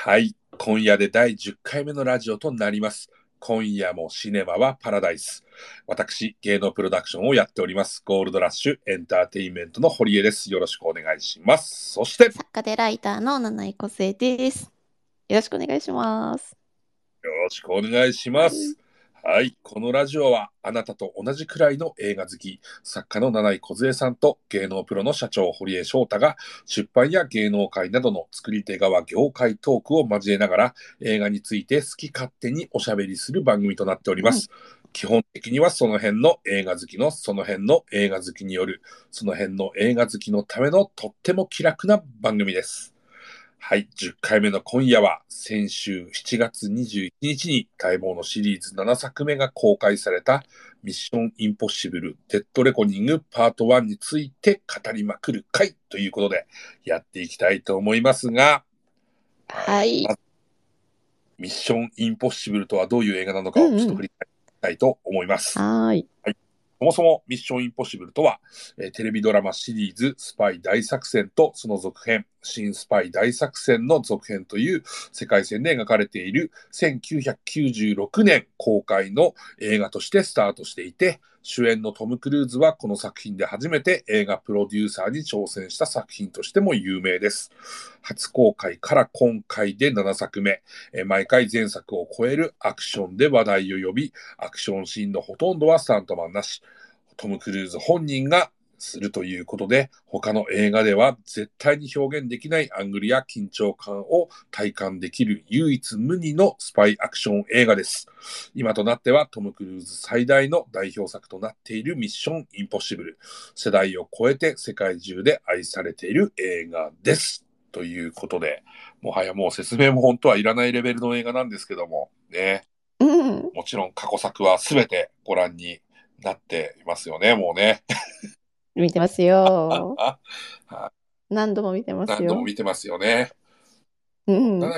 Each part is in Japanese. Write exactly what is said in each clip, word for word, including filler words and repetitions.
はい、今夜でだいじゅっかいめのラジオとなります。今夜もシネマはパラダイス。私、芸能プロダクションをやっております、ゴールドラッシュエンターテインメントの堀江です。よろしくお願いします。そして、よ作家でライターの七井梢です。よろしくお願いします。 ろしくお願いしはい。 ます。はい、このラジオはあなたと同じくらいの映画好き、作家の七井梢さんと芸能プロの社長堀江翔太が出版や芸能界などの作り手側業界トークを交えながら映画について好き勝手におしゃべりする番組となっておりまうん。 す。基本的にはその辺の映画好きのその辺の映画好きによるその辺の映画好きのためのとっても気楽な番組です。はい、じゅっかいめの今夜は、先週しちがつにじゅういちにちに待望のシリーズななさくめが公開されたミッションインポッシブルデッドレコニングパートワンについて語りまくる回ということでやっていきたいと思いますが、はい、 はい。 まずミッションインポッシブルとはどういう映画なのかをちょっうんうん。 と振り返りたいと思います。 はーい。 はい、そもそもミッションインポッシブルとは、えーテレビドラマシリーズスパイ大作戦とその続編、新スパイ大作戦の続編という世界線で描かれているせんきゅうひゃくきゅうじゅうろくねん公開の映画としてスタートしていて、主演のトム・クルーズはこの作品で初めて映画プロデューサーに挑戦した作品としても有名です。初公開から今回でななさくめ、えー毎回前作を超えるアクションで話題を呼び、アクションシーンのほとんどはスタントマンなし、トム・クルーズ本人がするということで、他の映画では絶対に表現できないアングルや緊張感を体感できる唯一無二のスパイアクション映画です。今となってはトム・クルーズ最大の代表作となっているミッション・インポッシブル。世代を超えて世界中で愛されている映画です。ということで、もはやもう説明も本当はいらないレベルの映画なんですけども、ね、 うん。 もちろん過去作はすべてご覧になっていますよね、もうね。 見てますよ。 ああ、 何度も見てます何度もよ。 見てますよね。 うん。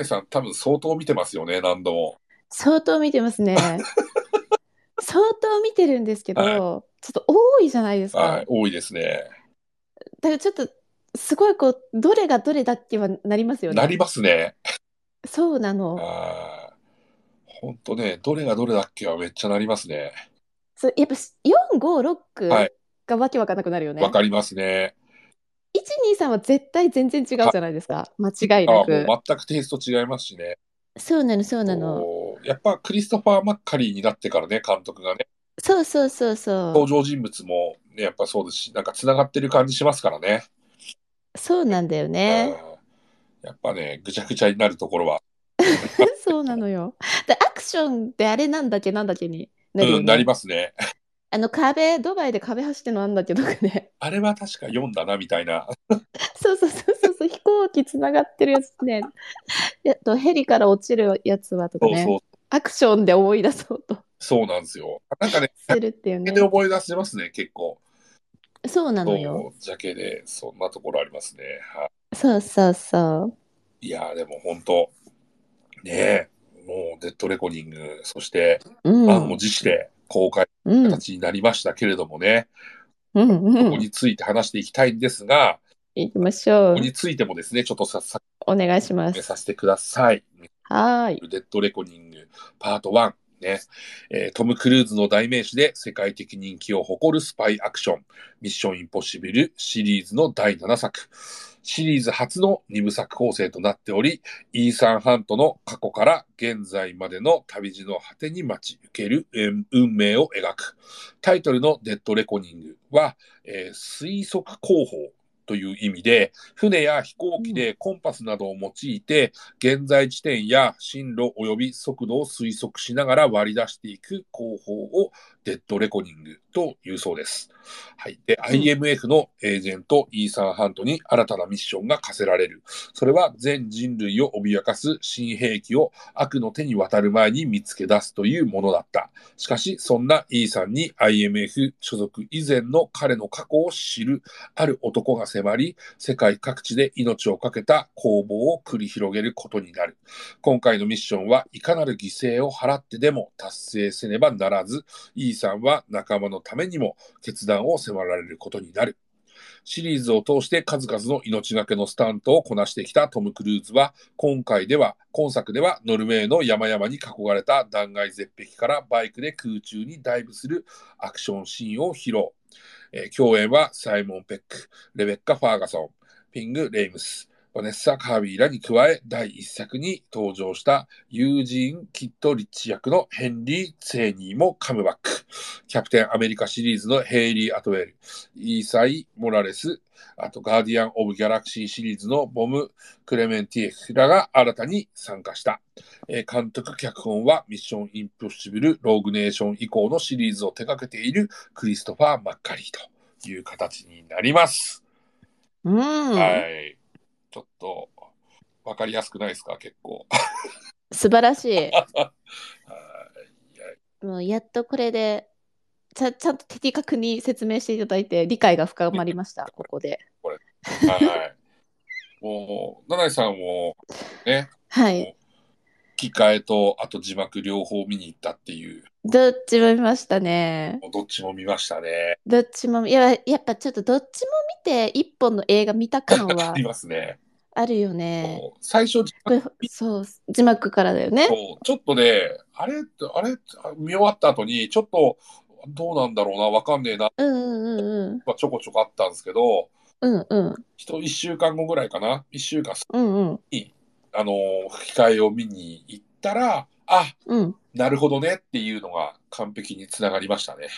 七井さん、多分相当見てますよね、何度も。 相当見てますね。相当見てるんですけはい。 ど、ちょっと多いじゃないですはい。 か。 多いですね。 だからちょっと、すごいこう、どれがどれだっけはなりますよね。 なりますね。 そうなの。 ああ、ほんとね、どれがどれだっけはめっちゃなりますね。 そう、やっぱよん、ご、 はい。 ろくがわけわかんなくなるよね。 わかりますね。 いち、に、さんは絶対全然違うはじゃないですか。間い。 違いああ、もうなく。 全くテイスト違いますしね。 そうなの、そうなの。 と、やっぱクリストファー・マッカリーになってからね、監督がね、 そうそうそうそ登場人物もね、やっぱそうですし、なんか繋がってる感じしますからね。 う。そうなんだようん。 ね。 やっぱね、ぐちゃぐちゃになるところは、 そうなのよ。で、アクションってあれなんだっけなんだっけになるうん、なりよね。 ますね。 あの壁、ドバイで壁走ってるのあんだっけどかね。 あれは確か読んだな、みたいな。 そうそうそうそうそう、飛行機つながってるやつね。えっと、ヘリから落ちるやつはとかね。 そうそう、 アクションで思い出そうとそうなんですよ。なんかね、 するっていうジャケでね。 思い出せますね、結構。 そうなのよ。 そう、ジャケで、そんなところありますね。はそうそうそい。いやー、でも本当、ねえ、もう、デッドレコニング、そして、 う。う満をん。 持して公開うん。 形になりましたけれどもね、 うんそうん。 こについて話していきたいんですが、 行きましょう。 ここについてもですね、ちょっとさ、さお願いしまめさす。 せてください。 はーい。 デッドレコニングパートワン。ね、えートム・クルーズの代名詞で世界的人気を誇るスパイアクション、ミッション・インポッシブルシリーズのだいななさく。シリーズ初のにぶさく構成となっており、イーサン・ハントの過去から現在までの旅路の果てに待ち受ける、えー運命を描く。タイトルのデッドレコニングは、えー推測工法という意味で、船や飛行機うん。 でコンパスなどを用いて、現在地点や進路及び速度を推測しながら割り出していく工法をデッドレコニングというそうです。はい。で、 うん。 アイエムエフ のエージェント、イーサン・ハントに新たなミッションが課せられる。それは全人類を脅かす新兵器を悪の手に渡る前に見つけ出すというものだった。しかし、そんな E さんに アイエムエフ 所属以前の彼の過去を知るある男が迫り、世界各地で命を懸けた攻防を繰り広げることになる。今回のミッションはいかなる犠牲を払ってでも達成せねばならず、E さんは仲間のためにも決断を迫られることになる。 シリーズを通して数々の命がけのスタントをこなしてきたトム・クルーズは、今回では、今作ではノルウェーの山々に囲まれた断崖絶壁からバイクで空中にダイブするアクションシーンを披露。えー共演はサイモン・ペック、レベッカ・ファーガソン、ピング・レイムス、バネッサ・カービーらに加え、第一作に登場したユージーン・キッド・リッチ役のヘンリー・ツェーニーもカムバック。キャプテン・アメリカシリーズのヘイリー・アトウェル、イーサイ・モラレス、あとガーディアン・オブ・ギャラクシーシリーズのボム・クレメンティエフらが新たに参加した。えー監督・脚本はミッション・インポッシブル・ローグネーション以降のシリーズを手掛けているクリストファー・マッカリーという形になります。 うん。 はい。ちょっと、わかりやすくないですか、結構。 素晴らしい。 はいもうやっとこれでちゃ、ちゃんと的確に説明していただいて理解が深まりました、ここで。 これ。はい。もう、七井さんも、ね、 はい。 もう吹き替えと、あと字幕両方見に行ったっていう、 どっちも見ましたね。 もうどっちも見ましたね。 どっちも、いや、やっぱちょっとどっちも見て一本の映画見た感あはりますね。 あるよね。 もう最初、字これ幕見そう、字幕からだよね。 と、ちょっとね、あれ、あれ、見終わった後に、ちょっと、どうなんだろうな、わかんねえな、 うんうんうんまあちょこちょこあったんですけど、 うんうん一一週間後ぐらいかな、一週間うんうんに、あのー吹き替えを見に行ったら、あ、 うんなるほどねっていうのが完璧につながりましたね。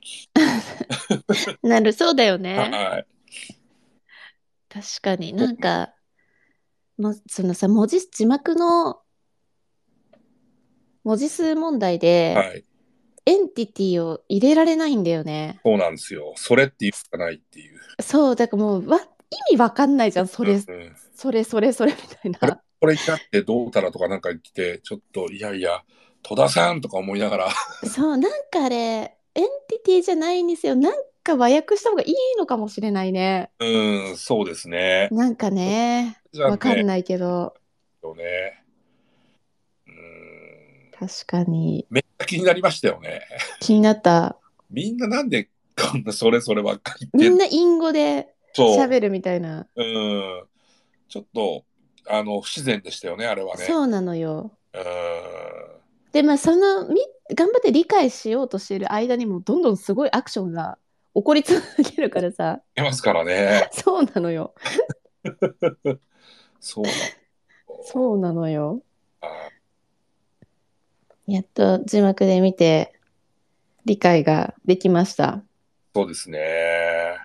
なる、そうだよね。 はい。 確かになんか、もうそのさ、文字、字幕の文字数問題で、 はい。 エンティティを入れられないんだよね。 そうなんですよ。それって言うしかないっていう。 そう、だからもう、わ、意味わかんないじゃん、それ、 うん。 それ、それ、それみたいこれ、 な。 これになってどうたらとかなんか言ってて、ちょっと、いやいや、戸田さんとか思いながら、 そう、なんかあれ、エンティティじゃないんですよ。なんか和訳した方がいいのかもしれないね。 うん、そうですね。 なんかね、 じゃあね、 わかんないけど、 よね。うん。 確かにめっちゃ気になりましたよね。 気になった。 みんななんでこんなそれそればっかりみ言ってんの。 んな隠語でそ喋るみたいな。 う。うん。ちょっと、あの、不自然でしたよね、あれはね。 そうなのよ。 うん。 で、まあ、その、み、頑張って理解しようとしている間にも、どんどんすごいアクションが起こり続けるからさ、 いますからね。 そうなのよ。 そうなんそうなのよ。 だ。 やっと字幕で見て理解ができました。 そうですね。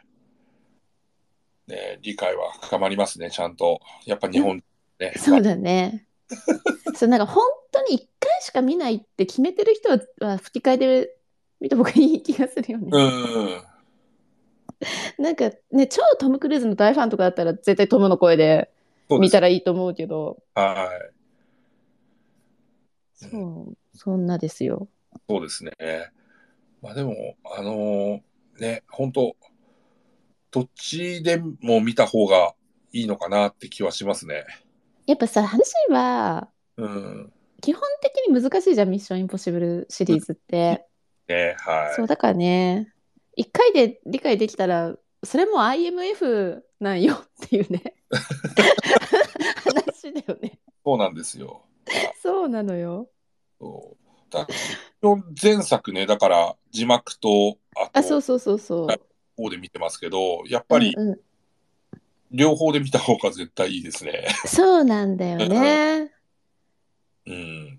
ね、理解は深まりますね、ちゃんと。やっぱ日本ね。 そうだね。そう、なんか本当に一回しか見ないって決めてる人は、は吹き替えで見た方がいい気がするよね。 うん。 なんかね、超トム・クルーズの大ファンとかだったら絶対トムの声でそうです。 見たらいいと思うけど、 はい。うん、 そう、そんなですよ。 そうですね。まあでも、あのーね、本当どっちでも見た方がいいのかなって気はしますね。 やっぱさ、話はうん。 基本的に難しいじゃん、ミッション・インポッシブルシリーズって。 ね、はそう、だからね、一回で理解できたら、それも アイエムエフ なんよっていうね、話だよね。 そうなんですよ。あ、 そうなのよ。 そうだ前作ね、だから字幕と、ああ、そと、 うそうそうそ方で見てますけど、やっう。 ぱりうんう両方で見た方が絶対いいですね。 ん。そうなんだよね。 うん。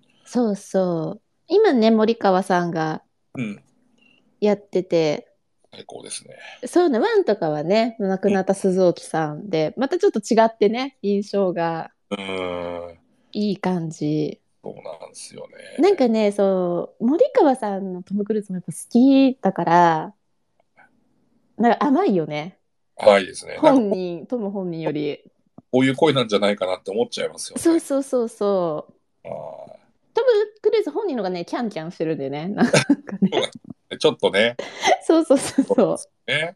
そうそう。今ね、森川さんがうん。 やってて、 最高ですね。 そうね、ワンとかはね、亡くうん。 なった鈴木さんで、またちょっと違ってね、印象がうーん、 いい感じ。 そうなんですよね。 なんかね、そう、森川さんのトム・クルーズもやっぱ好きだから、なんか甘いよね。 はいですね。なんかこ本人、トム本人より。 ういう声なんじゃないかなって思っちゃいますよそうね。 そうそうそう。 ああ、 トム・クルーズ本人のがね、キャンキャンしてるんでね。なんかね。 そうなんですね。ちょっとね。 そうそうそうそそうなんですね。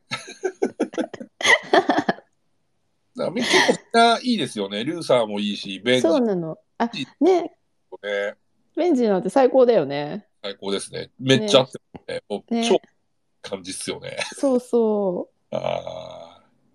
だから結構みんないいですよね。ルーサーもいいし、 う。 ベンジそうなの。あ、 いいね、 もね。 ベンジなんて最高だよね。 最高ですね。めっちゃ合ね、 ってますね。もう超ね、 感じっすよね。 そうそああ。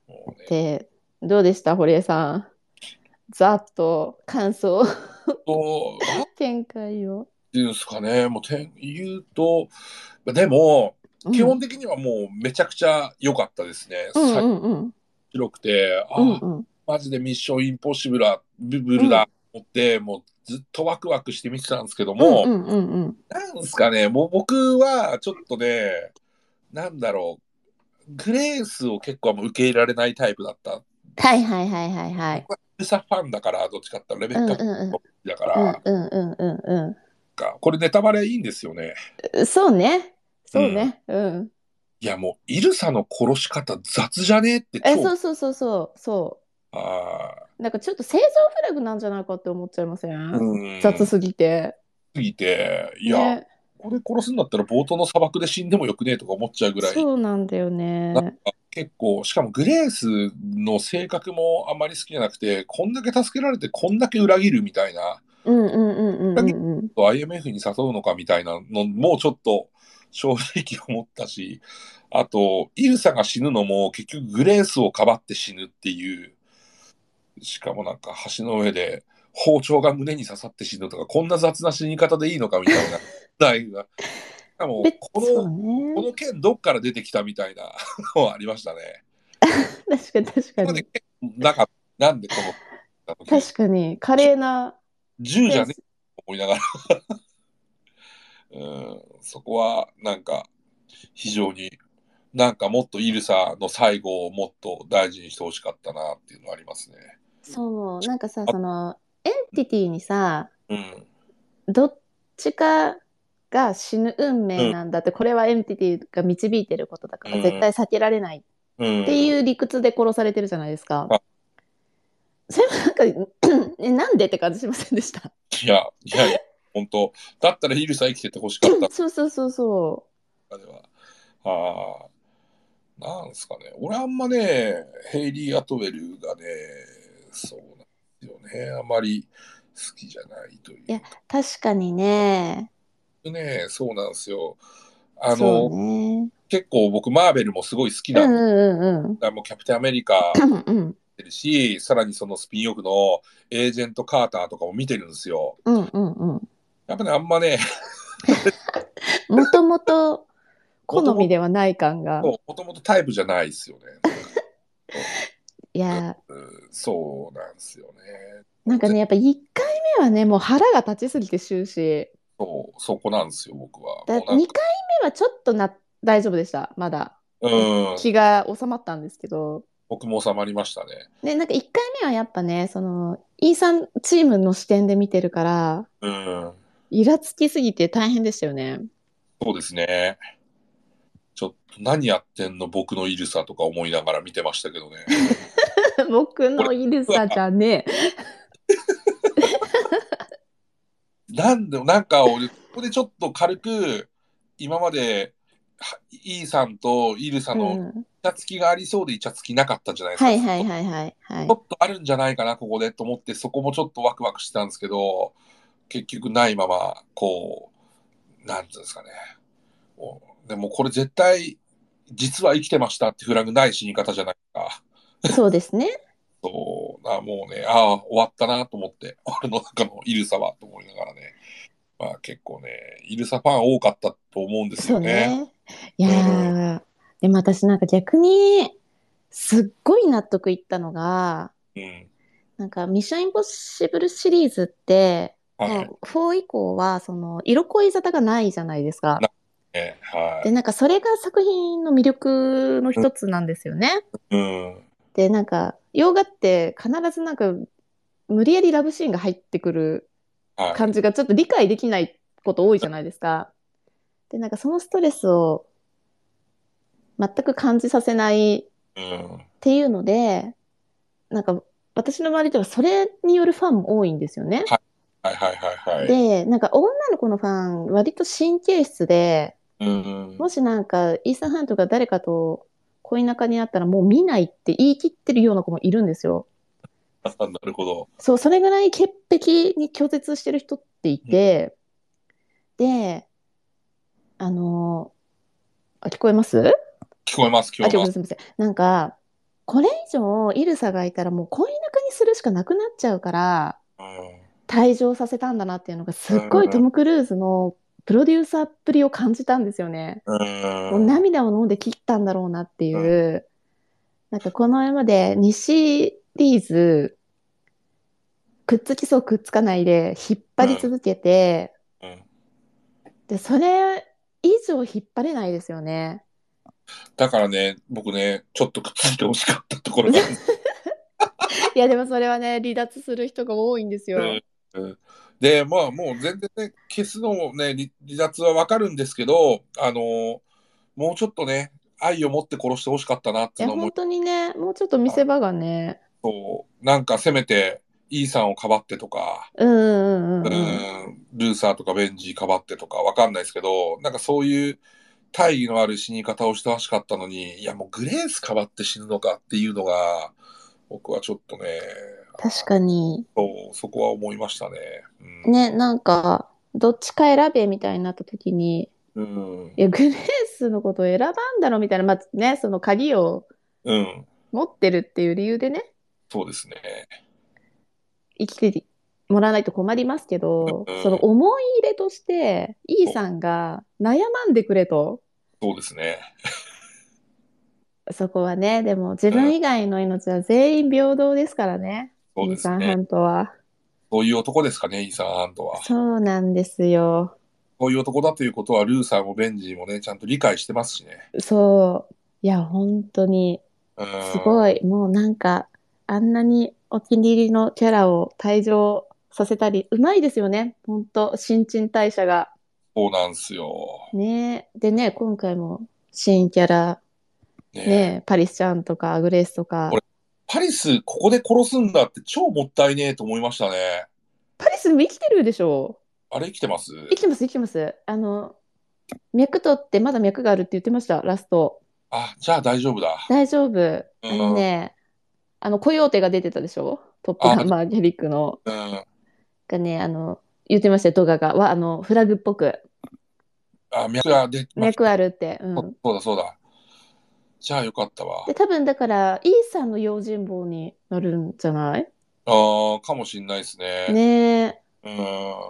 もうね。 で、どうでした堀江さん。ざっと感想、 と、なん展開を。 ていうんですかね、もうて言うと、でも、基本うん。 的にはもうめちゃくちゃ良かったですね。 うん最うんうん。 白くて、ああ、 うんうん。 マジでミッションインポッシブルだ、ブブうん。 ルだと思って、もうずっとワクワクして見てたんですけども、 うんうんうんうん。 なんですかね、もう僕はちょっとね、なんだろう、グレースを結構もう受け入れられないタイプだったんではいす。 はいはいはいはい。 僕はエルサファンだから、どっちかって言ったらレベうんッカうんだかうん。 ら、 うんうんうんうんかこれネタバレいいんですよね。 うん。そうね。 うん。 そうね。うん。 いやもう、イルサの殺し方雑じゃねってえ、 超、 そうそうそうそう。そあう。なんかちょっと製造フラグなんじゃないかって思っちゃいませーうん？ ーん、 雑すぎて。 すぎて、いや、 ね。 これ殺すんだったら冒頭の砂漠で死んでもよくねえとか思っちゃうぐらい、 そうなんだよなんかね。 結構、しかもグレースの性格もあまり好きじゃなくて、こんだけ助けられてこんだけ裏切るみたいな、 うんうんうんうん裏切るうんうん。 と アイエムエフ に誘うのかみたいなのもちょっと正直思ったし、あと、イルサが死ぬのも結局グレースをかばって死ぬっていう、しかもなんか橋の上で包丁が胸に刺さって死ぬとか、こんな雑な死に方でいいのかみたいな。題がしかも、 べ、 こそうの、こね。 の剣どっから出てきたみたいなのはありましたね。 確かに確かに。 今まで剣なかった。なんでこの、あの剣確かに、華麗な銃じゃねえセンス。 と思いながら、うん、そこはなんか非常になんかもっとイルサの最後をもっと大事にしてほしかったなっていうのはありますね。 そう、なんかさ、 あ、 その、エンティティにさ、 うん、 どっちかが死ぬ運うん、 命なんだって、これはエンティティが導いてることだから絶うん、 対避けられないっうん。 ていう理屈で殺されてるじゃないですか。 あ、 それもなんかえ、なんでって感じしませんでした？ いや、いやいや、本当だったらイルサ生きててほしかったそうそうそうそでは。ああ、なんですかね。俺あんまね、ヘイリー・アトウェルがね、そうなんですよね。あまり好きじゃないとう。いや、 いうか。 確かにね。 ね、そうなんですよ。あそうの、 ね。 結構僕、マーベルもすごい好きうんなんで、 うんうんもうキャプテンアメリカうん。うんてるし、さらにそのスピンオフのエージェント・カーターとかも見てるんですよ。 うんうんうん。 やっぱね、あんまね、 もともともともと、 好みではない感が。 もともとタイプじゃないですよね。なんか、 いや、 うん、そうなんですよね。ぜなんかね、やっぱいっかいめはね、もう腹が立ちすぎて終始。 そう、そこなんですよ、僕は。 だ、 もうなんか、 にかいめはちょっとな、大丈夫でした。まだ。 う気ん、 が収まったんですけど。 僕も収まりましたね。 ね、なんかいっかいめはやっぱね、その、イーサンチームの視点で見てるから、 うん、 イラつきすぎて大変でしたよね。 そうですね。ちょっと何やってんの僕のイルサとか思いながら見てましたけどね。 僕これのイルサじは、 ゃねなんで、なんか俺、ここでちょっと軽く、今まで、はイーさんとイルサえ。うのイん。 チャつきがありそうでイチャつきなかったじゃないですか。ちはいはいはいはいはい。 ょっとあるんじゃないかな、ここでと思って、そこもちょっとワクワクしてたんですけど、結局ないまま、こう、なんていうんですかね。もうでもこれ絶対、実は生きてましたってフラグない死に方じゃないか。 そうですね。 そうな、もうね、ああ、終わったなと思って、俺の中のイルサはと思いながらね。まあ結構ね、イルサファン多かったと思うんですそうよね。 ね。いうん。 やー、でも私なんか逆に、すっごい納得いったのが、 うん。 なんかミッションインポッシブルシリーズって、 はい。 もうフォー以降は、その、色恋沙汰がないじゃないですか。 な、ね、はで、なんかそれが作品の魅力のい。 一つなんですよね。 うん。うん、 で、なんか、洋画って必ずなんか、無理やりラブシーンが入ってくるはい。 感じがちょっと理解できないこと多いじゃないですか。で、なんかそのストレスを全く感じさせないっうん。 ていうので、なんか私の周りではそれによるファンも多いんですよね。 はい。はいはいはいはい。 で、なんか女の子のファン、割と神経質で、 うん。 もしなんかイーサン・ハントが誰かと恋仲になったらもう見ないって言い切ってるような子もいるんですよ。 なるほど。 そう、それぐらい潔癖に拒絶してる人っていうん、 て、で、あのーあ、聞こえます？ 聞こえます、聞あ、 こえます。 聞こえます。すみません。なんか、 これ以上イルサがいたらもう恋仲にするしかなくなっちゃうから、 うん。 退場させたんだなっていうのがすっごいトうん。 ム・クルーズのプロデューサーっぷりを感じたんですよね。 うもうん。 涙を飲んで切ったんだろうなっていうん。 う、なんかこの今までにシリーズくっつきそうくっつかないで引っ張りうん。 続けて、 うん。 で、それ以上引っ張れないですよね。 だからね、僕ね、ちょっとくっついてほしかったところがあるんです。 いや、でもそれはね、離脱する人が多いんですよ。 うん。で、まあ、もう全然ね、消すのもね、離離脱はわかるんですけど、あの、もうちょっとね、愛を持って殺してほしかったなっていや、 いうのを思い、 本当にね、もうちょっと見せ場がね、 そう、なんかせめて、イーさんをかばってとか、 うんうんううんうん。 ん、ルーサーとかベンジーかばってとかわかんないですけど、なんかそういう大義のある死に方をしてほしかったのに、いやもうグレースかばって死ぬのかっていうのが、僕はちょっとね、 確あかに。 そう、そこは思いましたね。 ね、なんか、どっちか選べみたいになった時に、 うん。うん。 いや、グレースのことを選ばんだろみたいな、まあね、その鍵をうん。 持ってるっていう理由でね、 そうですね。 生きてもらわないと困りますけど、そのうん。 思い入れとして、イーそう、 さんが悩まんでくれと、 そうですね。 そこはね、でも自うん。 分以外の命は全員平等ですからね、 そうイーサン・ハですね。 ントは。 そういう男ですかね、イーサン・ハントは。 そうなんですよ。 そういう男だということは、ルーサーもベンジーもね、ちゃんと理解してますしね。 そう。いや、本当に、 うん。 すごい。もうなんか、あんなにお気に入りのキャラを退場させたり、うまいですよね。本当新陳代謝が。 そうなんですよ。 ね。でね、今回も新キャラ、 ねえ。 ね、パリスちゃんとか、グレースとか。 俺、パリス、ここで殺すんだって超もったいねえと思いましたね。 パリスも生きてるでしょ？ あれ生きてます？ 生きてます、生きてます。あの、脈取ってまだ脈があるって言ってました、ラスト。 あ、じゃあ大丈夫だ。 大丈夫。 うあのん。 ね、あの、コヨーテが出てたでしょ？トップあ、 ガンマーヴェリックの。 うん。 がね、あの、言ってましたよ、動画が。わ、あの、フラグっぽく。 あ、脈が出てまし脈た。 あるって。うそん。 そうだそうだ。じゃあよかったで、 わ。 多分だから、イーさんの用心棒になるんじゃない？ ああ、かもしんないですね。 ねえ。 うん。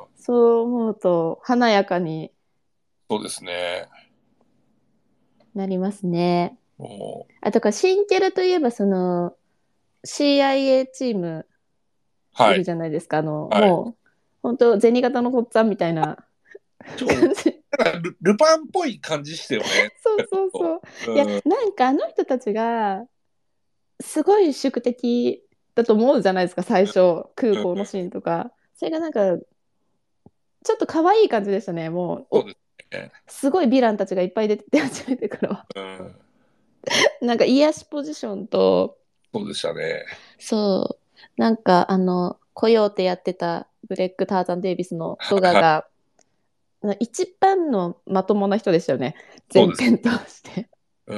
そう思うと、華やかにそうですね。 なりますね。 もあとか、新キャラといえば、その、シーアイエー チームう、はいるい。 じゃないですか。あの、 はい。 もう、本当銭形のとっつぁんみたいな超、 感じ。 なんかル、ルパンっぽい感じしてよね。 そうちょっと。 そうそう。いや、 うん。 なんかあの人たちが、すごい宿敵だと思うじゃないですか、最初、空うん。 港のシーンとか。それがなんか、ちょっと可愛い感じでしたね、もう。お、 そうですね。 すごいヴィランたちがいっぱい出てて、初めてからは。 うん。 なんか、癒しポジションと、 そうでしたね。 そう、なんか、あの、コヨーテやってたグレッグ・ターザン・デイビスのドはいはい。 ガが、な一番のまともな人でしたよね、 そうです。 全編通して。 うん。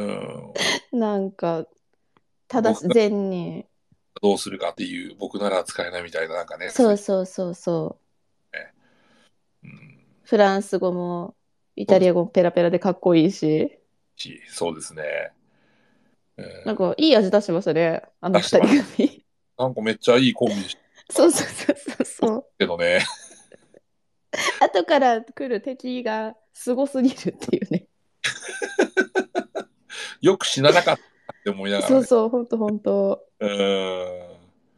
なんか、ただし、 僕が善に、 どうするかっていう、僕なら使えないみたいな、なんかね、そういうそうそうそうそう。 ね。うん。 フランス語もイそうですタリア語もペラペラでかっこいいし、 し、そうですね。うん。 なんかいい味出してましたね、あの二人出してます。 組。 なんかめっちゃいいコンビでしたからそうそうそうそうそう。 けどね。 後から来る敵がすごすぎるっていうね。 よく死ななかったって思いながらね。 そうそう、ほんとほんと。 うん。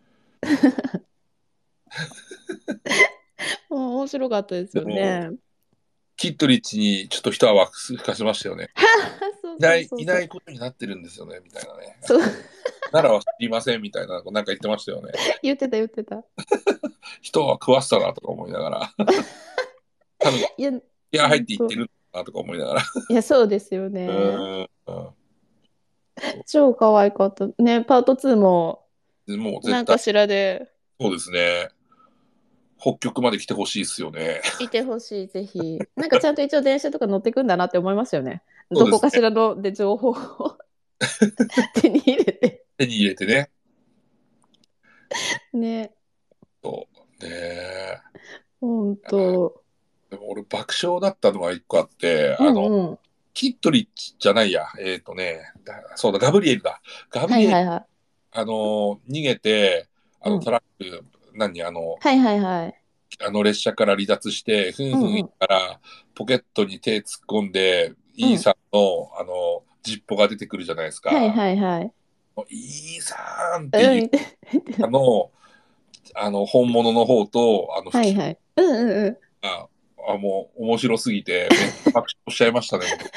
もう面白かったですよでも、 ね。 キッドリッチにちょっと一泡吹かせましたよね。 そうそういない、 そうそう。 いないことになってるんですよね、みたいなね。 そう、 ならは知りません、みたいな、なんか言ってましたよね。 言ってた言ってた。 人は食わせたな、とか思いながら。多分、 いや、 気合入っていってほんと。 るな、とか思いながら。 いや、そうですようね。 ーん。うんそ超可愛かった。ね、パートツーもうでもう絶対、 なんかしらでそうですね。北極まで来てほしいですよね。 いてほしい、ぜひ。なんかちゃんと一応電車とか乗ってくんだなって思いますよね。どこかしそうですね。 らので情報を手に入れて。 手に入れてね。 ね。 そうねえ。 ほんと。 でも俺爆笑だったのが一個あって、 うあの、 んうん。 キットリッチじゃないや。えっとね、だそうだ、ガブリエルだ。ガブリエルはいはいはい。 あの、逃げて、あの、 うん。 トラック、何、あの、 はいはいはい。 あの列車から離脱して、ふんふん言っうんうん。 たら、ポケットに手突っ込んで、 うん。 イーさんの、あの、ジッポが出てくるじゃないですはいか。 はいはい。 イーさんっていう、 うん。 あの、あの、本物の方と、あの、吹きはいはい。うんうんうん。 が、あ、もう、面白すぎて、めっちゃ爆笑しちゃいましたね、僕。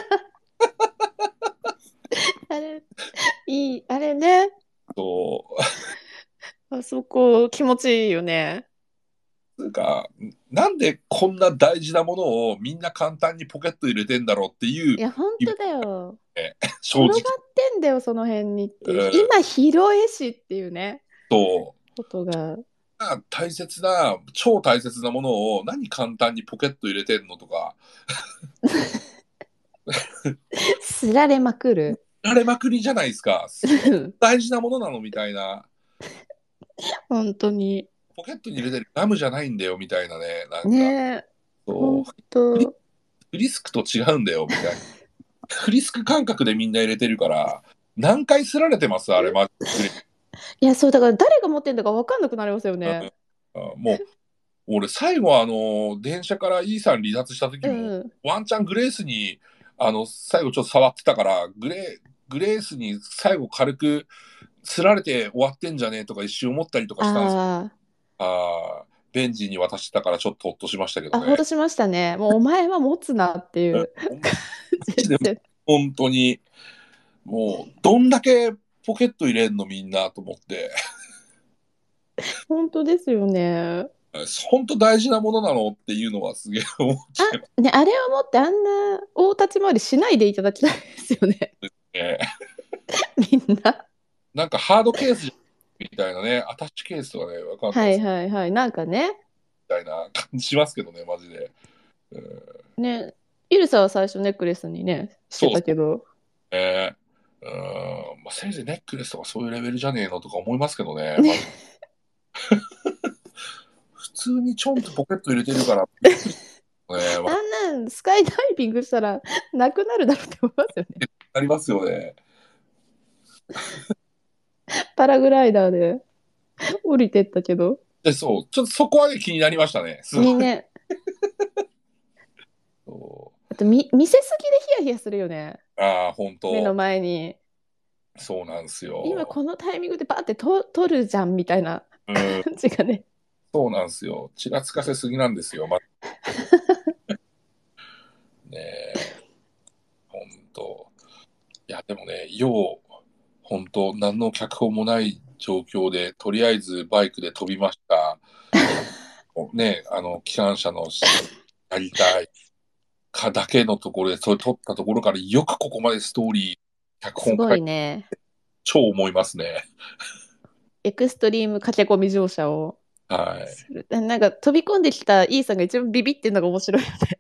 あれ、いい、あれね。 と、 あそこ気持ちいいよね。 つうか、なんでこんな大事なものをみんな簡単にポケット入れてんだろうっていう、 いや、本当だよ。転がっ正直。 てんだよ、その辺にっていう。 うん今拾えしっていうね、 と、 ことが。 大切な、超大切なものを何簡単にポケット入れてんのとか、 すられまくる。 られまくりじゃないですか。大事なものなのみたいな。 本当に。 ポケットに入れてるガムじゃないんだよみたいなね。なんか、 ねえ、本そう、フリ当。 フリスクと違うんだよみたいな。フリスク感覚でみんな入れてるから、何回すられてますあれ、マジで。 いや、そう、だから誰が持ってんだか分かんなくなりますよね。 もう、俺、最後、あの、電車から E さん離脱した時も、 うん。 ワンチャングレースに、あの、最後ちょっと触ってたから、グレー、グレースに最後軽くすられて終わってんじゃねえとか一瞬思ったりとかしたんですけあど、あーベンジーに渡してたからちょっとほっとしましたけあ、あ、ほっとどね。 しましたね。もうお前は持つなっていうんうマ感じジでですよ。 本当に、もう、どんだけポケット入れんのみんなと思って、 本当ですよね。 本当大事なものなのっていうのはすげえ思っちゃいまあ、ね、あれを持ってあんな大立ち回りしないでいただきたいですよね。 すね。 みんな。 なんかハードケースみたいなね、アタッチケースとかね、わかんないはいですはいはい。なんかね、 みたいな感じしますけどね、マジで。うん、 ね、イルサは最初ネックレスにね、してそうそうたけど、 ね。うん、まあ、せいぜいネックレスとかそういうレベルじゃねえのとか思いますけどね、 ね、 マジ。普通にちょんとポケット入れてるからびっくりしたね、わかあんなんスカイダイビングしたらなくなるだろうって思いますよね。 りますよね。 パラグライダーで降りてったけど。 で、そう、ちょっとそこはね、気になりましたね。すごい。 にね、 そあとみ見せすぎでヒヤヒヤするよね。 うああ、本目の当、 前に。 そうなんですよ。 今このタイミングでパーってと撮るじゃんみたいなうん、 感じがね。 そうなんですよ。ちらつかせすぎなんですよ、ま、ねえ、本当。いや、でもね、よう、本当、何の脚本もない状況で、とりあえずバイクで飛びました。ね、あの、機関車のやりたいかだけのところで、それ撮ったところから、よくここまでストーリー、脚すご本書いて、 いね。 超思いますね。 エクストリーム駆け込み乗車をはい。 する。なんか飛び込んできたイーさんが一番ビビってんのが面白いよね。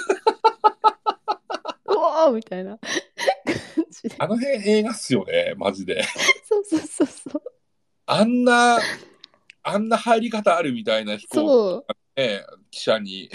うおーみたいな感じで。 あの辺映画っすよね、マジで。 そうそうそうそう。 あんな、あんな入り方あるみたいな飛行機そう。 ね、汽車に。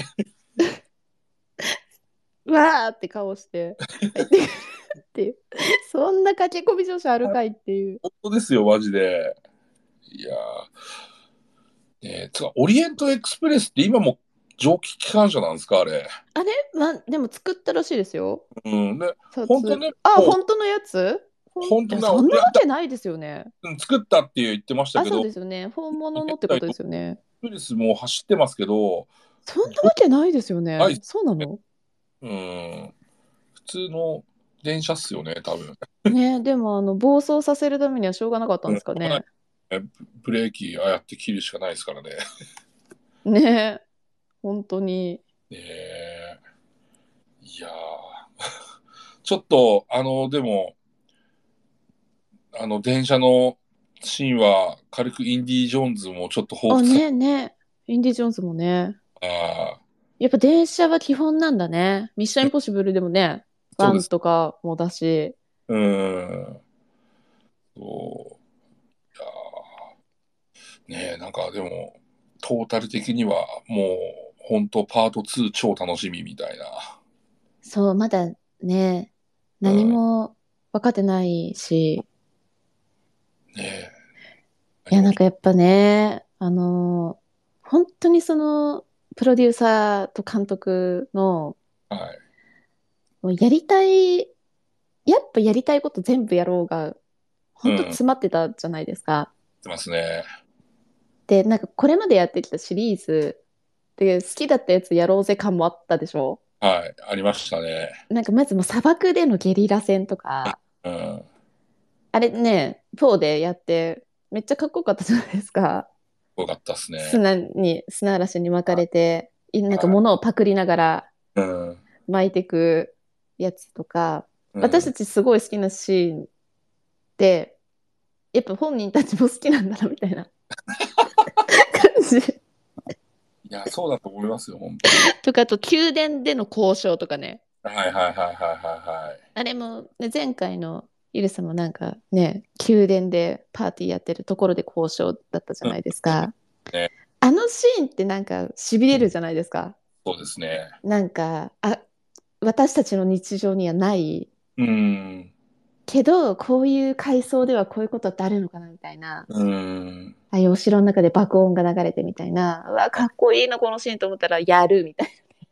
わーって顔して入ってくるっていう。そんな駆け込み乗車あるかいっていう。 本当ですよ、マジで。いやー、ね、つか、オリエントエクスプレスって今も蒸気機関車なんですか、あれ。 あれ、ま、でも作ったらしいですよ。 うん、ね、本当撮。 ね、 あ、 もう、 本当のやつほん、いや、 本当ね、 そんないや、だわけないですよね。 うん作ったって言ってましたあ、そうけど、 ですよね。本物のってことで現在のすよね。 エクスプレスもう走ってますけど、 そんなわけないですよね。 ないっすそうなの？ ね。うん、普通の電車っすよね、多分。 ね、でも、あの、暴走させるためにはしょうがなかったんうん、しですかょうがないね。 ね。ブレーキああやって切るしかないですからね。 ね、本当に。 ねえ、いやー、ちょっと、あの、でも、あの、電車のシーンは、軽くインディ・ージョーンズもちょっと彷あ、 彿さ、 ね、ね。インディ・ジョーンズもね。 あやっぱ電車は基本なんだね。ミッション・インポッシブルでもね、ワンそうです。 とかもだし。 うーん、そう、いやーねえ、なんかでも、トータル的には、もう、本当パートツー超楽しみみたいな。 そう、まだね、何うん、 も分かってないし、 ねいや、なんかやっぱね、あのー本当にその、プロデューサーと監督の、 はい。 もうやりたい、やっぱやりたいこと全部やろうが、本当うん。 詰まってたじゃないですか。 てますね。 で、なんかこれまでやってきたシリーズで好きだったやつやろうぜ感もあったでしょ。 はい。ありましたね。 なんかまずもう砂漠でのゲリラ戦とか、 うん。 あれね、フォーでやって、めっちゃかっこよかったじゃないですか。 よかったですね。 砂に、砂嵐に巻かはれて、いなんかい。 物をパクりながらうん。 巻いていくやつとか、 うん。 私たちすごい好きなシーンで、やっぱ本人たちも好きなんだなみたいな感じ。 いや、そうだと思いますよ、本当に。 とか、あと宮殿での交渉とかね。 はいはいはいはいはいはい。 あれも、ね、前回のイルさんもなんかね、宮殿でパーティーやってるところで交渉だったじゃうん。 ないですうん。 か。 ね。 あのシーンってなんか痺れるじゃないですか。 そうですね。 なんか、あ、私たちの日常にはないうん。 けど、こういう階層ではこういうことってあるのかなみたいな。 うん。 ああいうお城の中で爆音が流れてみたいな。うわ、かっこいいな、このシーンと思ったらやるみたい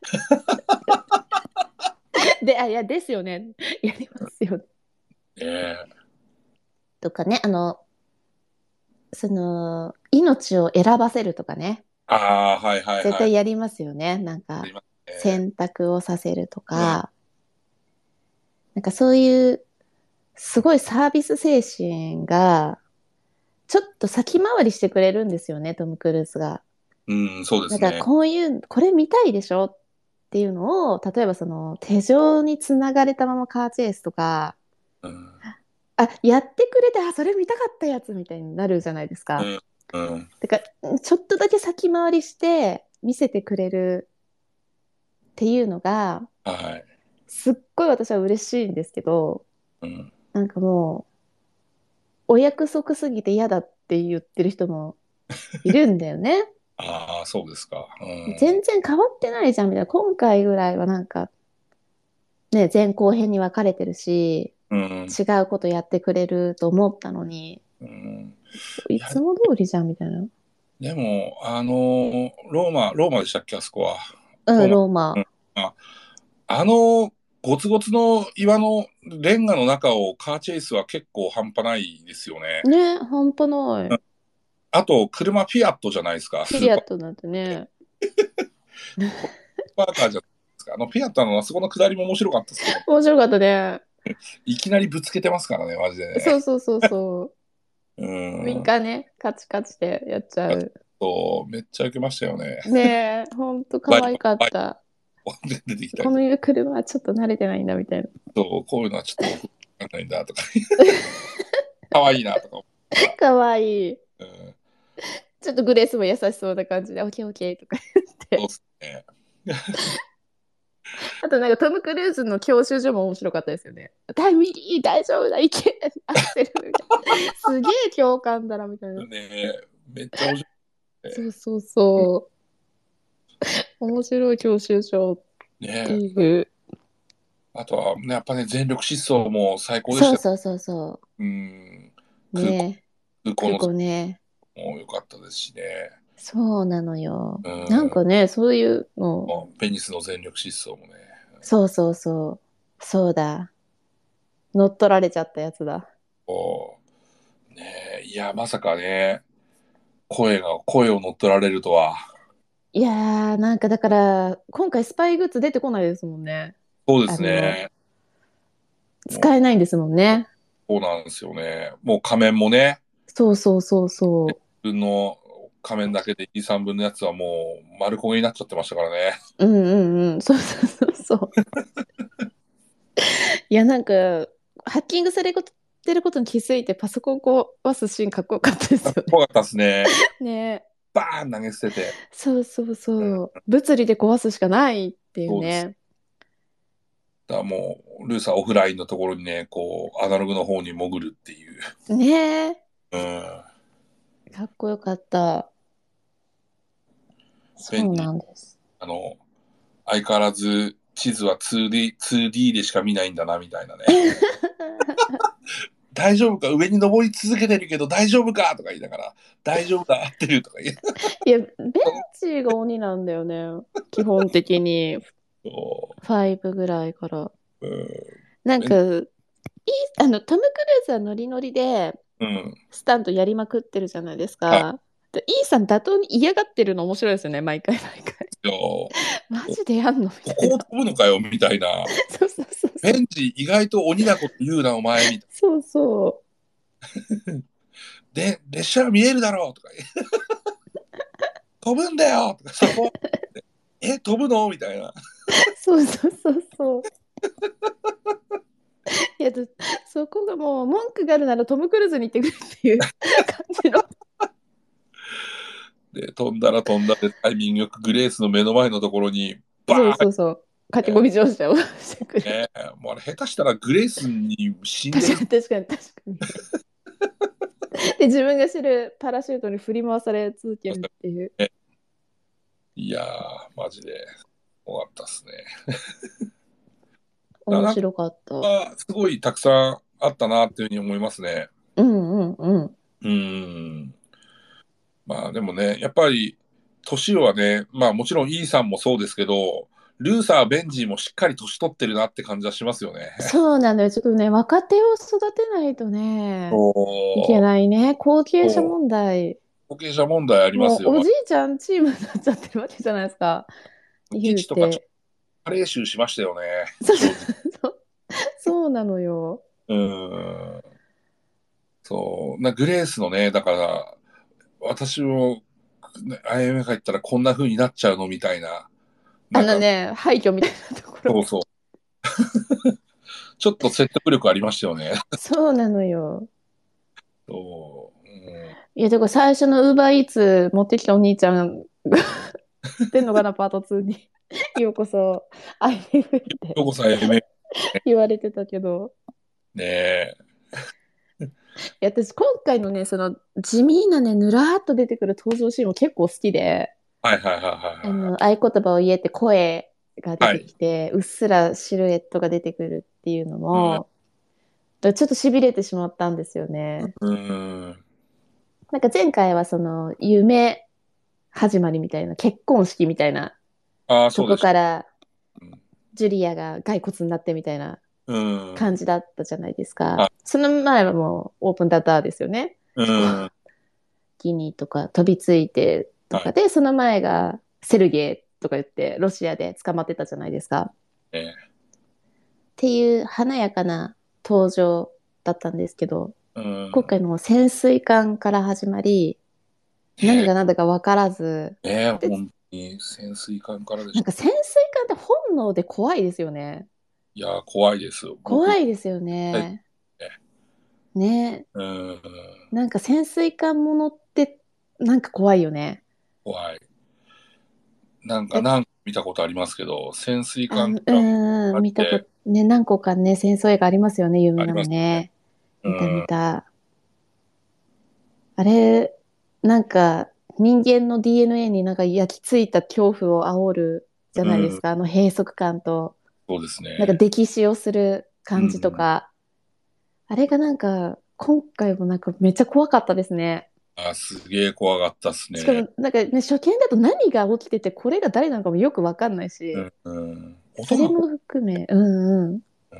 な。で、あ、いや、ですよね。やりますよね。 ね。 とかね、あの、その、命を選ばせるとかね。 ああ、はいはい絶はい。 対やりますよね。なんか、 ありますね。 選択をさせるとうん。 か、なんかそういう、すごいサービス精神が、ちょっと先回りしてくれるんですよね、トム・クルーズが。 うん、そうでなんかすね。 こういう、これ見たいでしょっていうのを、例えばその手錠につながれたままカーチェイスとか、 うん。 あ、やってくれて、あ、それ見たかったやつみたいになるじゃないですか。 うん。うん。 だから、ちょっとだけ先回りして見せてくれるっていうのが、 はい。 すっごい私は嬉しいんですけど、 うん。 なんかもう、お約束すぎて嫌だって言ってる人もいるんだよね。 ああ、そうですか。うん。 全然変わってないじゃんみたいな。今回ぐらいはなんか、ね、前後編に分かれてるし、 うん。 違うことやってくれると思ったのに、 うん。いや、 いつも通りじゃんみたいな。 でも、あの、ローマ、ローマでしたっけ、あそこは。ロうん、 ーマ。 ローマ。 うん。あ、あの、ゴツゴツの岩のレンガの中をカーチェイスは結構半端ないですよね。 ね、半端ない。 あと、車フィアットじゃないですか、 フィスーパー。 リアットなんてね。 スーパーカーじゃないですか。あの、フィアットのあそこの下りも面白かったですけど、 面白かったね。 いきなりぶつけてますからね、マジでね。 そうそうそうそうう。ウインん。 カーね、カチカチでやっちゃあう。 と、めっちゃ受けましたよね。 ねえ、ほんと可バイ愛かっバイた。 で出てきたりとか、 このいう車はちょっと慣れてないんだみたいな。 そうこういうのはちょっと僕、わかんないんだとか、可愛いなとか思ったら、 可愛い。 うん、 ちょっとグレースも優しそうな感じで、オッケーオッケーとか言って。 そうっすね。 あとなんかトム・クルーズの教習所も面白かったですよね。タイムいい、大丈夫だ、いけ、アクセルみたいな。すげえ共感だな、みたいな。 ねめっちゃ面白いね。 そうそうそう。面白い教習所ってねいう。 あとは、ね、やっぱね、全力疾走も最高でしたよ。 そうそうそうそうん、 う。 空港、 ね空空港の全港ね。 力も良かったですしね。 そうなのよ。 うん、 なんかね、そういうの、 ペニスの全力疾走もね。 そうそうそう。そうだ。乗っ取られちゃったやつだ。 こうねいや、まさかね、声が、声を乗っ取られるとは。 いやー、なんかだから、今回スパイグッズ出てこないですもんね。 そうですあの、 ね。もう、 使えないんですもんね。 そうなんですよね。もう仮面もね、 そうそうそうそ自分の仮面だけでに、さんぶんのやつはもう丸焦げになっちゃってましたからね。 う。うんうんうん。そうそうそうそう。いや、なんか、ハッキングされてることに気づいてパソコン壊すシーンかっこよかったですよね。 怖かったですね。 ね。 バーン投げ捨てて。 そうそううん、 そう。物理で壊すしかないっていうそうです。 ね。 だからもう、ルーさんオフラインのところにね、こう、アナログの方に潜るっていう。 ねえ。 うん。 かっこよかった。そう便利。 なんです。 あの、相変わらず地図は ツーディー、ツーディー でしか見ないんだな、みたいなね。 大丈夫か、上に登り続けてるけど大丈夫かとか言いながら、大丈夫だ、合ってるとか言う。 いや、ベンチが鬼なんだよね。基本的に。 そごぐらいから。 う、うん、 なんか、いい、あの、トム・クルーズはノリノリで、 うん、 スタントやりまくってるじゃないですはいか。でイーさん、打倒に嫌がってるの面白いですよね、毎回毎回。 よ。 マジでやんのみこたいな。 こを飛ぶのかよみたいな。 そうそうそうそう。 ベンチ意外と鬼なこと言うな、お前みたいそうそな。で、列車見えるだろうとか言う、飛ぶんだよとか、そこ、え、飛ぶのみたいな。 う。そうそうそうそう。いや、だそこがもう文句があるならトム・クルーズに行ってくれっていう感じの。 で、飛んだら飛んだでタイミングよくグレースの目の前のところに、 そうバーンそうそう。駆け込み乗車をしてくれる。 ね、もうあれ下手したらグレースに死んでる。 確かに確かに確かに。で、自分が知るパラシュートに振り回され続けるっていう。 いやー、マジで終わったっすね。だからなん面白かった。 か、すごいたくさんあったなっていうふうに思いますね。 うんうんうん。 うーん。まあでもね、やっぱり、年はね、まあもちろんイーさんもそうですけど、ルーサー、ベンジーもしっかり年取ってるなって感じはしますよね。 そうなのよ。ちょっとね、若手を育てないとね、いけそう、 ないね。後継者そう、 問題。 後継者問題ありますよ。 もうおじいちゃんチームになっちゃってるわけじゃないですか。言う父とかて。 加齢臭しましたよね、 そうそう正直。 そう。そうなのよ。 うーん。そう。な、グレースのね、だから、私も、ね、アイエムエフ 入ったらこんな風になっちゃうのみたいな。なんか、 あのね、廃墟みたいなところ。 そうそう。ちょっと説得力ありましたよね。 そうなのよ。 そう。うん、 いや、だから最初のウーバーイーツ持ってきたお兄ちゃんが出んのかな、パートツーに。ようこそ、アイエフ ってよこさん エムエム言われてたけど。 ねえ。 いや、私、今回のね、その、地味なね、ぬらーっと出てくる登場シーンも結構好きで、 はいはいはいはいはあの、合言葉を言えて声がい。 出はい。 てきて、うっすらシルエットが出てくるっていうのうん。 も、ちょっと痺れてしまったんですよね。 うん。 なんか前回はその、夢始まりみたいな、結婚式みたいな、 ああ、 そそうでした。 こからうん。 ジュリアが骸骨になってみたいなうん。 感じだったじゃないですか。 あ、 その前はもうオープンダターですよね。 う飛行ん。 機にとか飛びついてとはい。 かで、その前がセルゲイとか言ってロシアで捕まってたじゃないですか。 ね。 っていう華やかな登場だったんですけど、 うん。 今回も潜水艦から始まり、何ねが何だか分からず、 え、ねえ、 で、 本当に潜水艦からでした。 なんか潜水艦って本能で怖いですよね。 いやー、怖いですよ。僕、 怖いですよね、 ね。ね。 うん。 なんか潜水艦ものってなんか怖いよね。 怖い。なんかで、 何個見たことありますけど、潜水あ、う艦からーん、見たこあって、 と、ね、何個かね、戦争映画ありますよね、有名なのありますね。 ね。見た見うん。 た。あれ、なんか人間の ディーエヌエー になんか焼き付いた恐怖を煽るじゃうん。 ないですか。あの閉塞感と、 そうですなんかね。 溺死をする感じとうん。 か。あれがなんか、今回もなんかめっちゃ怖かったですね。 あ、すげえ怖かったっすね。 しかも、なんかね、初見だと何が起きてて、これが誰なのかもよくわかんないし、 うん。うん、音が怖それも含め、うんうん。 い。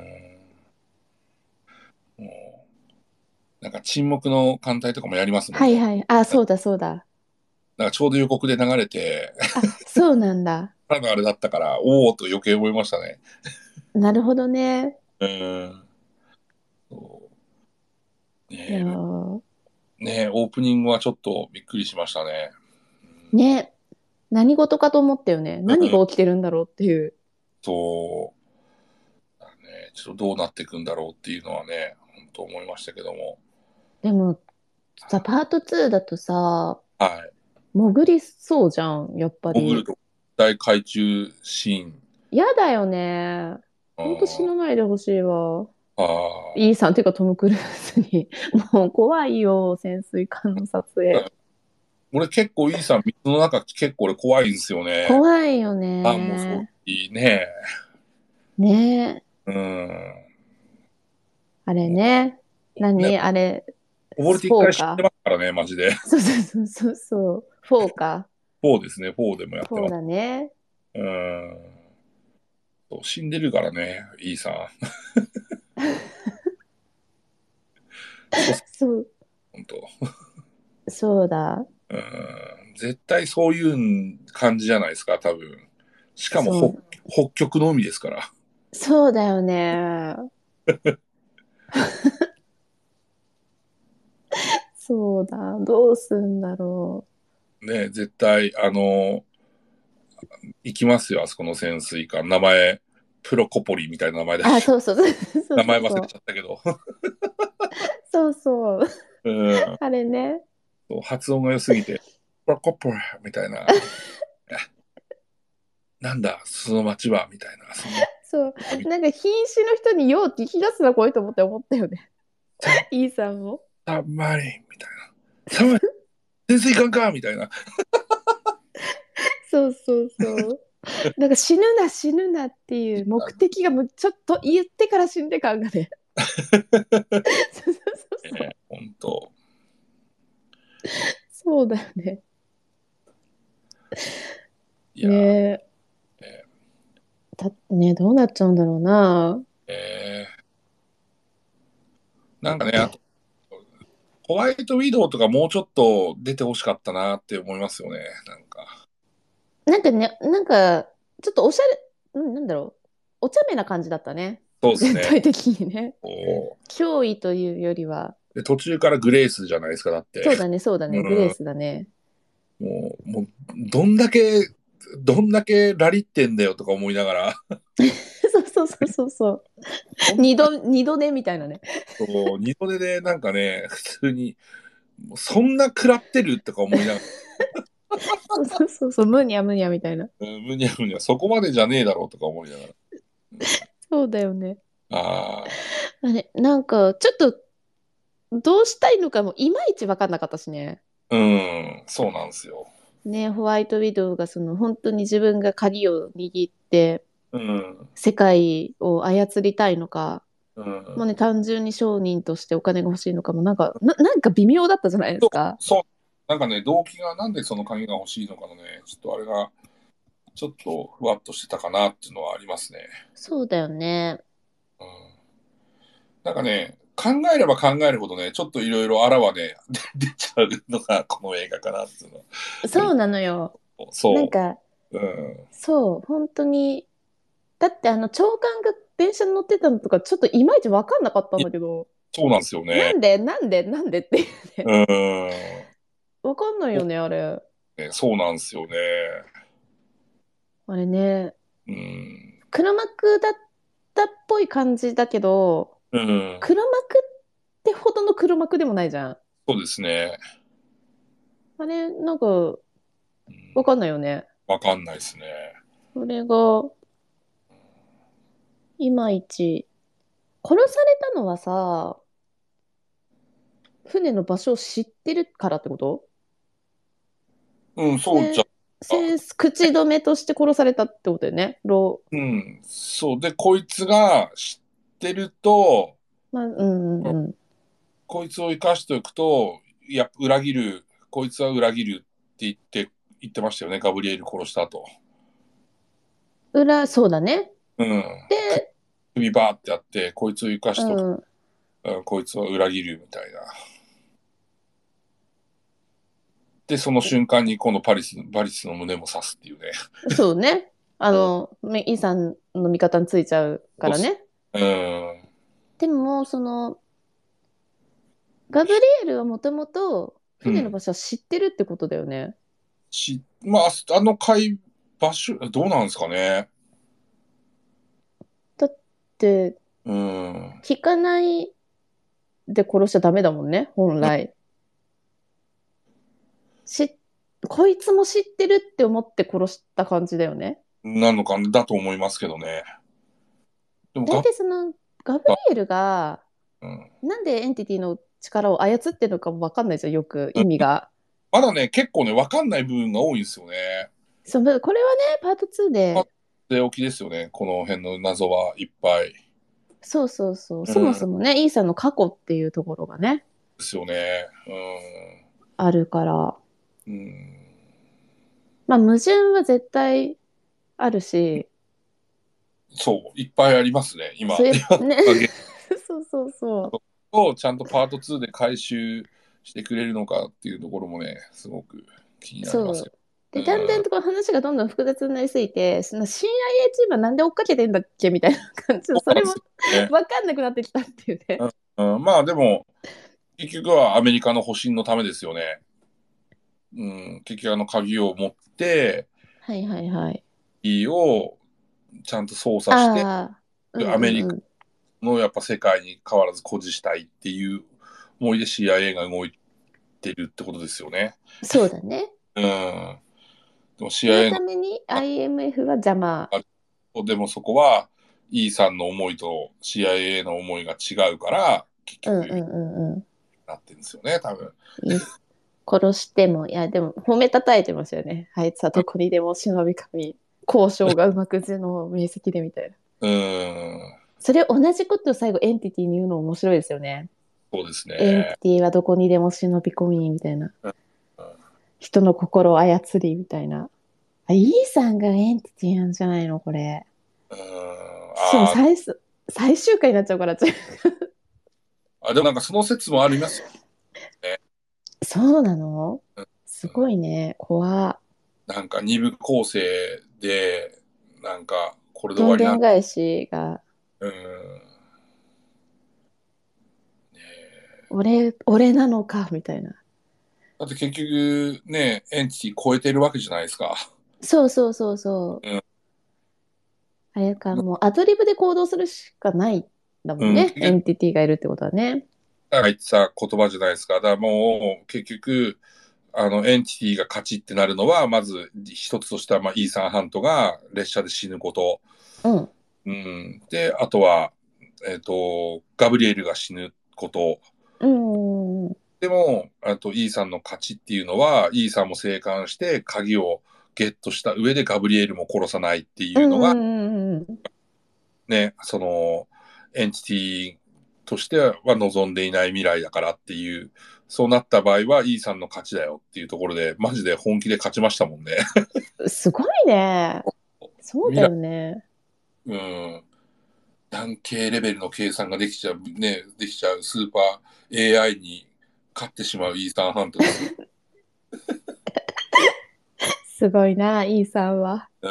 うん、もう、なんか沈黙の艦隊とかもやりますもんね。 はいはい。あ、そうだそうだ。 なんかちょうど予告で流れて、 あ、そうなんだ。 ただのあれだったから、おおと余計思いましたね。 なるほどね。 うん。そういやねーえ、ねえ、オープニングはちょっとびっくりしましたね。 ね、何事かと思ったよね。 うん。 何が起きてるんだろうっていう。 そう、ね、ちょっとどうなっていくんだろうっていうのはね、本当思いましたけども。 でも、さ、パートツーだとさ、 はい。 潜りそうじゃん、やっぱり。 潜ると大海中シーン。 やだよね。ほんと死あなないでほしいわ。 あ、あイーさんっていうかトム・クルーズに。もう怖いよ、潜水艦の撮影。 あ。俺結構イーさん、水の中結構俺怖いんですよね。 怖いよあ、もうそうね。 いいね。 ねえ。 うん。 あれね。 ね、 何あれ、 溺れて一回死んでフォーか。 ますからね、マジで。 そうそうそうそうそう。フォーか。 フォーですね、フォーでもやってます。 フォーだね。 うーん。そう死んでるからね、イーさん。そうそう、 そう、 本当。 そうだ。 うーん。絶対そういう感じじゃないですか、多分。しかも北、 そう、 北極の海ですから。 そうだよね。そうだ。どうすんだろね、絶対、あの、行きますよ、あそこの潜水艦。名前、プロコポリみたいな名前う。あ、 だし、 そうそうそうそう名前忘れそうそう。 ちゃったけど。 そうそう。 うん。 あれね。 そう発音が良すぎて、プロコポリみたいな。なんだ、その街はみたいな。そんな、 そう。なんか瀕死の人によう聞き出すな、こういうと思って思ったよね。 サイーさんも。 サブマリンみたいな。サブマリン潜水艦かみたいな。 そうそうそう。なんか死ぬな死ぬなっていう目的がもうちょっと言ってから死んで感がね。そうそうそうそう。 ね、本当。 そうだよね。 いやねー、ええ、だね、どうなっちゃうんだろうな。 ーえーなんかね、あと、ホワイトウィドウとかもうちょっと出てほしかったなって思いますよね。なんか。 なんかね、なんか、ちょっとおしゃれ、うんなんだろう。お茶目な感じだったね。 そうですね。 全体的にね。 こ脅威というよりは。 うで、途中からグレースじゃないですか、だって。 そうだね、そうだね。グレーうん。 スだね。 もう、もう、どんだけ、どんだけラリってんだよとか思いながら、 そうそうそうそうそう。 ほん二度、二度寝みたいなね。 と、二度寝でなんかね、普通に、もうそんな食らってるとか思いながら、 そうそうそうそう。むにゃむにゃみたいな。 うん、むにゃむにゃ、そこまでじゃねえだろうとか思いながら。うん、 そうだよね。 ああれ、なんか、ちょっと、どうしたいのかもいまいち分かんなかったしね。 あ、うん、そうなんですよ。 ね、ホワイトウィドウがその本当に自分が鍵を握ってうん、 世界を操りたいのか、 うん。 もうね、単純に商人としてお金が欲しいのかも、なんか、な、なんか微妙だったじゃないですか。 そう、なんかね、動機がなんでその鍵が欲しいのかのね、ちょっとあれが、ちょっとふわっとしてたかなっていうのはありますね。 そうだよね。 うん。なんかね、考えれば考えるほどね、ちょっといろいろあらわね、出ちゃうのがこの映画かなっていうのはあり、 そうなのよ。なんそか、 う。うん。 そう、本当に、だってあの長官が電車に乗ってたのとか、ちょっといまいち分かんなかったんいだけど、 そうなんですよね。 なんで、なんで、なんでっていううね。 ん。 分かんないよね、あれ。 ね、そうなんですよね。 あれね、 うん。 黒幕だったっぽい感じだけど、 うん。 黒幕ってほどの黒幕でもないじゃん。 そうですね。 あれ、なんか、 うん、 わかんないよね。 わかんないですね。 それが、いまいち、殺されたのはさ、船の場所を知ってるからってこと？ うん、そうじゃ、 せ、せ、口止めとして殺されたってことだよね。ロうん、そう。で、こいつが知ってると、 まあ、うんうんうん。 こいつを生かしておくと、いや、裏切る、こいつは裏切るって言って、言ってましたよね、ガブリエル殺した後。 裏、そうだね。 うん。 で、 首バーってやって、こいつを生かうしておく、 ん。 うん、こいつは裏切るみたいな。で、その瞬間にこのパリス、バリスの胸も刺すっていうね。 そうね。あうん、 の、めイさんの味方についちゃうそうっす。 からね。 うん。 でも、その、ガブリエルはもともと船のうん。 場所は知ってるってことだよね。 し、まあ、あの海、場所、どうなんですかね。 だって、 うん。 聞かないで殺しちゃダメだもんね、本来。し、こいつも知ってるって思って殺した感じだよね。 なのか、だと思いますけどね。でも、 大ガッ体その、ガブタ、 リエルが、 うん。 なんでエンティティの力を操ってるのかもわかんないじゃん、よく、 うん、 意味が。 まだね、結構ね、わかんない部分が多いんですよね。 そう、これはね、パートツーあっで、 ておきですよね。この辺の謎はいっぱい。 そうそうそう。そもうん。でそもね、イーさんの過去っていうところがね、 すよね。 あるから、 うん。うん。 まあ矛盾は絶対あるし、 そう、いっぱいありますね、今。 そういう、 今ね。 の現そうそうそ状をちゃんとパートツーで回収してくれるのかっていうところもね、すごく気にう。 なりますけそう。 ど。 で、 うん。 だんだんとこう話がどんどん複雑になりすぎて、その シーアイエー チームはなんで追っかけてんだっけみたいな感じで、それもそうなんですよね。 わかんなくなってきたっていうね。 うんうん、まあでも、結局はアメリカの保身のためですよね。うん、結局あの鍵を持って、 はいはいはい。 いをちゃんと操作して、 ああ、うんアメリカうんうのやっぱ世界に変わらず誇示したいっていう思いで シーアイエー が動いてるってことですよね。 ん。そうだね。 うん。でもそのシーアイエー の、 ために アイエムエフは邪魔。 でもそこは E さんの思いと シーアイエー の思いが違うから、結局うんうんうんうなってるんですよね、多分。 ん。いい殺しても、いや、でも褒めたたえてますよね。あいつはどこにでも忍び込み、交渉がうまく頭脳明晰でみたいな。 うん。 それ同じことを最後エンティティに言うの面白いですよね。 そうですエンテね。 ィティはどこにでも忍び込みみたいな。 うん。 人の心を操りみたいな。あ、イーさんがエンティティなんじゃないのこれ。 うん、 しかもあ最初最終回になっちゃうから、ちょあ、でもなんかその説もありますよね。 そうなのうん。 すごいね。怖。 なんか二部構成で、なんかこれで終わりなん、 どんでん返しが、 うん。ね、 俺、俺なのかみたいな。 だって結局ね、エンティティ超えてるわけじゃないですか。 そうそうそうそう。 うん。 あれか、もうアドリブで行動するしかないんだもんうん。 ね。 結局、 エンティティがいるってことはね。 言ってた言葉じゃないですか。だからもう結局、あの、エンティティが勝ちってなるのは、まず一つとしては、まあ、イーサン・ハントが列車で死ぬこと。 うん。 うん。で、あとは、えっと、ガブリエルが死ぬこと。 うん。うんでも、あと、イーサンの勝ちっていうのは、イーサンも生還して鍵をゲットした上でガブリエルも殺さないってういうのが、 んうん。 ね、その、エンティティとしては望んでいない未来だからっていう、そうなった場合は、イーさんの勝ちだよっていうところで、マジで本気で勝ちましたもんね。 すごいね。そうだ未来、 よね。 うん、何系レベルの計算ができちゃう、ね、できちゃうスーパー エーアイ に勝ってしまうイーサンハントですよ。 すごいな、イーさんは。 うん、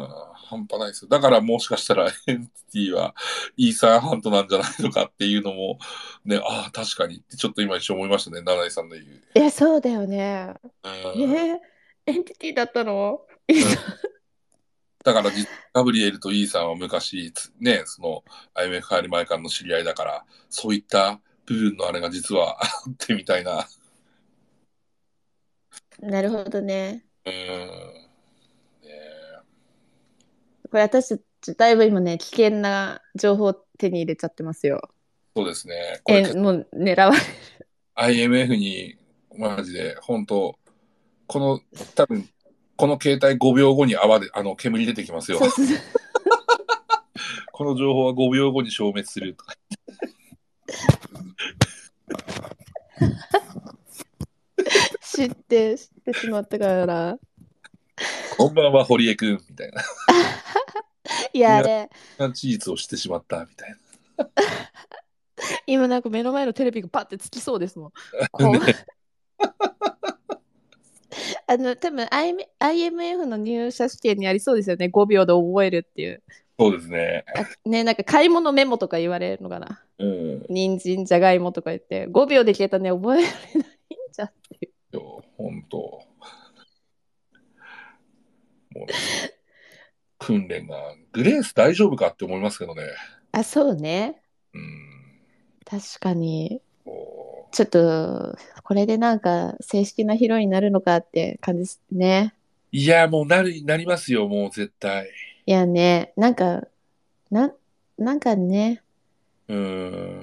半端ないですよ。だからもしかしたらエンティティはイーサンハントなんじゃないのかっていうのも、ね、ああ、確かにってちょっと今一瞬思いましたね、七井さんの言う。 いや、そうだよね。 うえー、エンティティだったのイーん、うん、 さだから実、ガブリエルとイーさんは昔、つね、その アイエムエフ 入る前からの知り合いだから、そういった部分のあれが実はあってみたいな。 ん。なるほどね。 うーん。ね、 これ私たちだいぶ今ね、危険な情報を手に入れちゃってますよ。 そうですね。これ、 え、もう狙われる。 アイエムエフ に、マジで、本当この、多分、この携帯ごびょうごに泡で、あの、煙出てきますよ。 そうそうそう。 この情報はごびょうごに消滅するとか。 知って、知ってしまったから。 こんばんは、堀江くん、みたいな。 いや、あ君はれ、 事実を知ってしまった、みたい今なんか目の前のテレビがパッてつきそうですもん。 な。 こう、 ね。 あの、多分 アイエムエフ の入社試験にありそうですよね。ごびょうで覚えるっていう。 そうですね。 あ、ね、なんか買い物メモとか言われるのかな。 うん。 人参、じゃがいもとか言って、ごびょうで消えたね、覚えられないんじゃっていう。 本当。もうね、訓練が、グレース大丈夫かって思いますけどね。 あ、そうね。 うん。 確かに。 こちょっと、これでなんか正式なヒロインになるのかって感じですね。 う、いや、もうなる、なりますよ、もう絶対。 いやね、なんか、な、なんかね、 うん。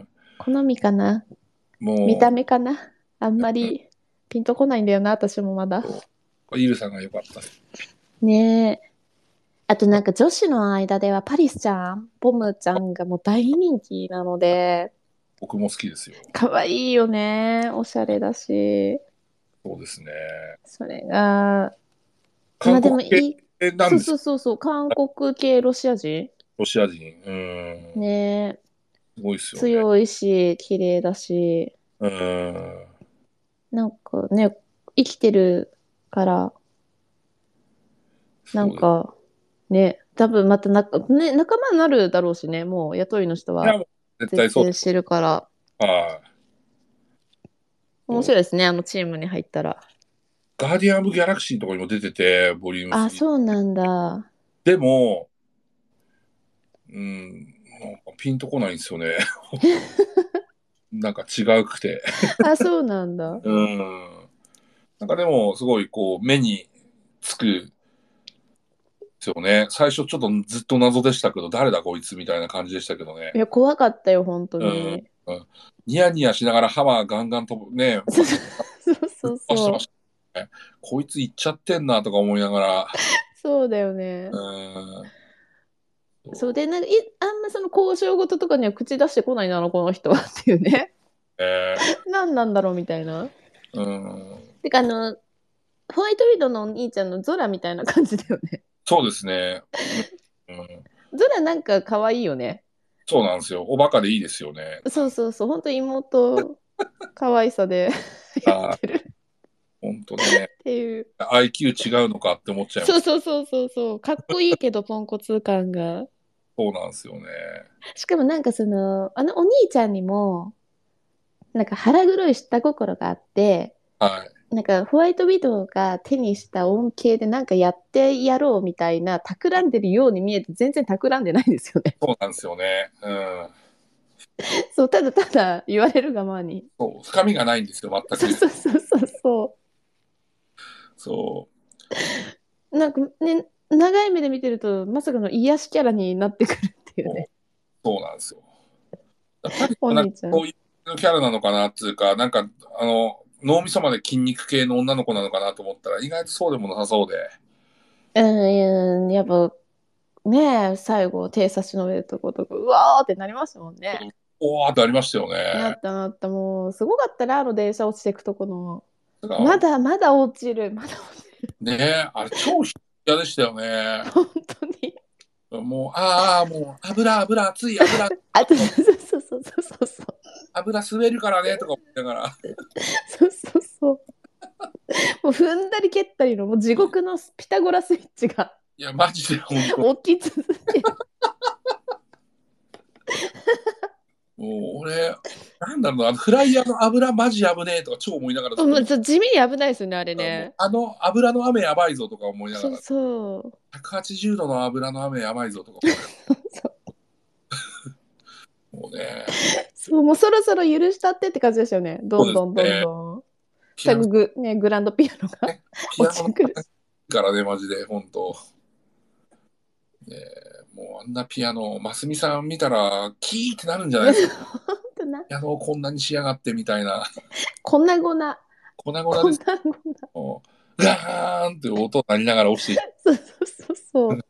好みかな見たも目かなあんまりピンとこないんだよな、私もまだ。 う、イルさんが良かった。 ねえ。 あとなんか女子の間ではパリスちゃん、ボムちゃんがもう大人気なので、 僕も好きですよ。 可愛いよね。おしゃれだし。 そうですね。 それが、まあで韓国もいい。そう系なんですよ。 そうそうそう。韓国系ロシア人ロシア人。うん。 ね。 すごいですよね。 強いし、綺麗だし、 うん。 なんかね、生きてるから、なんそうです。 かね、多分またな、ね、仲間になるだろうしね、もう雇いの人いや、 はもう絶絶対そうです。 対してるから、 はい。そう。 面白いですね、あのチームに入ったら。 ガーディアン・オブ・ギャラクシーとかにも出てて、ボリュームあ、 スリー。 そうなんだ。 でも、うん、なんかピンとこないんですよね。なんか違うくて。 あ、そうなんだ。 うん。なんかでも、すごいこう、目につくですよね。最初ちょっとずっと謎でしたけど、誰だこいつみたいな感じでしたけどね。 いや、怖かったよ、本当うん。 に。 うん、ニヤニヤしながらハマーガンガン飛ぶ、ね、 そうバシそうそうそッしてましたね。こいつ行っちゃってんなとか思いながら。 う。そうだよね。 うん。 そうで、 そなんかい、あんまその交渉事とかには口出してこないな、あの、この人はっていうね。 う。え何なんだろうみたいな。 ー、うん。 てか、あの、ホワイトウィドウのお兄ちゃんのゾラみたいな感じだよね。 そうですね。うん。 ゾラなんか可愛いよね。 そうなんですよ。おバカでいいですよね。 そうそうそう。本当妹可愛さでやっああ、 てるほんとね。 っていう。 アイキュー 違うのかって思っちゃいまそうす。 そうそうそうそう。かっこいいけどポンコツ感が。 そうなんですよね。 しかもなんかその、あのお兄ちゃんにも、なんか腹黒い下心があって、 はい。 なんかホワイトウィドウが手にした恩恵でなんかやってやろうみたいな企んでるように見えて全然企んでないんですよね。 そうなんですよね。うん。 そう、ただただ言われるがままに。 そう、深みがないんですよ、全そうく。 そうそうそうそそう。なんかね、長い目で見てるとまさかの癒しキャラになってくるっていう、 うね。 そうなんですよ。やっぱり、 おなんか兄ちゃん。 そういうキャラなのかなっていうか、なんか、あの、脳みそまで筋肉系の女の子なのかなと思ったら、意外とそうでもなさそうで。 うん、やっぱねえ、最後手差し伸べるとことか、うわーってなりますもんね。 おーってありましたよなね。 ったなった、もう、すごかったな、あの電車落ちていくとこの。 だからまだまだ落ちる、まだ落ちる。 ねえ、あれ超嫌でしたよね。 本当に。 もう、ああ、もう、油、油、熱い、油、 あ、そうそうそうそうそうそう。 油滑るからね、とか思いながら。 そうそうそう。もう踏んだり蹴ったりの、もう地獄のピタゴラスイッチがいや、マジで本当、 起き続ける。 もう俺、なんだろうな、あのフライヤーの油マジ危ねえとか超思いながらずっと見て、 もう地味に危ないですよね、あれもうね。 あの油の雨やばいぞとか思いながそうら、 そう。 ひゃくはちじゅうどの油の雨やばいぞとか思いながら、 そうもうね、 そう、もうそろそろ許したってって感じですよね。どそうでんどんどんすね、 どん。 ピアノ、 最後グ、ね、グランドピアノがね、ピアノの落ちてくるし。 からね、マジで、本当。ね、もうあんなピアノ、ますみさん見たら、キーってなるんじゃないですか。 本当な。 ピアノをこんなにしやがってみたいな、 こんなごな、 粉々ですこんなごな。 よ。ガーンって音鳴りながら落ちていっそうそうそうそ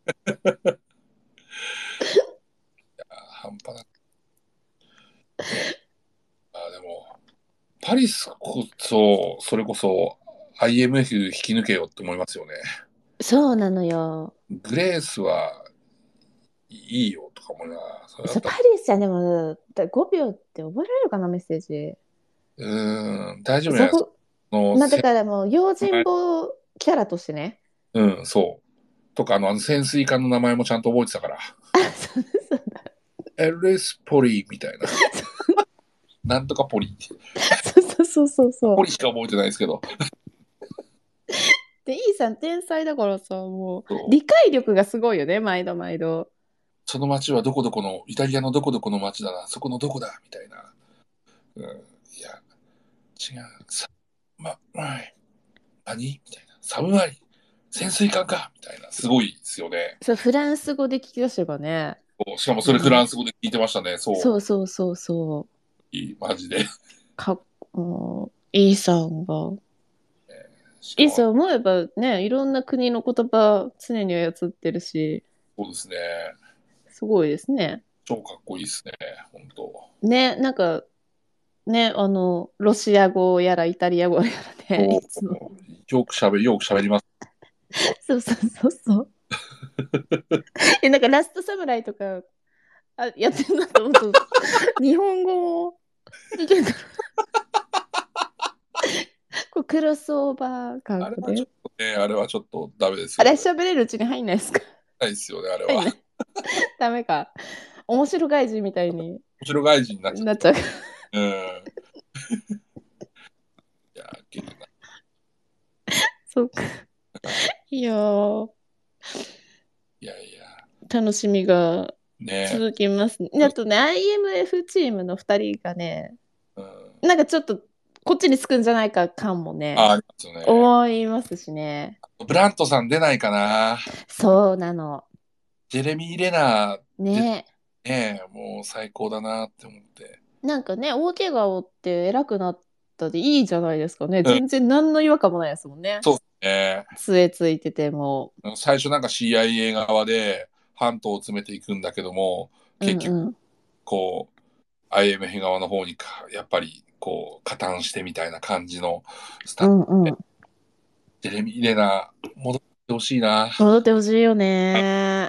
た。半端なくね。あ、でも、パリスこそ、それこそ アイエムエフ 引き抜けよって思いますよね。 う。そうなのよ。 グレースはいいよとか思いながら、それだそう、 ったら、 パリスちゃんでも、だごびょうって覚えられるかな、メッセージ。 うーん、大丈夫じゃないですか。 そこ、まあだあのせからもう、用心棒キャラとしてね。 うん、そう。とか、あの、あの潜水艦の名前もちゃんと覚えてたから、 あ、そうそうエルエスポリみたいな。なんとかポリ。 そうそうそうそう。 ポリしか覚えてないですけど。 で、イーさん天才だからさ、もう、 そう、 理解力がすごいよね、毎度毎度。 その町はどこどこの、イタリアのどこどこの町だな、そこのどこだみたいな。うん、いや、違う。さ、ま、はい。何みたいな。サブマリン、潜水艦かみたいな。すごいですよね。 そう、フランス語で聞き出せばね。 そう、しかもそれフラうん。 ンス語で聞いてましたね。そそうそうそうそう。 う。いい、マジで。 かっ、うん、イーさんが。 いしかも、 ざ思えばね、いろんな国の言葉常に操ってるし、 そうですね。 すごいですね。 超かっこいいですね。本当。 ね、なんかね、あの、ロシア語やらイタリア語やらね、いそつも。 うよくしゃべ、よくしゃべります。 そうそうそうそう。え、なんかラストサムライとかあやってるなと思うと、日本語もいけんだろう。こうクロスオーバー感がね。 あれはちょっとね、あれはちょっとダメですあれ、 よね。 喋れるうちに入んないですか？ ないですよね、あれは。 入んない。ダメか。面白外人みたいに面白外人になっちゃった。 なっちゃう。 うん。いや、けどな。 そうか。いやー、 いやいや、 楽しみがね。 続きますね。あとね、アイエムエフ チームのふたりがね、 うん。 なんかちょっとこっちにつくんじゃないか感もあ、 ね、 ありますよね。 思いますしね。 ブラントさん出ないかな。 そうなの。 ジェレミー・レナー出てね。 ね、もう最高だなって思って。 なんかね、大怪我を負って偉くなったでいいじゃないですかね。 うん、 全然何の違和感もないですもんね。 そうですね。 杖ついてても。 最初なんか シーアイエー 側で半島を詰めていくんだけども、結局、 うんうん。 こう、アイエムエフ 側の方にか、やっぱり、こう、加担してみたいな感じのスタッフうんうん。 ジェレミー・レナー、戻ってほしいな。 戻ってほしいよね。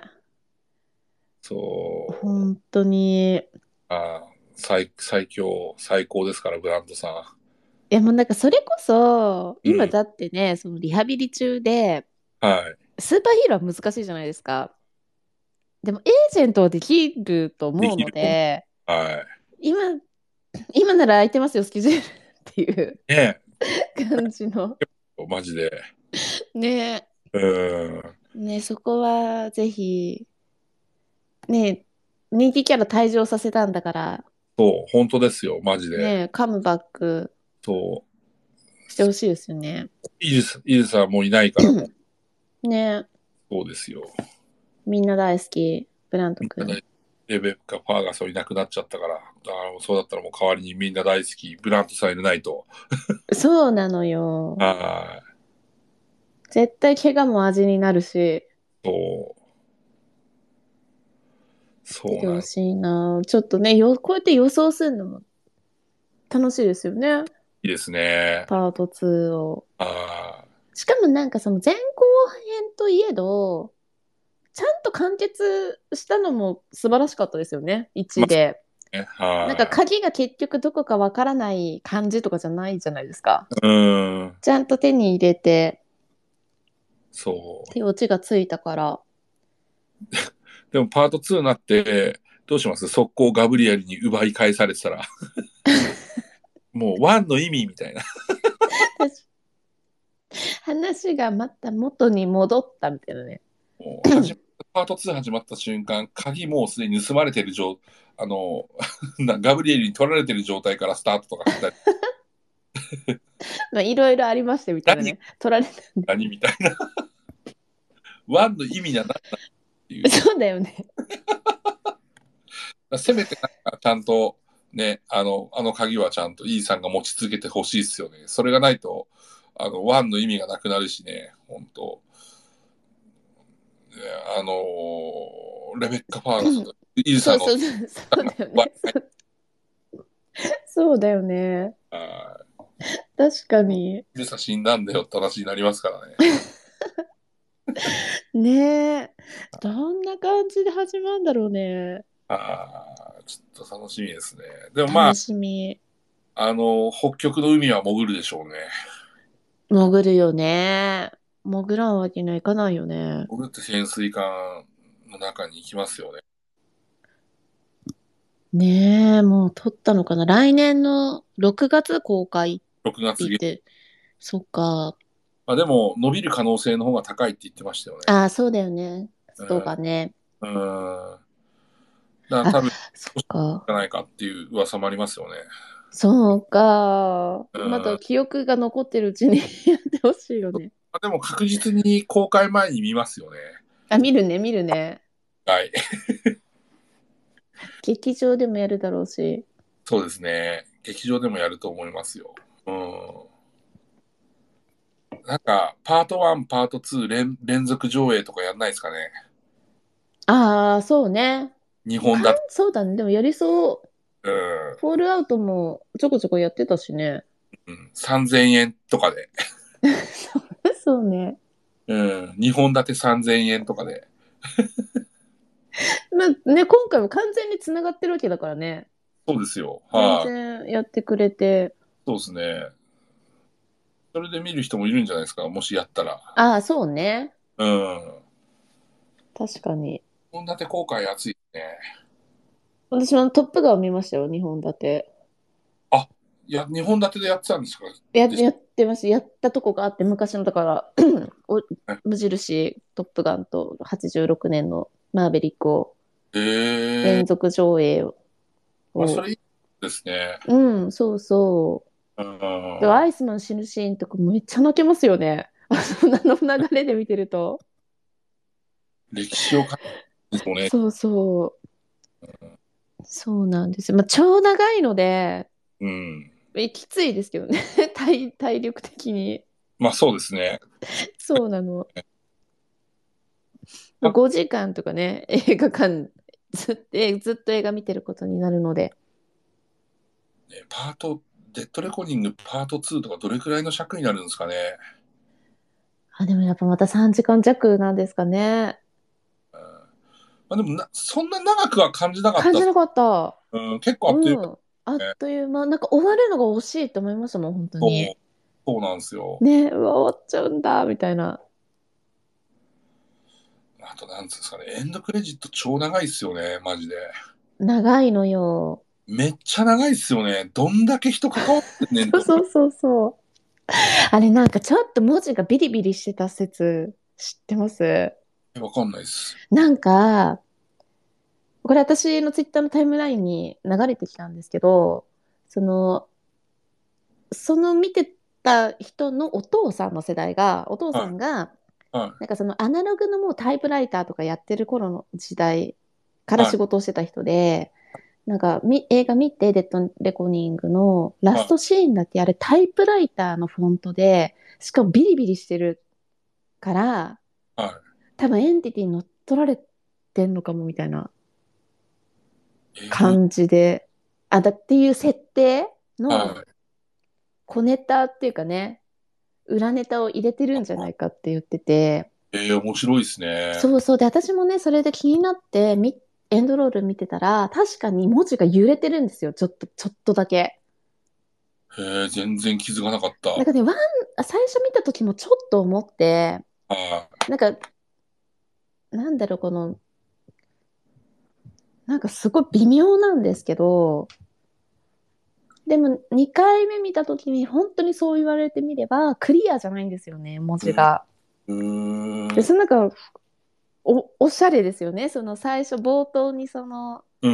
そう。 本当に。 あ最、最強、最高ですから、ブラントさいやもうなんかそれこそ、 ん。うん。 今だってね、そのリハビリ中で、 はい。 スーパーヒーローは難しいじゃないですか。でもエージェントはできると思うのできると思で、 う。は今、今なら空いてますよ、スケジュールっていうい。ね感じの。 え、マジで。 ねうーん。 ね、そこはぜひ、ね、人気キャラ退場させたんだから、 そう、本当ですよ、マジで。 ね、カムバックそう。 してほしいですよね。 イージス、イージスはもういないから、もう、 ね、 そうですよ。 みんな大好き、ブラント君。 レベッカ・ファーガソンいなくなっちゃったから、あのそうだったらもう代わりにみんな大好き、ブラントさんいないと。 そうなのよ。 ああ、 絶対怪我も味になるし、 そう、そうなん出てほしいな。ちょっとね、よ、こうやって予想するのも楽しいですよね。 いいですね。 パートツーを。 ああ、 しかもなんかその前後編といえど、ちゃんと完結したのも素晴らしかったですよね。いちまで。 あ、ね、 なんかはい。 鍵が結局どこかわからない感じとかじゃないじゃないですか。 うーん、 ちゃんと手に入れて、 そう。 手落ちがついたから。 でもパートツーになって、どうします速攻ガブリエルに奪い返されてたら。もうワンの意味みたいな。 話がまた元に戻ったみたいなね。 もう始まパートツー始まった瞬間、鍵もうすでに盗まれてる状、あの、なガブリエルに取られてる状態からスタートとかしたり、 まあいろいろありましてみたいな何、 ね。取られたんで。 何みたいな。ワンの意味は何だっていう。 そうだよね。 せめてなんかちゃんとね、あの、あの鍵はちゃんとイーさんが持ち続けてほしいですよね。それがないと、あの、ワンの意味がなくなるしね、本当ねあのーレベッカ・ファーガソンとイーサーのそうそうそう、そうだよね。 ワそうそうだよね。 ン確かに。 イーサ死んだんだよって話になりますからね。 ねえ。どんな感じで始まるんだろうね。 ああ、ちょっと楽しみですね。でもま楽あ、 しみ。 あの、北極の海は潜るでしょうね。 潜るよね。潜らんわけにはいかないよね。 潜って潜水艦の中に行きますよね。 ねえ、もう撮ったのかな。来年のろくがつ公開ってろくがつげ、 言って。そっか。 まあでも、伸びる可能性の方が高いって言ってましたよね。 ああ、そうだよね。そううん。 がね。 うん。だからあ、 多分、 そっか。 じゃないかっていう噂もありますよね。 そうか。 うん。 まだま記憶が残ってるうちにやってほしいよね。 あでも確実に公開前に見ますよね。 あ、見るね、見るね。 はい。 劇場でもやるだろうし。 そうですね。劇場でもやると思いますよ。うん。 なんか、パートワン、パートツー連、連続上映とかやんないですかね。 ああ、そうね。かん、 日本だと。 そうだね。でもやりそう。 うん、 フォールアウトもちょこちょこやってたしね。 うん、さんぜんえんとかで。 そうね。 うん、にほん立てさんぜんえんとかで。 まあね、今回も完全に繋がってるわけだからね。 そうですよ。 全はい、 然やってくれて。 そうですね。それで見る人もいるんじゃないですか、もしやったら。 ああ、そうね。 うん。 確かに。 にほん立て公開熱いですね。 私もトップガンを見ましたよ、にほん立て。 あ、いや、にほん立てでやってたんですか？ や、 でしやってました。やったとこがあって、昔の、だからおたね。 無印、トップガンとはちじゅうろくねんのマーベリックをええ、 連続上映を。 まあ、それいいですね。 うん、そうそう。 うでアん。 イスマン死ぬシーンとかめっちゃ泣けますよね。あの流れで見てると。 歴史を感じるんですもんね。 そうそう。そうなんですよ。まあ、超長いので、 うん。 えきついですけどね。体、体力的に。 まあ、そうですね。 そうなの。 あ、 ごじかんとかね、映画館、ずっと、えずっと映画見てることになるので。 ね、パート、デッドレコーディングパートツーとかどれくらいの尺になるんですかね。 あ、でもやっぱまたさんじかん弱なんですかね。 うん、まあ、でもな、そんな長くは感じなかった。 感じなかった。 うん、結構あっという間うん。あっね。 という間、なんか終わるのが惜しいと思いましたもん、本当に。 そう、そうなんですよ。 ね、うわ、終わっちゃうんだ、みたいな。 あと、なんつうんですかね、エンドクレジット超長いっすよね、マジで。 長いのよ。 めっちゃ長いっすよね。どんだけ人関わってんねんと思そうそうそうそう。あれなんかちょっと文字がビリビリしてた説知ってます？ う。わかんないっす。 なんか、これ私のツイッターのタイムラインに流れてきたんですけど、その、その見てた人のお父さんの世代が、お父さはんが、 い、はい、 なんかそのアナログのもうタイプライターとかやってる頃の時代からはい、 仕事をしてた人で、なんかみ映画見て、デッドレコニングのラはい、 ストシーンだってあれタイプライターのフォントで、しかもビリビリしてるから、 は多分エンティティに乗っ取られてんのかもみたいない。えー、 感じで、あ、だっていう設定のは小ネタっていうかね、裏ネタを入れてるんじゃないかって言ってて、 い。えー、面白いっすね。 そうそう。で、私もね、それで気になってみ、エンドロール見てたら、確かに文字が揺れてるんですよ。ちょっと、ちょっとだけ。 えー、全然気づかなかった。 なんかね、ワン、あ最初見た時もちょっと思って、 はなんか、なんだろう、この、なんかすごい微妙なんですけど、でもにかいめ見た時に本当にそう言われてみれば、クリアじゃないんですよね、文い。うん、 字が。 うで、 ーん、 そのなんか、お、おしゃれですよね。その最初冒頭にその、 うん、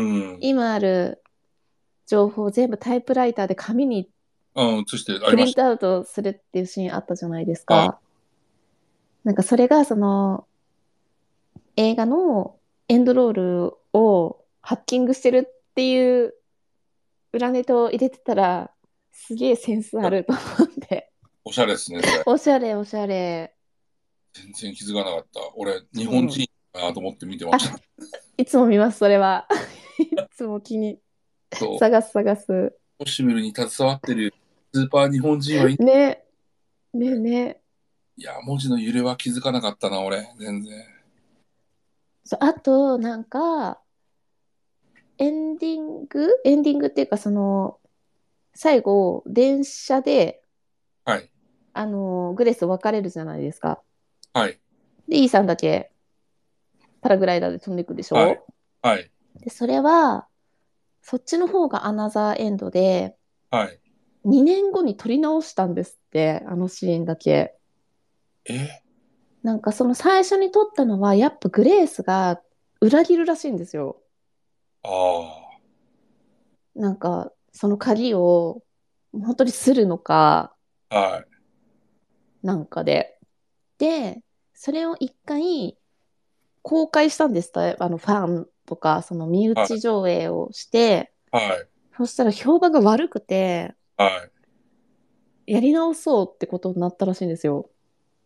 今ある情報を全部タイプライターで紙にうん、映してありましプリントアウトするっていうシーンあったじゃないですた。はい。 か。なんかそれがその映画のエンドロールをハッキングしてるっていう裏ネタを入れてたらすげえセンスあると思って。 おしゃれですね、それ。 おしゃれおしゃれ。 全然気づかなかった。俺、日うん。 本人かなと思って見てまあ、 した。 いつも見ます、それは。いつも気にそう。 探す探す。 ポッシブルに携わってるスーパー日本人はいい。 ね、ね、ね。 いや、文字の揺れは気づかなかったな、俺。全然。 そう、あと、なんか、エンディングエンディングっていうか、その、最後、電車で、 はい。 あの、グレース別れるじゃないですか。 はい。 で、イーさんだけパラグライダーで飛んでいくでしはい。 ょ？ はい。 で、それは、そっちの方がアナザーエンドで、 はい。 にねんごに撮り直したんですって、あのシーンだけ。 え、 なんかその最初に撮ったのは、やっぱグレースが裏切るらしいんですよ。 あなんか、その鍵を本当にするのか、 あ。はい。 なんかで。で、それを一回公開したんですって、あのファンとか、その身はい。 内上映をして、 はい。 そしたら評判が悪くて、 はい。 やり直そうってことになったらしいんですよ。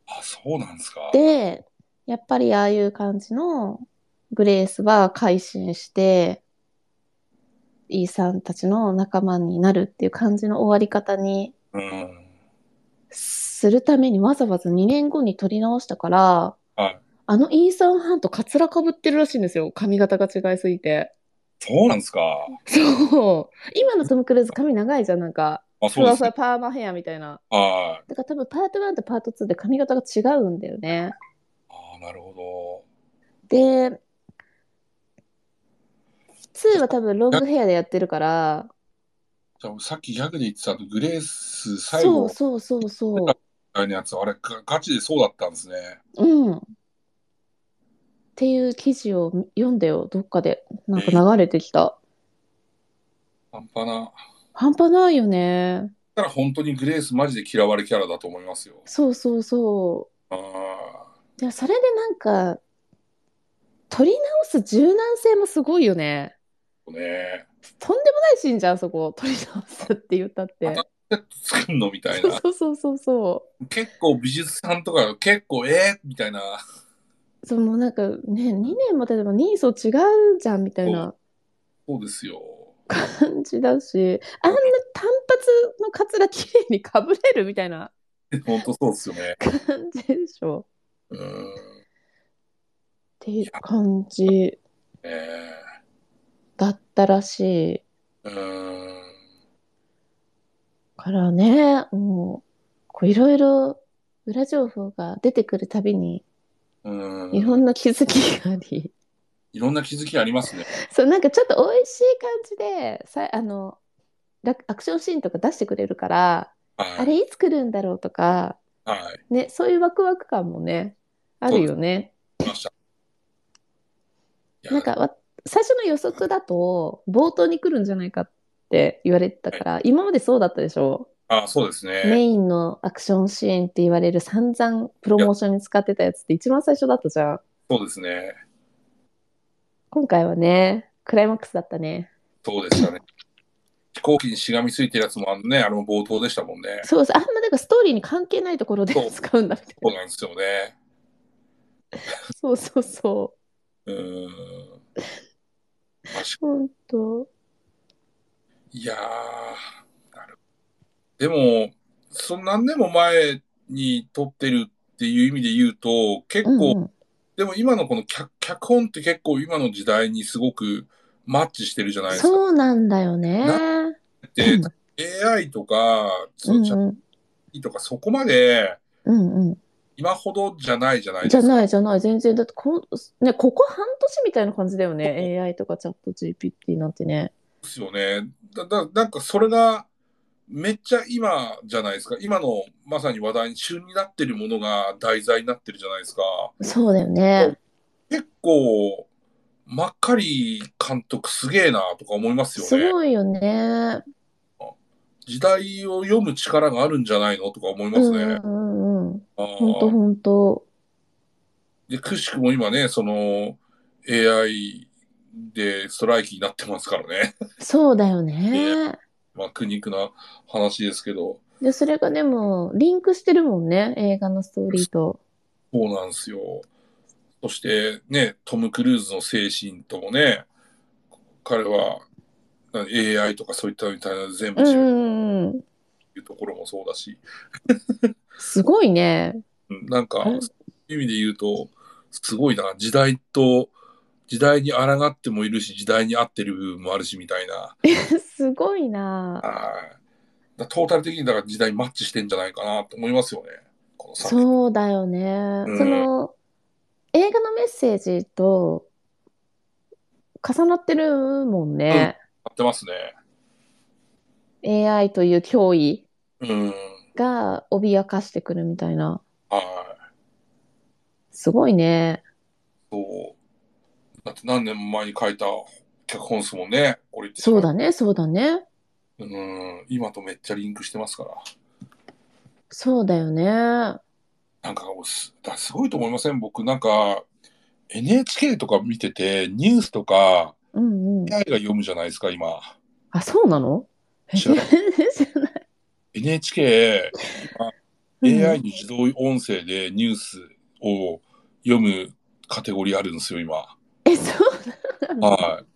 あ、そうなんですか。 で、やっぱりああいう感じのグレースは改心して、イーさんたちの仲間になるっていう感じの終わり方にうん。 するためにわざわざにねんごに撮り直したから、 はい。 あのイーサン・ハンとカツラ被ってるらしいんですよ。髪型が違いすぎて。 そうなんですか。 そう。今のトム・クルーズ髪長いじゃん、なんか。 あ、 ふわふそうですね。 わパーマヘアみたいな。 はい。 だから多分パートワンとパートツーで髪型が違うんだよね。 ああ、なるほど。 で、ツーは多分ロンじゃグヘアでやってるから、 じゃあさっきギャグで言ってたと、グレース最そう後、 そうそうそ出たあれのやつ、あれ、ガガチでそうだったんですね。 う。うん。っていう記事を読んだよ、どっかで。なんかえー、 流れてきた。 半端な。 半端ないよね。 だから本当にグレースマジで嫌われキャラだと思いますよ。 そうそうそああ、 う。でもそれでなんか、取り直す柔軟性もすごいよね。 ね。 とんでもないシーンじゃん、そこ。取り直すって言ったっまたて。 セット作んのみたいそうな。 そうそうそうそ結構美術さんとか結構えー、みたいな。 う。そう、もうなんかね、にねんも経てば人相違うじゃんみたいそう、 なそうですよ。 感じだし、あんな単発のカツラ綺麗にかぶれるみたいな本当そうですよね。 感じでしょ。 うん。 っていういや、 感じえだったらしいー、うん。 からね、もう、こういろいろ裏情報が出てくるたびに、 ういろんん。 な気づきがあり、 いろんな気づきありますね。 そう、なんかちょっと美味しい感じで、さ、あの、ラアクションシーンとか出してくれるから、あはい。 れいつ来るんだろうとか、 はい。 ね、そういうワクワク感もね、あるそうです。 よね。 来ました。いや、 なんかわ、最初の予測だと、冒頭に来るんじゃないかって言われてたはい。 から、今までそうだったでしょ？ あ、そうですね。 メインのアクションシーンって言われる散々プロいや、 モーションに使ってたやつって一番最初だったじゃん。 そうですね。 今回はね、クライマックスだったね。 そうでしたね。飛行機にしがみついてるやつもあのね、あれも冒頭でしたもんね。 そうそう、あんまなんかストーリーに関係ないところでそう、 使うんだみたいな。 そうなんですよね。 そうそうそうーん。確かう。ほんと。 いやー、なるでも、その何年も前に撮ってるっていう意味で言うと、結構、 うんうん。 でも今のこの脚、脚本って結構今の時代にすごくマッチしてるじゃないですか。 そうなんだよなんね。 て エーアイ とか、そのチャットうんうん。 とかそこまでうんうん。 今ほどじゃないじゃないじゃですか。 ないじゃない。全然。だってこん、ね、ここ半年みたいな感じだよね。エーアイ とかチャット ジーピーティー なんてね。 ですよね。だ、だ、なんかそれがめっちゃ今じゃないですか。今のまさに話題に旬になってるものが題材になってるじゃないですか。 そうだよね。 結構、マッカリー監督すげえなとか思いますよすね。 ごいよね。 時代を読む力があるんじゃないのとか思いますね。 うんうんうんうん。 あほんとーほんと。 で、くしくも今ね、その エーアイ でストライキになってますからね。 そうだよエーアイ、 ね。 まあ苦肉な話ですけど、 で、それがでも、リンクしてるもんね。映画のストーリーと。 そうなんですよ。そしてね、トム・クルーズの精神ともね、彼はな エーアイ とかそういったみたいなの全部うん自分うんうん。 というところもそうだし、 すごいね。 うんなんか、 あれ、 そういう意味で言うと、すごいな、時代と、時代に抗ってもいるし、時代に合ってる部分もあるし、みたいな。 すごいな。 はいだトータル的にだから時代にマッチしてんじゃないかなと思いますよね。この作そうだよね。そ品。うん。 の、映画のメッセージと重なってるもんうん。 ね。 合ってますね。 エーアイ という脅威うん。 が脅かしてくるみたいな。 はい。 すごいね。 そう。だって何年も前に書いた脚本ですもんね。これ言ってしまう。 そうだね、そうだね。 うん。今とめっちゃリンクしてますから。 そうだよね。 なんかす、だすごいと思いません僕なんか、エヌエイチケー とか見てて、ニュースとか、 うんうん。 エーアイ が読むじゃないですか、今。 あ、そうなの？え、 知らない。 全然知らない。 エヌエイチケー、今、 うエーアイん。 に自動音声でニュースを読むカテゴリーあるんですよ、今。 え、そうなんだ。 はい。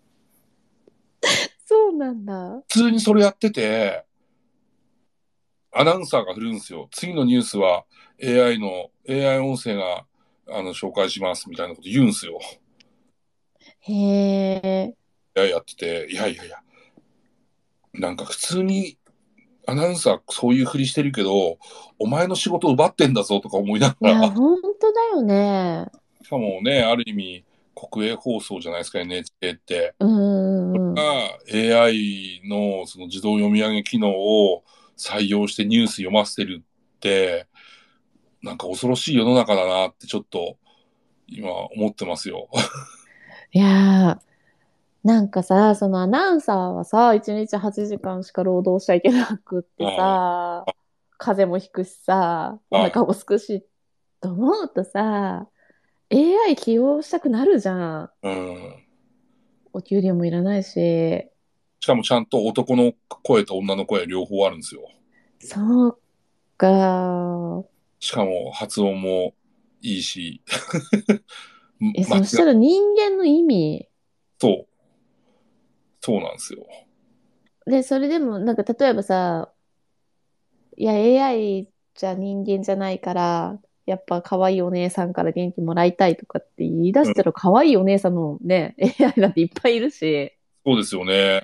そうなんだ。 普通にそれやってて、アナウンサーが振るんですよ。次のニュースは エーアイ の、エーアイ 音声が、あの、紹介しますみたいなこと言うんですよ。 へえ。 いや、やってて、いやいやいや、なんか普通にアナウンサーそういうふりしてるけど、お前の仕事奪ってんだぞとか思いないや、 がら、 本当だよね。 しかもね、ある意味、国営放送じゃないですか、エヌエイチケー って。 うんうんうん。 が エーアイ のその自動読み上げ機能を採用してニュース読ませてるって、なんか恐ろしい世の中だなってちょっと今思ってますよ。 いやー、なんかさ、そのアナウンサーはさ、いちにちはちじかんしか労働しちゃいけなくってはい。 さ、風邪もひくしさ、おはい。 腹もすくし、と思うとさ、エーアイ 起用したくなるじゃん。 うん。 お給料もいらないし。 しかもちゃんと男の声と女の声両方あるんですよ。 そうか。 しかも発音もいいし、 え、 間違っそしたら人間の意味。 そう、そうなんですよ。 で、それでも、なんか例えばさ、いや、エーアイ じゃ人間じゃないから、やっぱ可愛いお姉さんから元気もらいたいとかって言い出うん、 したら可愛いお姉さんのね、エーアイ なんていっぱいいるし。 そうですよね。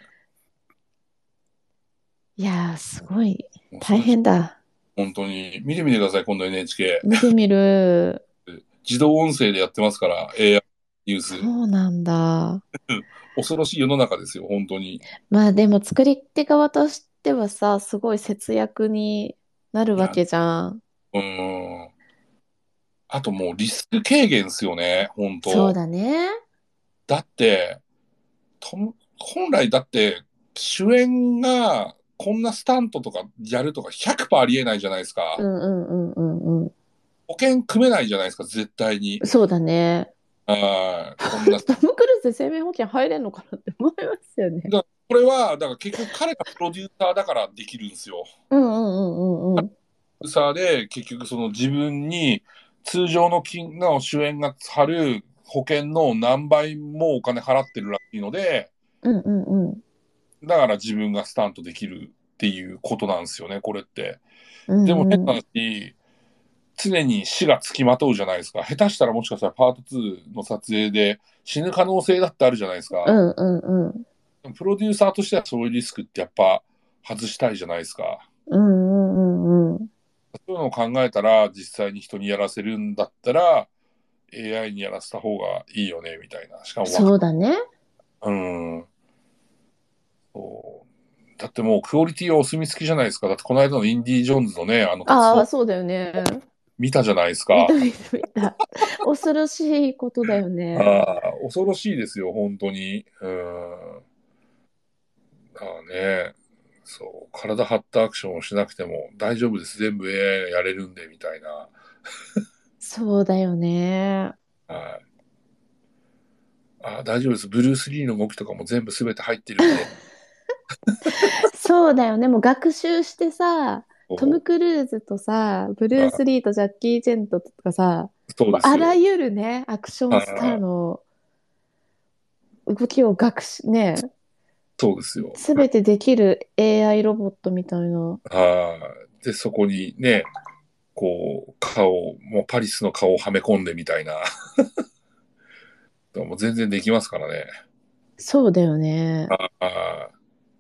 いやー、すごい大もうそれ、 変だ。 本当に、見てみてください、今度 エヌエイチケ見てみる。 ー。自動音声でやってますから、エーアイ ニュース。 そうなんだ。 恐ろしい世の中ですよ、本当に。 まあでも作り手側としてはさ、すごい節約になるいや、 わけじゃん。 うーん。あともうリスク軽減ですよね、本そう当。 だね。 だって、と本来だって主演がこんなスタントとかやるとかひゃくパーセントありえないじゃないですか。 うんうんうんうんう保険組めないじゃないですか、絶対に。 ん。そうだね。 あーこんな。 トム・クルーズで生命保険入れんのかなって思いますよね。 だこれは、だから結局彼がプロデューサーだからできるんですよ。 うんうんうんうんうん。 プロデューサーで結局その自分に通常の金の主演が張る保険の何倍もお金払ってるらしいので、 うんうんうん。 だから自分がスタントできるっていうことなんですよね、これって。 うでも変なんうん。 話、常に死がつきまとうじゃないですか。下手したらもしかしたらパートツーの撮影で死ぬ可能性だってあるじゃないですか。 うんうんうん。 でもプロデューサーとしてはそういうリスクってやっぱ外したいじゃないですか。 うんうんうんうん。 そういうのを考えたら、実際に人にやらせるんだったら、エーアイ にやらせた方がいいよね、みたいな。しかもわかそうだね。 うん。そうだってもうクオリティはお墨付きじゃないですか。だってこの間のインディ・ージョーンズのね、あの鉄ああ、 道そうだよね。 見たじゃないですか。 見た見た見た。恐ろしいことだよね。 ああ、恐ろしいですよ、本当に。うん。ああね、そう、体張ったアクションをしなくても大丈夫です。全部 エーアイ がやれるんで、みたいな。 そうだよね。 はい。ああ、大丈夫です。ブルース・リーの動きとかも全部すべて入ってるんで。 そうだよね。もう学習してさ、トム・そクルーズとさ、ブルう、 ース・あ、 リーとジャッキー・チェンとかさ、 そうもうあですよ。 らゆるね、アクションスターはい。 の動きを学習、ね、 そうですよ。 すべてできる エーアイ ロボットみたいな。 はい。で、そこにね、こう、顔、もうパリスの顔をはめ込んでみたいな。もう全然できますからね。 そうだよね。 ああ、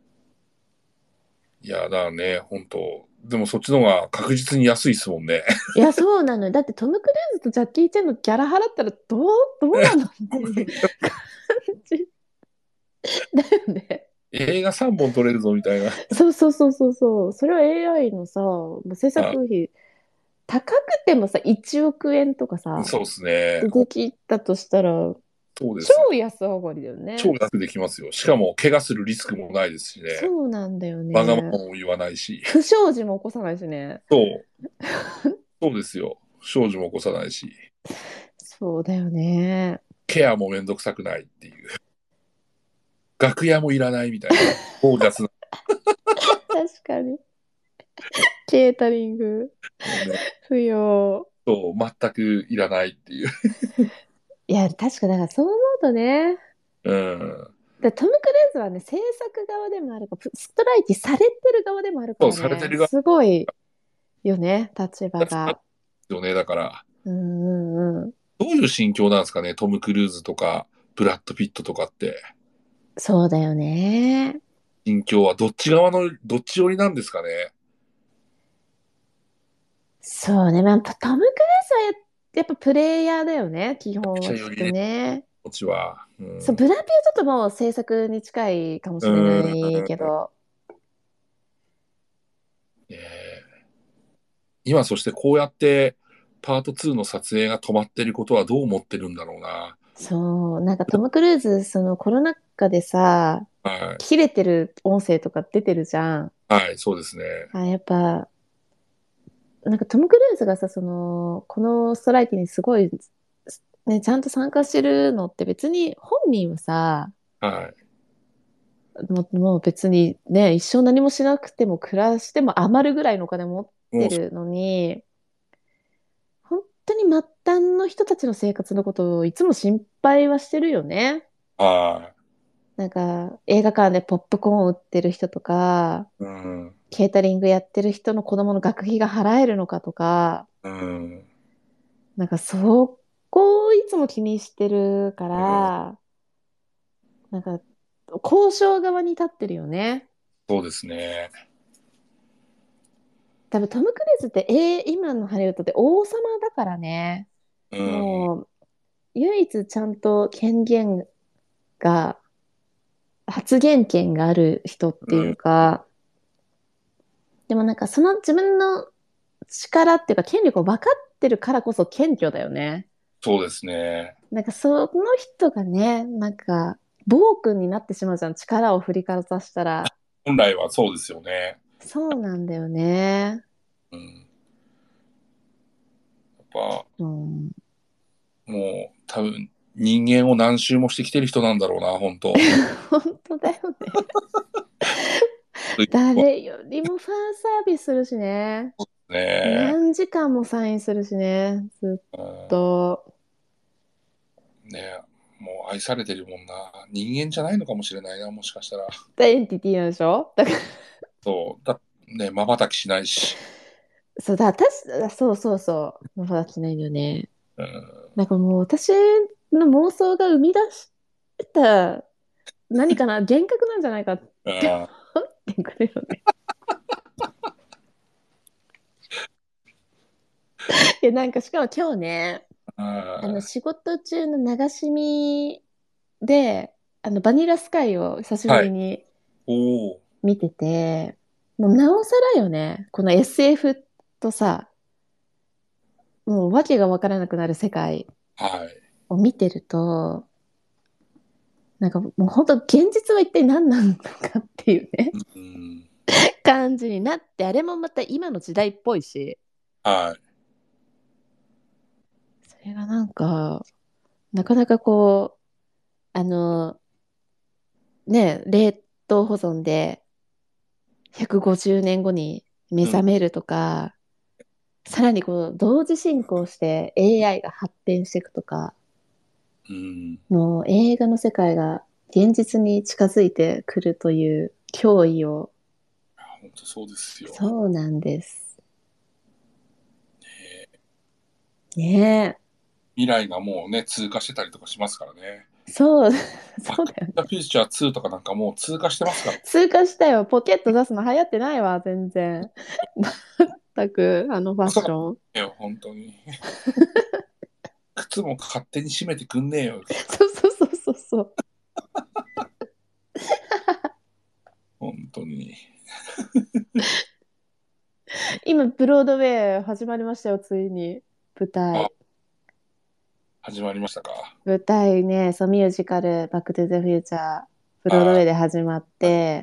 いや、だからね、本当でもそっちの方が確実に安いですもんね。 いや、そうなのよ。だってトム・クルーズとジャッキー・チェンのギャラ払ったらどう、どうなのっていう感じだよね。 映画さんぼん撮れるぞみたいな。 そうそうそうそうそう。それは エーアイ のさ、もう制あ、 作費、高くてもさ、いちおく円とかさ、 そうですね。 でできたとしたら、超そうです。 安上がりだよね。 超安くできますよ。しかも、怪我するリスクもないですしね。 そうなんだよわがまね。 まも言わないし。 不祥事も起こさないしね。 そう。そうですよ。少女も起こさないし。 そうだよね。 ケアもめんどくさくないっていう。楽屋もいらないみたいな。ゴージャスな。 確かに。 ケータリングもうね、 不要。 そう、全くいらないっていう。 いや、確かだからそう思うとね、 うん。 でトム・クルーズはね、制作側でもあるから、ストライキされてる側でもあるかそう、されてらね、 るが、 すごいよね、立場が。 よね。だから、 うんうんうん。 どういう心境なんですかね、トム・クルーズとか、ブラッド・ピットとかって。 そうだよね。 心境はどっち側の、どっち寄りなんですかね。 そうね、まあ、トム・クルーズはや、やっぱプレイヤーだよね、基本はきっと者寄りね、 ね。 こっちは。うそう、 ん。 ブラピはちょっともう制作に近いかもうしれないん。 けど、 えー今、そしてこうやってパートツーの撮影が止まってることはどう思ってるんだろうな。 そう、なんかトム・クルーズ、そのコロナ禍でさ、 はい。 切れてる音声とか出てるじゃん。 はい、そうですね。 あ、やっぱ、なんかトム・クルーズがさ、その、このストライキにすごい、ね、ちゃんと参加してるのって別に本人はさ、 はい。 もう、もう別にね、一生何もしなくても暮らしても余るぐらいのお金持ってもう、 るのに、本当に末端の人たちの生活のことをいつも心配はしてるよね。 はなんか映画館でポップコーンを売ってる人とか、 い。うん。 ケータリングやってる人の子供の学費が払えるのかとか、 うん。 なんかそこをいつも気にしてるかうん。 ら、なんか交渉側に立ってるよね。 そうですね。 多分トム・クルーズって、えー今のハリウッドって王様だからね。 うん。 もう唯一ちゃんと権限が、発言権がある人っていううん。 か、でもなんかその自分の力っていうか権力を分かってるからこそ謙虚だよね。 そうですね。 なんかその人がね、なんか暴君になってしまうじゃん。力を振りかざしたら。 本来はそうですよね。 そうなんだよね。 うん。やっぱ、 うん、 もう、多分、人間を何周もしてきてる人なんだろうな、本当。 本当だよね。誰よりもファンサービスするしね。 ね何時間もサインするしね。ずっえ。 と。 ねえ。もう愛されてるもんな。人間じゃないのかもしれないな、もしかしたら。 エンティティなんでしょだから、 そう。だ、ね、瞬きしないし。 そうだ、私、そうそうそう。まだしないんだよね。 うん。 なんかもう私の妄想が生み出した何かな、幻覚なんじゃないかってあ思ってくれるよね。いや、なんかしかも今日ね、あのあ、 仕事中の流し見で、あのバニラスカイを久しぶはい。 りにおお。 見てて、もうなおさらよね、この エスエフ とさ、もうわけがわからなくなる世界はい。 を見てると、なんかもう本当現実は一体何なのかっていうね、 うん。 感じになって、あれもまた今の時代っぽいし、 はい。 それがなんか、なかなかこう、あの、ね、冷凍保存でひゃくごじゅうねんごに目うん。 覚めるとか、さらにこう、同時進行して エーアイ が発展していくとか、 うん。 の映画の世界が現実に近づいてくるという脅威を、 本当そうですよ。 そうなんです。ね未来がもうね、通過してたりとかしますからね。 え。そう、 バック・そうだよね。 ザ・フューチャーツーとかなんかもう通過してますから。 通過したよ。ポケット出すの流行ってないわ、全然。全く、あのファッまさかション。 よ、本当に。靴も勝手に閉めてくんねえよ。 そうそうそうそうそう。 本当に。 今、ブロードウェイ始まりましたよ、ついに。舞あ、 台。 始まりましたか。 舞台ね、そう、ミュージカル、バックトゥザフューチャー、ブロードウあェイで始まって、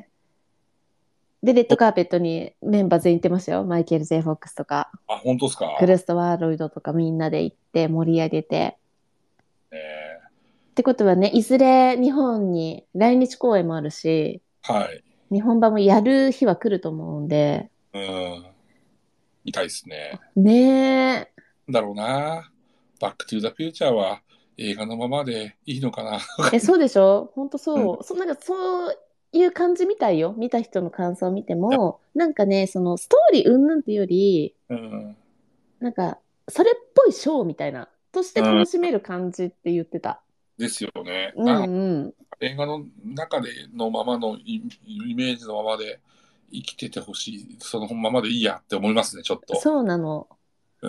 で、レッドカーペットにメンバー全員行ってましたよ。マイケル・ジェイ・フォックスとか、 あ、本当ですクリか。 ストワー・ロイドとかみんなで行って盛り上げて。 えってことはね、いずれ日本に来日公演もあるし、 ー、はい。 日本版もやる日は来ると思うんで、 うん。 見たいですね。 ねなんだろうな。バックトゥーザフューチャーは映画のままでいいのかな。 え。え、そうでしょ？ほんとうん。いそう。そ、なんかそういう感じみたいよ。見た人の感想を見てや、 も、なんかね、そのストーリー云々っていうより、 うん。 なんか、それっぽいショーみたいな、としてうん。 楽しめる感じって言ってた。 ですよね。 うなんかんうん。 映画の中でのままのイ、イメージのままで生きててほしい。そのままでいいやって思いますね、ちょっと。 そうなの。 うん。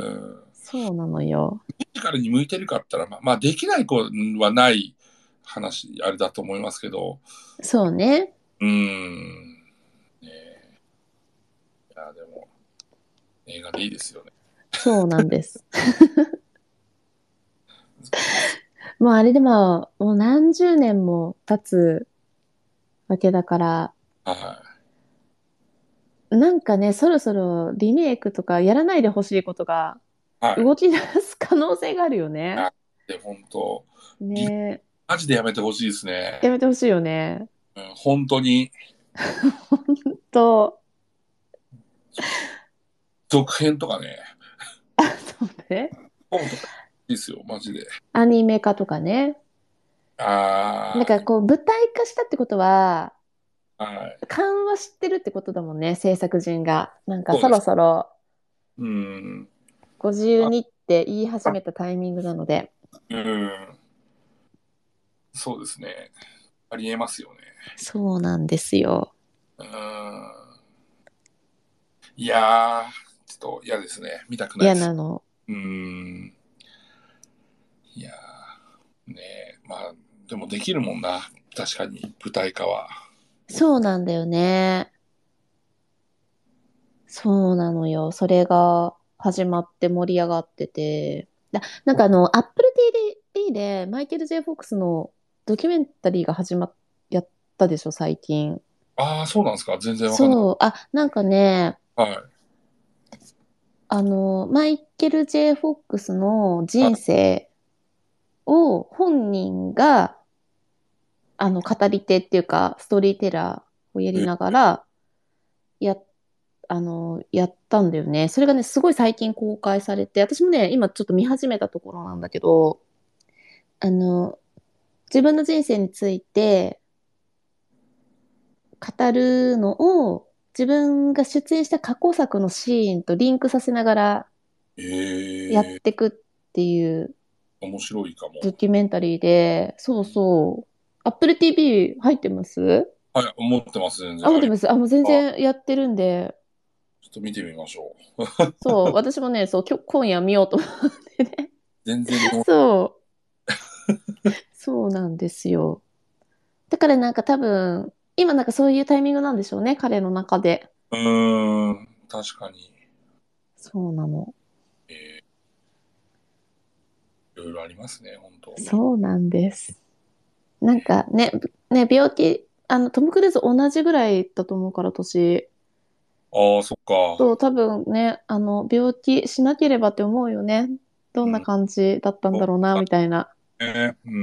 そうなのよ。 ミュージカルに向いてるかって言ったら、まあ、まあ、できない子はない話、あれだと思いますけど、 そうね。 うーん。ねえ、いや、でも、映画でいいですよね。 そうなんです。 難しいです。 もうあれでも、もう何十年も経つわけだから、 はなんかね、そろそろリメイクとかやらないでほしいことがい。はい。 動き出す可能性があるよね。 あ、で、本当、リねマジでやめてほしいですえ。やね。 めてほしいよね。 うん、本当に、 と、 続編とかね、 そうね。 本とかいいですよ、マジで。 アニメ化とかね。なんあかこう、舞台化したってことは、 あ、はい。 緩和してるってことだもんね、制作陣が。なんかそろそうです。 そろうん。 ご自由あ、 にって言い始めたタイミングなので。 うん。そうですね。ありえますよね。 そうなんですよ。 うん。いやー、ちょっと嫌ですね。見たくないです。 嫌なの。 うん。いやー、ねえ、まあ、でもできるもんな。確かに、舞台化は。 そうなんだよね。そうなのよ。それが始まって盛り上がってて。だなんかあの、Apple ティーブイ でマイケル・ J. フォックスのドキュメンタリーが始まっ、やったでしょ、最近。 ああ、そうなんですか。全然わかんない。 そう。あ、なんかね、 はい。 あの、マイケル・ J. フォックスの人はい。 生を本人が、あの、語り手っていうか、ストーリーテラーをやりえ、 ながら、や、あの、やったんだよね。それがね、すごい最近公開されて、私もね、今ちょっと見始めたところなんだけど、あの、自分の人生について語るのを、自分が出演した過去作のシーンとリンクさせながらやっええ、 てくっていう面白いかも。 ドキュメンタリーで、そうそう。Apple ティーブイ 入ってます？ はい、思ってます、全あ、 然あり。 持ってます。あ、もう全あ、 然やってるんで、 ちょっと見てみましょう。 そう、私もね、そう、今日、今夜見ようと思ってね。 全然見も、 そう、そうなんですよ。だからなんか多分、今なんかそういうタイミングなんでしょうね、彼の中で。 うーん、確かに。 そうなの。 えー、いろいろありますね、本当。 そうなんです。なんかね、ね、病気、あの、トム・クルーズ同じぐらいだと思うから、年。 ああ、そっか。 そう、多分ね、あの、病気しなければって思うよね。どんなうん。 感じだったんそうだろうな、みたいな。 ね。うん。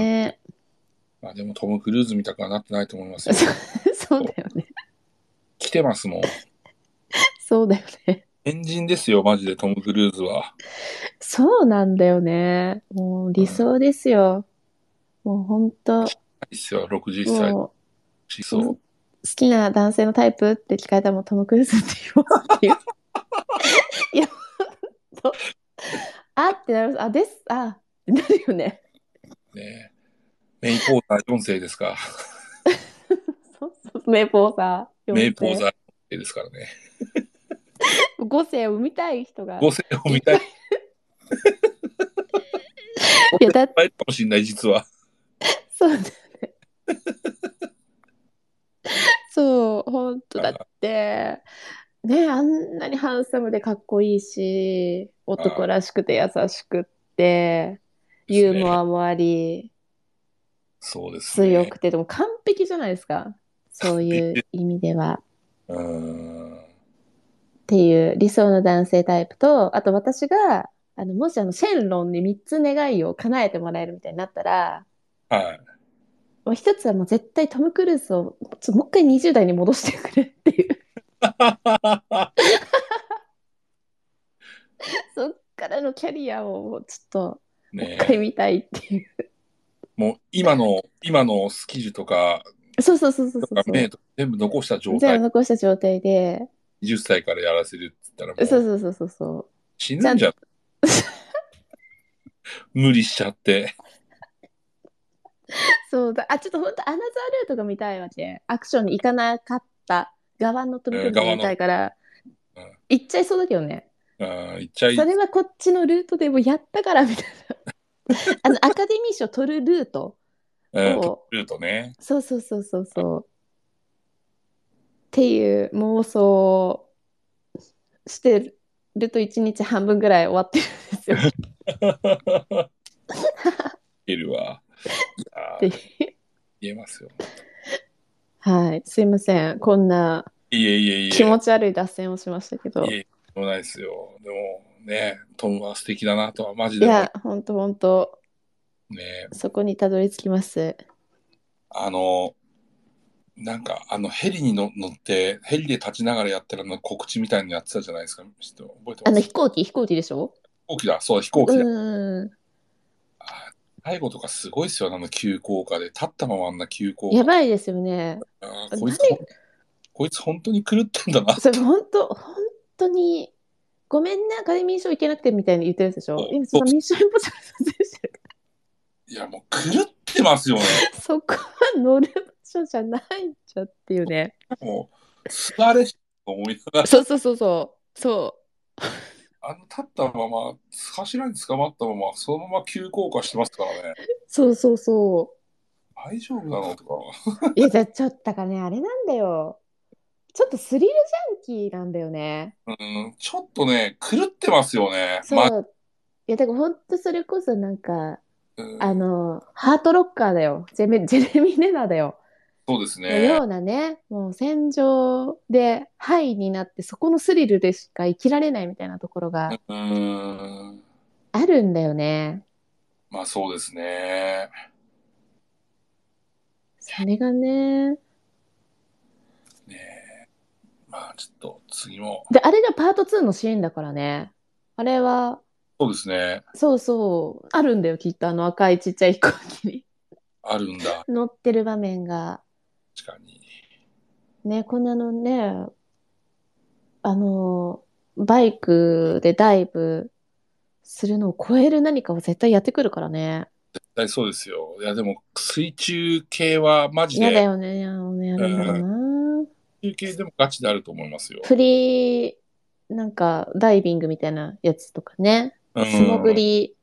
ねまあでもトム・クルーズみたくはなってないと思いますえ。 よ。 そうだよね。 来てますもん。 そうだよね。 変人ですよ、マジでトム・クルーズは。 そうなんだよね。もううん。 理想ですよ。もう本当、 いいっすよ、ろくじゅっさい。 もう、好しそきな男性のタイプって聞かれたらもうトム・クルーズって言おうっていう。いや、本当、あってなります。あ、です。あ、ってなるよね。 う。ね。メイポーザーよん世ですか。 そうそう、名簿さ、 メよん世。 イポーザーよん世ですからね。 ご世を生みたい人がご世を見たい。 いっぱい。いや、だ、 いっぱいいるかもしれない、実は。 そうだ、そう、本当だっあて、ね、あんなにハンサムでかっこいいし、男あ、 らしくて優しくって、 ですね。 ユーモアもあり、 そうですね。 強くて、でも完璧じゃないですか。そういうで、 意味では。 うーん。 っていう理想の男性タイプと、あと私が、あの、もしあの、シェンロンにみっつ願いを叶えてもらえるみたいになったら、 はい。 もう一つはもう絶対トム・クルーズを、ちょ、もう一回にじゅう代に戻してくれっていう。 からのキャリアをちょっともう一ね回見たいっていう。 もう今の、今のスキルとか、 そうそうそうそうとかね、 そうそ全部残したう。 状態、 全部残した状態で、 はたちからやらせるって言ったらもうそうそうそうそうそう。じゃあ、 死ぬんじゃん。無理しちゃって。 そうだ。あ、ちょっと本当アナザールートが見たいわけ。アクションに行かなかった側の飛びうん、 込みが見側の、 たいから、 うん、 行っちゃいそうだけどね。 うん、行っちゃい、 それはこっちのルートでもやったからみたいな。あの、アカデミー賞取るルートうん、プを、 ルートね。 そうそうそうそうそう。っていう妄想をしてると一日半分ぐらい終わってるんですよ。 いるわ。いっていやー、 う。 言えますよ。 はい。すいません。こんないえいえい気持え、 ち悪い脱線をしましたけど。 いえ、もないですよ。でもね、トムは素敵だなとはマジで思い、 いや、ほんとほんと、 ね、 そこにたどり着きます。 あの、なんか、あの、ヘリにの乗って、ヘリで立ちながらやってるの告知みたいにやってたじゃないですか。知って覚えてあの、 ます？ 飛行機、飛行機でしょ？ 飛行機だ、そうだ、飛う行機だ。 ーん。 あ、最後とかすごいっすよ、あの急降下で。立ったままあんな急降下。 やばいですよね。 あー、こい何、 つほん、こいつ本当に狂ってんだなそれと。 本当、本当に、ごめんね、アカデミー賞行けなくてみたいに言ってるんでしょ？今、そそうのミッションインポッシブル撮影してるかいや、もう狂ってますよね。 ら、そこは乗る場所じゃないんじゃっていうね。 もう、座れしと思いながら、 そうそうそうそう。そあの立ったまま、柱に捕まったまま、そのまま急降下してますからね。 う。そうそうそう。 大丈夫なのとか。 いや、じゃあちょっとだからね、あれなんだよ。ちょっとスリルジャンキーなんだよね。 うん、ちょっとね、狂ってますよね。ま、 そう。いや、だから本当それこそなんか、 うあん、 の、ハートロッカーだよ。ジェメ、ジェレミー・レナーだよ。 そうですね。 のようなね、もう戦場でハイになって、そこのスリルでしか生きられないみたいなところがうん、 あるんだよね。 まあそうですね。 それがね。 ねえ、まあちょっと次も、 で、あれがパートツーのシーンだからね。あれは、 そうですね。 そうそう、あるんだよ、きっとあの赤いちっちゃい飛行機にあるんだ。 乗ってる場面が。 確かに。 ね、こんなのね、あの、バイクでダイブするのを超える何かを絶対やってくるからね。 絶対そうですよ。いや、でも、水中系はマジで、 嫌だよね、ややうるんだろうん、 な。 水中系でもガチであると思いますよ。 フリー、なんか、ダイビングみたいなやつとかね。 う素潜ん。 り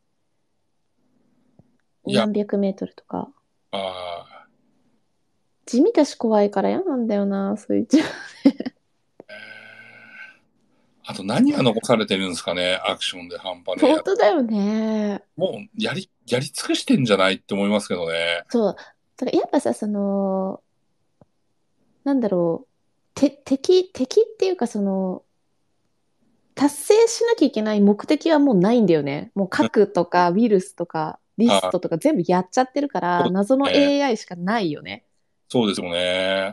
いや、 何百メートルとか。 あ地味だし怖いから嫌なんだよな、そういう。 ー、えーあと何が残されてるんですかね、アクションで半端ねえや。 本当だよね。 もう、やり、やり尽くしてんじゃないって思いますけどね。 そう。だからやっぱさ、その、なんだろう。て、敵、敵っていうかその、達成しなきゃいけない目的はもうないんだよね。もううん、 核とかウイルスとかリスあ、 トとか全部やっちゃってるから、 そう謎のですね。 エーアイ しかないよね。 そうですよね。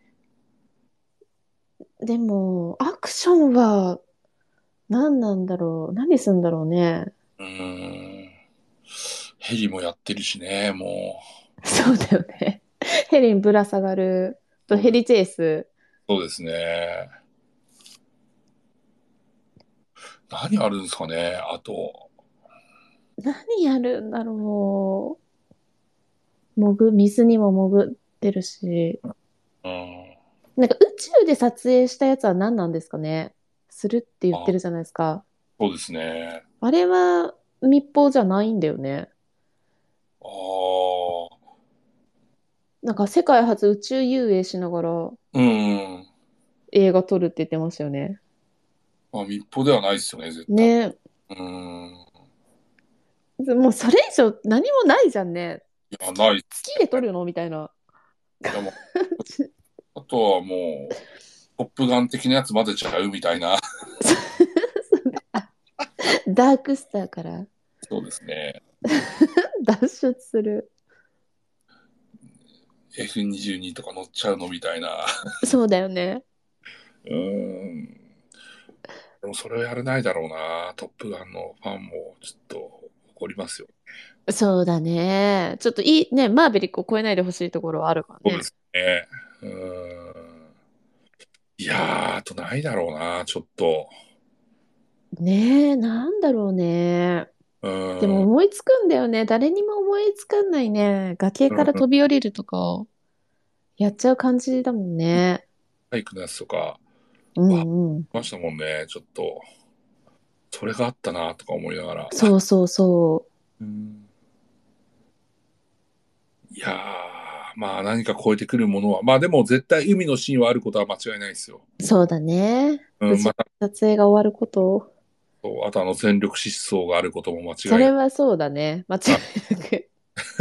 でも、アクションは何なんだろう。何するんだろうね。 うーん。ヘリもやってるしね、もそうだよね。ヘリにぶら下がるう。そうです。 とヘリチェイス。 そうですね。何あるんですかね、あと。 何やるんだろう。潜、水にも潜ってるし。 うん。 なんか宇宙で撮影したやつは何なんですかね。するって言ってあ、 るじゃないですか。 そうですね。 あれは密報じゃないんだよね。 ああ、 なんか世界初宇宙遊泳しながらうん。 映画撮るって言ってますよね。 まあ、密報ではないですよね、絶対。 ね。 うん。 もうそれ以上何もないじゃんね。 いや、 月、 ない。 月で撮るのみたいな。 いや、もう、あとはもう、トップガン的なやつ混ぜちゃうみたいな。 ダークスターからそうですね。 脱出する。 エフにじゅうに とか乗っちゃうのみたいな。 そうだよね。 うん。 でもそれはやれないだろうな。トップガンのファンもちょっと怒りますよ。 そうだね。ちょっといい、ね、マーヴェリックを超えないでほしいところはあるからね。 そうですね。うーん。いやー、あとないだろうな、ちょっと。 ねえ、なんだろうね。 うでもーん。 思いつくんだよね。誰にも思いつかんないね。崖からうん。 飛び降りるとか、やっちゃう感じだもんね。 バイクのやつとか、 うわ、あんうん。 りましたもんね。ちょっと、それがあったな、とか思いながら。 そうそうそうん。いやー、まあ何か超えてくるものは、まあでも絶対海のシーンはあることは間違いないですよ。 う。そうだね。 うん、ま無事た、 撮影が終わることを。 あとあの全力疾走があることも間違いない。 それはそうだね。間違あ、 いなく。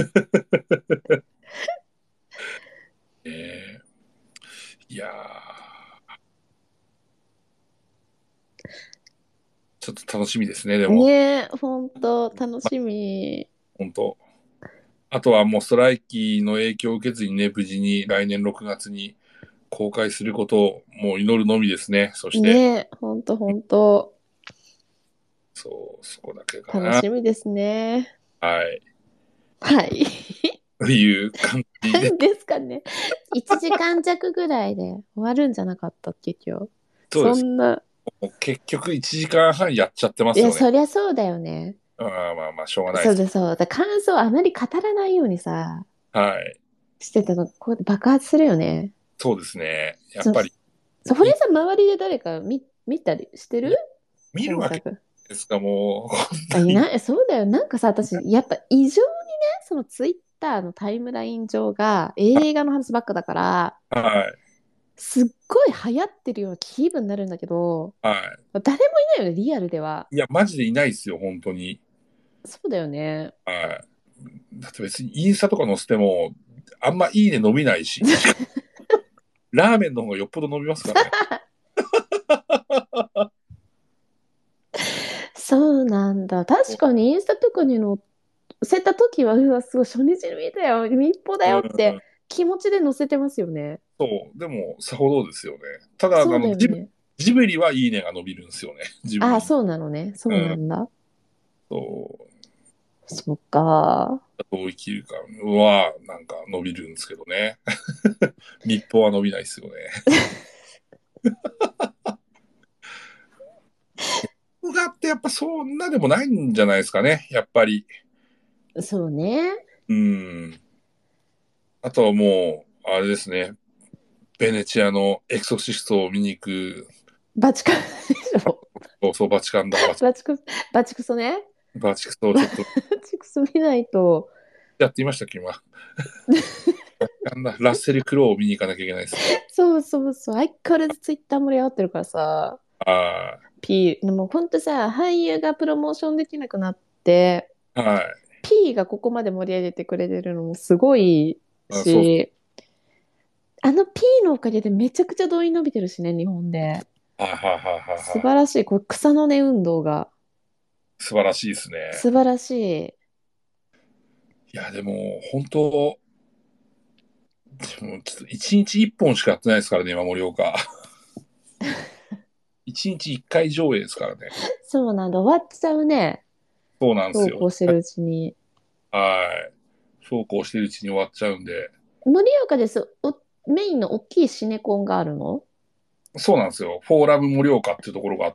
えーいやー、ちょっと楽しみですね、でも。 ねえ、ほんと、楽まあ、 しみ。 本当。あとはもうストライキの影響を受けずにね、無事に来年ろくがつに公開することをもう祈るのみですね。そして、 ねえ、ほんとほんと、 そう、そこだけか楽な。 しみですね。 はい。 はい。 という感じで。 なんですかね。いちじかん弱ぐらいで終わるんじゃなかったっけ、今日。 そうです。 そんな、 もう結局いちじかんはんやっちゃってまいや、 すよね。 そりゃそうだよね。 ああ、まあまあ、しょうがないです。 そうだそう。だ感想あまり語らないようにさ、 はい。 してたの、こうやって爆発するよね。 そうですね。やっそう、 ぱり、 そう、堀い、 江さん周りで誰か見、見たりしてるいや、見るわけ今作？ ですか、もう、本あ、 当に。 いない、そうだよ。なんかさ、私、やっぱ異常にね、そのツイッターのタイムライン上が映画の話ばっかだから、 はい。 すっごい流行ってるような気分になるんだけど、 は誰もいないよね、リアルでは。 い。いや、マジでいないですよ、本当に。 そうだよね。 はい。だって別にインスタとか載せても、あんまいいね伸びないし、ラーメンの方がよっぽど伸びますからね。 そうなんだ。確かにインスタとかに載せたときは、うわ、すごい、初日に見たよ、民放だうよってん、 気持ちで載せてますよね。 そう。でも、さほどですよね。ただ、あそうだの、ジブ、 よね。 ジブリはいいねが伸びるんですよね。ジブああ、 リ。 そうなのね。そうなうん。 んだ。 そう。 そっか。 どう生きるかは、なんか伸びるんですけどね。日報は伸びないですよね。動画ってやっぱそんなでもないんじゃないですかね。やっぱり。 そうね。 うん。あとはもう、あれですね。ベネチアのエクソシストを見に行く、 バチカンでしょ。 そうそう、バチカンだ、バチ、 バチクソ、バチクソね。 バチクソをバちょっとチクソ見ないと。 やっていましたっけ、今。あんなラッセル・クロウを見に行かなきゃいけないですね。 そうそうそう。相変わらずツイッター盛り上がってるからさ。 あ P、でもほんとさ、俳優がプロモーションできなくなって、 あ、はい。 P がここまで盛り上げてくれてるのもすごいあ、そう、 し、あの P のおかげでめちゃくちゃ動員伸びてるしね、日本で。 はいはいはいはいはい。 素晴らしい。これ草の根運動が素晴らしいですね。 素晴らしい。 いや、でも、本当、でもちょっと一日一本しかやってないですからね、今、盛岡。一日一回上映ですからね。 そうなんだ。終わっちゃうね。 そうなんですそうよ。 こうしてるうちに。 はい。そうこうしてるうちに終わっちゃうんで。 盛岡です。お、メインの大きいシネコンがあるの？ そうなんですよ。フォーラム盛岡っていうところがあって、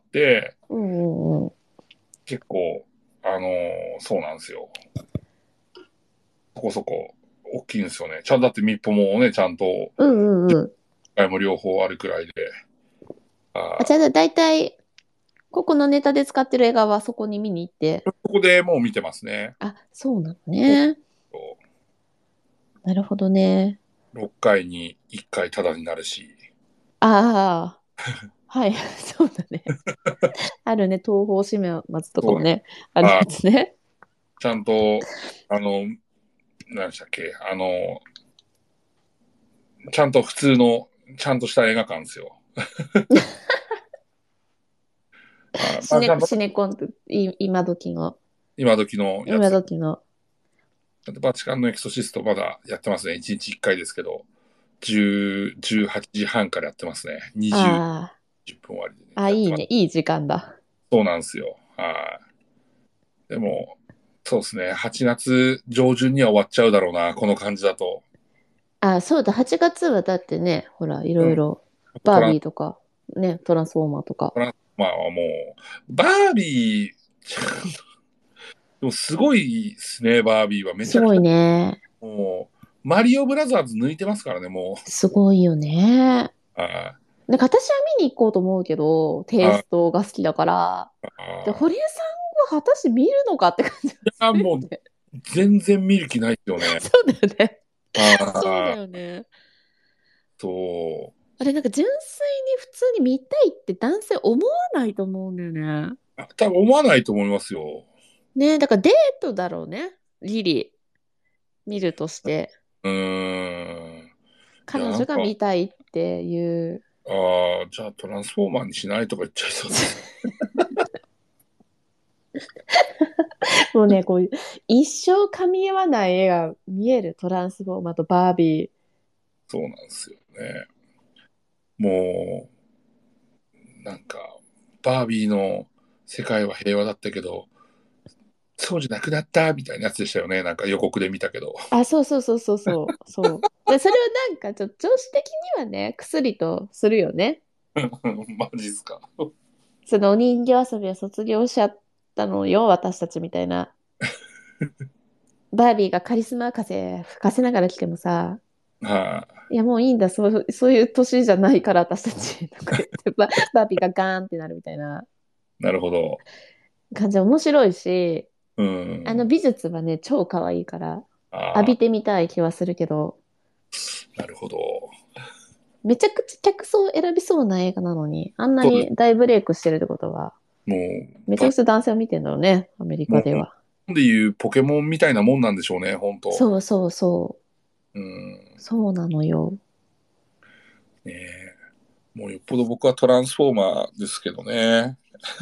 うんうんうん。 結構、あのーそうなんですよ。そこそこ大きいんですよね。ちゃんとだってミッポもね、ちゃんと、 うんうんうん。 回も両方あるくらいで。 あ、じゃああ大体、ここのネタで使ってる映画はそこに見に行って。 そこでもう見てますね。 あ、そうなのね。 そうなるほどね。 ろっかいにいっかいタダになるし。 ああ、はい、そうだね。あるね、東宝シネマズとかそうなん。 もね、あるやあ、 つね。 ちゃんと、あの、何でしたっけ、あの、ちゃんと普通の、ちゃんとした映画館ですよ。あ、まあ、ちゃシネ、 んとシネコンって、い今時の、 今時のや今つ。 時の。 あとバチカンのエクソシストまだやってますね。いちにちいっかいですけど、じゅう、じゅうはちじはんからやってますね。にじゅう、 ああ。 じゅっぷん割でね、 あ、 やってます。 いいね。いい時間だ。 そうなんですよ。はい。でも、そうですね。はちがつ上旬には終わっちゃうだろうな、この感じだと。 あ、そうだ。はちがつはだってね、ほら、いうん。 ろいろ、バートラン、 ビーとか、ね、トランスフォーマーとか。 トランスフォーマーはもう、バービー、でもすごいですね、バービーは。めちゃくちゃ、 すごいね。 もう、マリオブラザーズ抜いてますからね、もすごいよね。 う。あなんか私は見に行こうと思うけど、テイあ、 ストが好きだから。 あで、 あ。 堀江さんが果たして見るのかって感じがすあ、もう、 るよね。 全然見る気ないですよね。 そうだよね。そうだああ、 よね。 そあれ、なんか純粋に普通に見たいって男性思わないと思うんだよね。 う。多分思わないと思いますよ。 ね、だからデートだろうね。ギリ、見るとして。 うーん。いや、 彼女がなんか、 見たいっていう。 ああ、じゃあトランスフォーマーにしないとか言っちゃいそうです。 もうね、こういう一生噛み合わない絵が見えるトランスフォーマーとバービー。 そうなんですよね。もう、なんか、バービーの世界は平和だったけど、そうじゃなくなったみたいなやつでしたよね。なんか予告で見たけど。 あ、そうそうそうそうそう。そう。で、それはなんかちょっと常識的にはね、薬とするよね。 マジっすか。 そのお人形遊びを卒業しちゃったのよ、私たちみたいな。バービーがカリスマ風吹かせながら来てもさ、 はい、 いやもういいんだ、そう、そういう年じゃないから私たちとか言って、バ、バービーがガーンってなるみたいななるほど。 感じで面白いし、 うん。 あの美術はね、超可愛いから、浴ああ、 びてみたい気はするけど、 なるほど。 めちゃくちゃ客層を選びそうな映画なのに、あんなそうです。 に大ブレイクしてるってことは、 もう、 めちゃば、 くちゃ男性を見てんだろうね、アメリカもう、 では。 でいうポケモンみたいなもんなんでしょうね、本当。 そうそうそう。 うん。 そうなのよ。 ねえ。もうよっぽど僕はトランスフォーマーですけどね。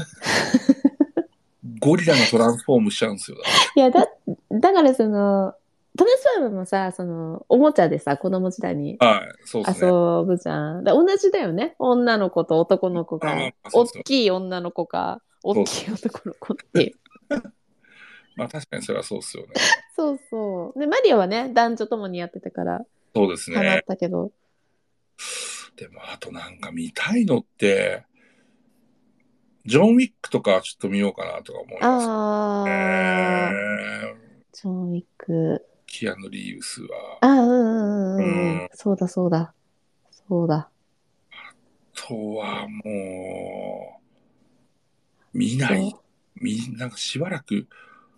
ゴリラがトランスフォームしちゃうんですよ、だって。 いや、だ、だからその、トランスフォームもさ、その、おもちゃでさ、子供時代にはい、そうですね。 遊ぶじゃん。だ同じだよね。女の子と男の子が、 まあまあまあ、そう大ですよ。 きい女の子か、大そうです。 きい男の子っていう。 まあ確かにそれはそうですよね。 そうそう。で、マリオはね、男女ともにやってたから、 そうですハマっね。 たけど。 でも、あとなんか見たいのって、ジョン・ウィックとかちょっと見ようかなとか思います。えあー、 ー、 ジョン・ウィック。 キアヌ・リーブスは。 あー、うんううんうんうんうん。 ん。 そうだそうだ。そうだ。 とはもう、見ない。 そう。 み、なんかしばらく、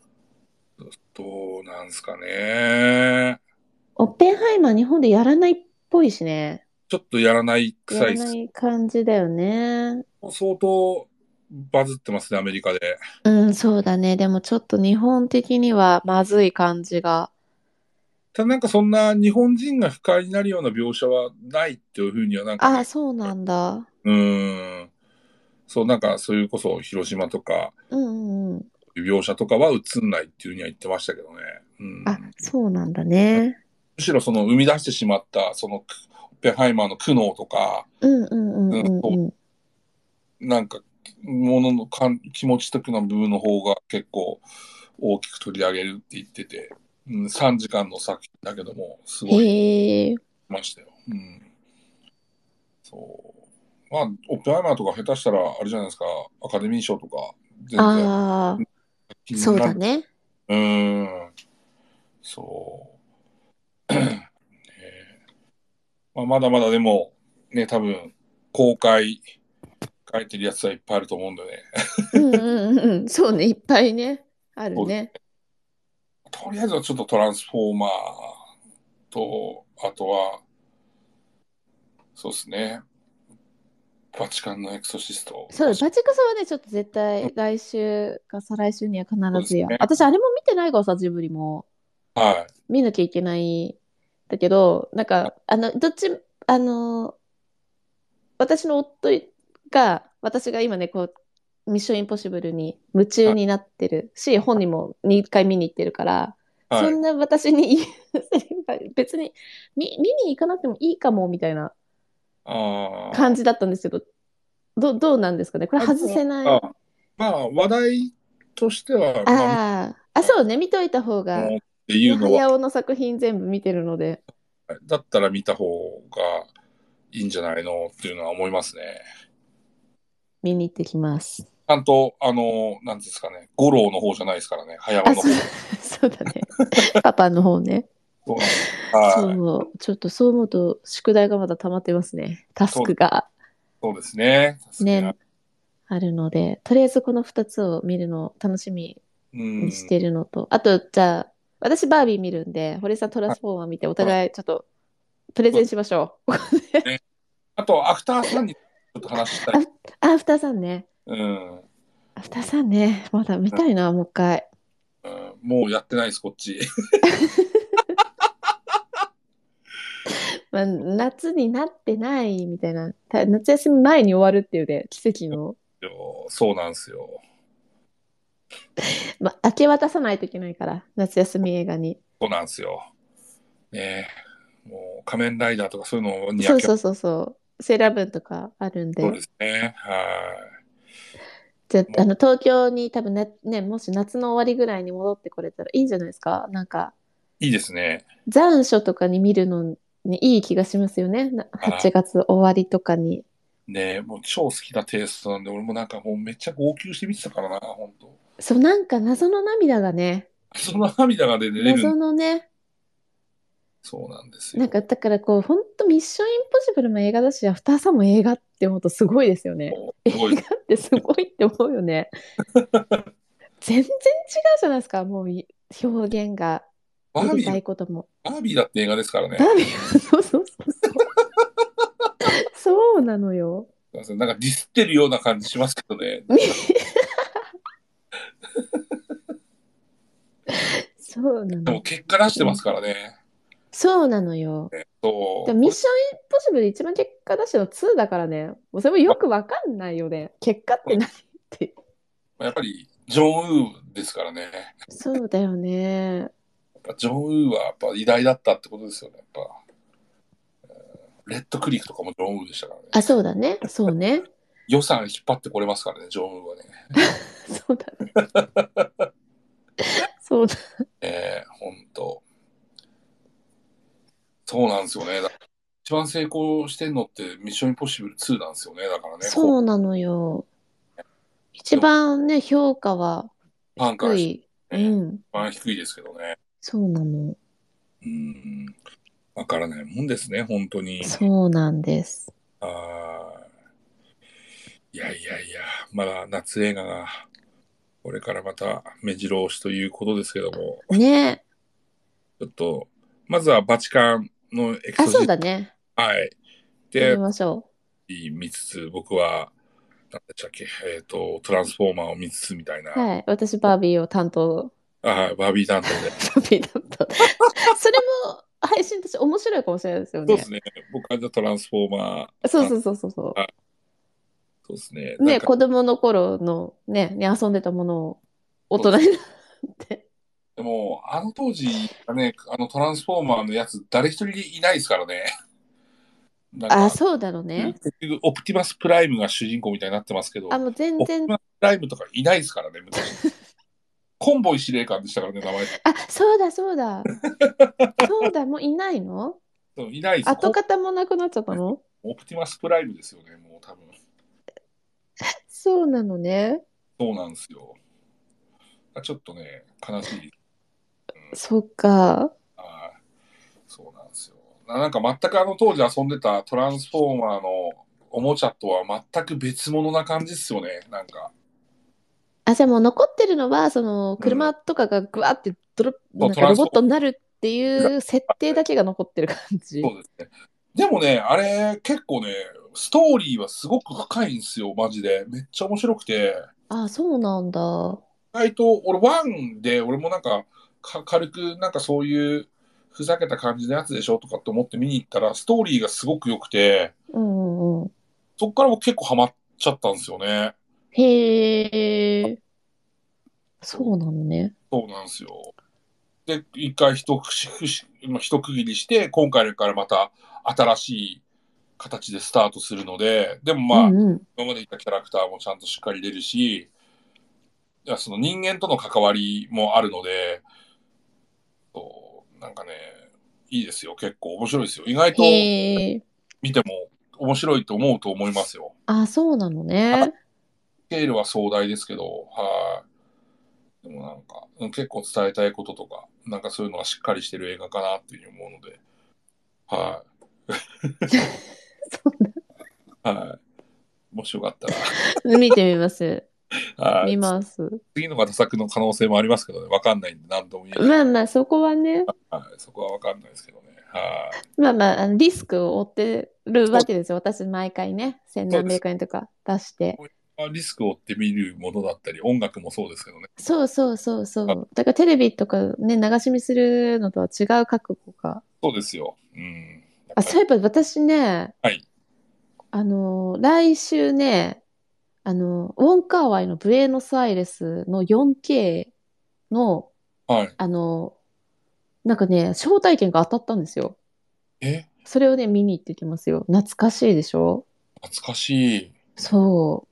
どうなんすかね。 オッペンハイマー日本でやらないっぽいしね。 ちょっとやらないやら臭いっす。 ない感じだよね。 相当バズってますね、アメリカで。 うん、そうだね。でもちょっと日本的にはまずい感じが。 ただなんかそんな日本人が不快になるような描写はないっていうふうにはなんかあ、 ね、 そうなんだ。 うーん、そうなんかそれこそ広島とかうんうんうん。 描写とかは映んないっていうふうには言ってましたけどね。うあ、 ん、 そうなんだね。 むしろその生み出してしまったそのオッペンハイマーの苦悩とか、 うんうんううん、 んうんうん。 なんかもののかん気持ち的な部分の方が結構大きく取り上げるって言ってて、うん、さんじかんの作品だけどもすごいへえ。 ましたよ。うん、そう。まあ、オッペンハイマーとか下手したら、あれじゃないですか、アカデミー賞とか、全然ああ、そう気になる。 だね。 うーん、そう。えーまあ、まだまだでも、ね、多分、公開書いてるやつはいっぱいあると思うんでね。 うんうんうんうん。そうね。いっぱいね。あるそうね。 とりあえずはちょっとトランスフォーマーと、あとは、そうですね、バチカンのエクソシストそうだ、 は、そバチクソはね、ちょっと絶う対来週か再来週には必ずや。 ですね。 私、あれも見てないからさ、ジブリも。 はい。 見なきゃいけないんだけど、なんか、あの、どっち、あの、私の夫が、私が今ね、こう、ミッションインポッシブルに夢中はい。 になってるし、本人もにかい見に行ってるから、 はい。 そんな私に言うセリフが別に見、見に行かなくてもいいかも、みたいな感あじだったんですけど、 ど、どうなんですかね。これあ外せない。 あまあ、話題としては、まあ、見ああ、あ、そうね。見といた方が。 たのっていうもうのは、 早尾の作品全部見てるので、 だったら見た方がいいんじゃないのっていうのは思いますね。 見に行ってきます。 ちゃんと、あの、なんですかね、五郎の方じゃないですからね、早尾あ、そう、 の方。 そうだね。パパの方ね。 そうなんです。はい。 そう、ちょっとそう思うと、宿題がまだ溜まってますね。タスそう、 クがそうですね。助けが。 ね、あるので、とりあえずこのふたつを見るのを楽しみうん。 にしてるのと、あと、じゃあ、私バービー見るんで、堀さんトランはい。 スフォーマー見て、おそうなん互いちょっとプレゼンしましょう。 ですね。あと、アフターさんにちょっと話したい。 あ、あアフターさんね。 うん。 アフターさんね。まだ見うんたいな、もう一回。 うん、もうやってないです、こっち。 まあ、夏になってないみたいな。た夏休み前に終わるっていうね、奇跡の。 そうなんですよ。 まあ、明け渡さないといけないから、夏休み映画に。 そうなんですよ。ねえ。もう、仮面ライダーとかそういうのに明け、 そうそうそうそう。セーラームーンとかあるんで。 そうですね。はじゃい。もあ、あの、東京に多分ね、ね、もし夏の終わりぐらいに戻ってこれたらいいんじゃないですか。なんか、 う、いいですね。 残暑とかに見るのにいい気がしますよね。な8 あ、 月終わりとかに。 ねえ、もう超好きなテイストなんで、俺もなんかもうめっちゃ号泣して見てたからな、本当。 そう、なんか謎の涙がね、 その涙が出れるん、 謎のね、 そうなんですなんかよ。 だからこう、本当ミッションインポッシブルも映画だし、アフターさんも映画って思うとすごいですよね。映すごい。 画ってすごいって思うよね。全然違うじゃないですか、もうい表現が、やりたバービー、 いことも。 バービーだって映画ですからね。 バービーは、そうそうそうそう。そうなのよ。 なんかディスってるような感じしますけどね。 みなんかそうなの。 でも結果出してますからね。 そうなのよ。でそう、これ、 もミッションインポッシブル一番結果出したのツーだからね。もうそれもよくわかんないよね。結果って何って。 やっぱりジョン・ウーですからね。やそうだよね。 っぱジョン・ウーはやっぱ偉大だったってことですよね。やっぱ、レッドクリフとかもジョン・ウーでしたからね。 あ、そうだね。そうね。 予算引っ張ってこれますからね、ジョン・ウーはね。 そうだね。そうだ。 えー、ほんと。そうなんですよね。だ一番成功してんのってミッション・インポッシブルツーなんですよね。だからね、ほそうなのよ。一でも番ね、評価はファンからして低い。うね、 ん。 一番低いですけどね。 そうなの。 うん、わからないもんですね、本当に。 そうなんです。 あーいやいやいや、まだ夏映画がこれからまた目白押しということですけども、 ね。 ちょっと、まずはバチカンのエクあ、そうソシスだね。 ト、はい。 見で、 ましょ見つつ、僕は、何でしたっけ、えっと、トランスフォーマーを見つつみたいう。 な、 はい。私、バービーを担当。 あ、バービー担当で。 バービー担当。それも配信として面白いかもしれないですよね。 そうですね。僕はじゃあトランスフォーマー担そうそうそうそうそ当、そうですね。 う。ね、 なんか、 子供の頃のね、に遊んでたものを大そうです。 人になって。 でも、あの当時はね、あのトランスフォーマーのやつ、誰一人いないですからね。なんあ、 か、 そうだろうね。 結局、オプティマスプライムが主人公みたいになってますけあ、 ど、 もう全然、 オプティマスプライムとかいないですからね、昔。コンボイ司令官でしたからね、名前。 あ、そうだそうだ。そうだ、もういないの？ そういないですよ。コン跡形もなくなっちゃったの？ オプティマスプライムですよね、もう多分。 そうなのね。 そうなんですよ。ちょっとね、悲しい。 そっか。 はい、そうなんですよ。ななんか全くあの当時遊んでたトランスフォーマーのおもちゃとは全く別物な感じですよね、なんか。 あ、じゃあもう残ってるのは、その、 うん。 車とかがグワってドロ、 そう、 なんかロボットランスフォートになるってマーがいう設定だけが残ってる感じ。 そうですね。でもね、あれ結構ね、ストーリーはすごく深いんですよ、マジで。めっちゃ面白くて。 あ、そうなんだ。う意外と、俺ワンで、俺もなんか、か軽くなんかそういうふざけた感じのやつでしょとかって思って見に行ったら、ストーリーがすごく良くて、 んうんうん。 そっから僕結構ハマっちゃったんですよね。 へえ、そうそう、 なのね。 そうなんですよ。で、一回一区切まあ一区切りして、今回からまた新しい形でスタートするので、でもまあ、 うんうん。 今までいたキャラクターもちゃんとしっかり出るし、いやその人間との関わりもあるので、そうなんかね、いいですよ。結構面白いですよ。意外とへえ。 見ても面白いと思うと思いますよ。 あ、そうなのね。 スケールは壮大ですけど、はい。でもなんか、結構伝えたいこととか、なんかそういうのがしっかりしてる映画かなっていうふうに思うので、はそい。はい。もしよかったら、 うな見てみます。 はい。 見ます。 次のが多作の可能性もありますけどね、わかんないんで、なんとも言えない。 まあまあ、そこはね、 はい。そこはわかんないですけどね。はい。 まあまあ、あのリスクを負ってるそう、 わけですよ。私、毎回ね、千何そうです。 百円とか出して。 リスクを負って見るものだったり、音楽もそうですけどね。 そうそうそうあ、 そう。だからテレビとかね、流し見するのとは違う覚悟が。 そうですよ。うん。やっあ、 ぱり。 そういえば私ね、 はい。 あの、来週ね、あの、ウォンカーワイのブエノスアイレスの フォーケー の、 はい。 あの、なんかね、招待券が当たったんですよ。 え、 それをね、見に行ってきますよ。懐かしいでしょ？ 懐かしい。 そう。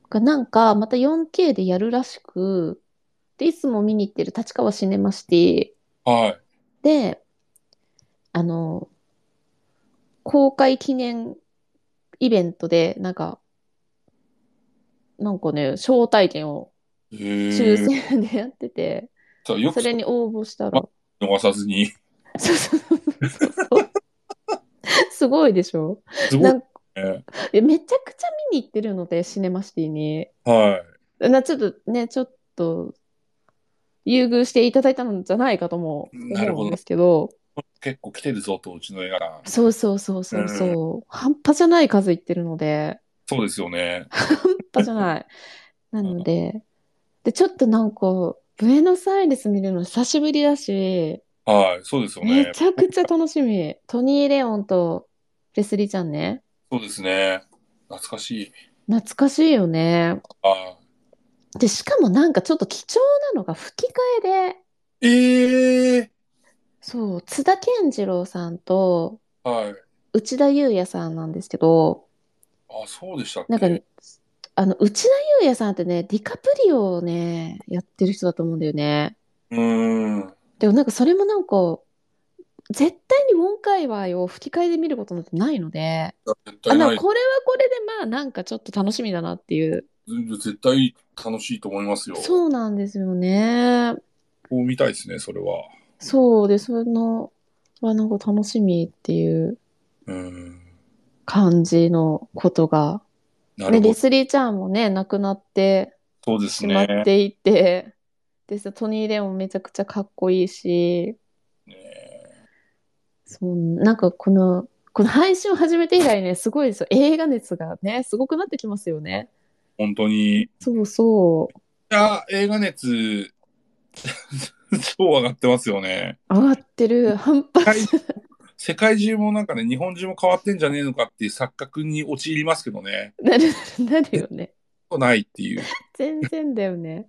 がなんか、また フォーケー でやるらしく、で、いつも見に行ってる立川シネマシティはで、あの、公開記念イベントで、なんか、なんかね、招待券をい。 抽へえ。 選でやってて、 さあ、よくそそれに応募したれら、 逃さずに。 そうそうそうそうそう。すごいでしょ？ すごいなんか、 ね。 えめちゃくちゃ見に行ってるので、シネマシティに。 はな、ちょっとね、ちょっと、優遇していただいたのじゃないかともい。なるほど。 思うんですけど、 結構来てるぞと、うちの映画館みたいそうそうそうな。 そううん。 そう、半端じゃない数行ってるので、 そうですよね。 半端じゃない。なうん、 ので、で、ちょっとなんか、ブエノスアイレス見るの久しぶりだし、 はい。そうですよね。 めちゃくちゃ楽しみ。トニー・レオンとレスリーちゃんね。 そうですね。懐かしい。 懐かしいよね。 はで、しかもなんかちょっと貴重なのが吹き替えで、 い。ええそう、津田健次郎さんとー。はい。 内田裕也さんなんですけど、 あ、そうでしたっなんか、 け？ あの、内田裕也さんってね、ディカプリオをね、やってる人だと思うんだよね。 うーん。 でもなんかそれもなんか、絶対にウォンカイワイを吹き替えで見ることなんてないので、あ、でも絶対ない。 これはこれでまあなんかちょっと楽しみだなっていう。 絶対楽しいと思いますよ。 そうなんですよね。 こう見たいですね、それは。 そうで、その、はなんか楽しみっていううん。 感じのことが。で、 なるほど。 レスリーちゃんもね、亡くなってそうですしまっね。 ていて、で、トニー・レオンめちゃくちゃかっこいいし、 ね、 そう、なんかこの、この配信を始めて以来ね、すごいですよ。映画熱がね、すごくなってきますよね。 本当に。いそうそう。 や、映画熱、超上がってますよね。 上がってる。半端じゃ世界中もなんかね、日本中も変わってんじゃねえのかっていう錯覚に陥りますけどね。 なる、なるよね。 ないっていう。 全然だよね。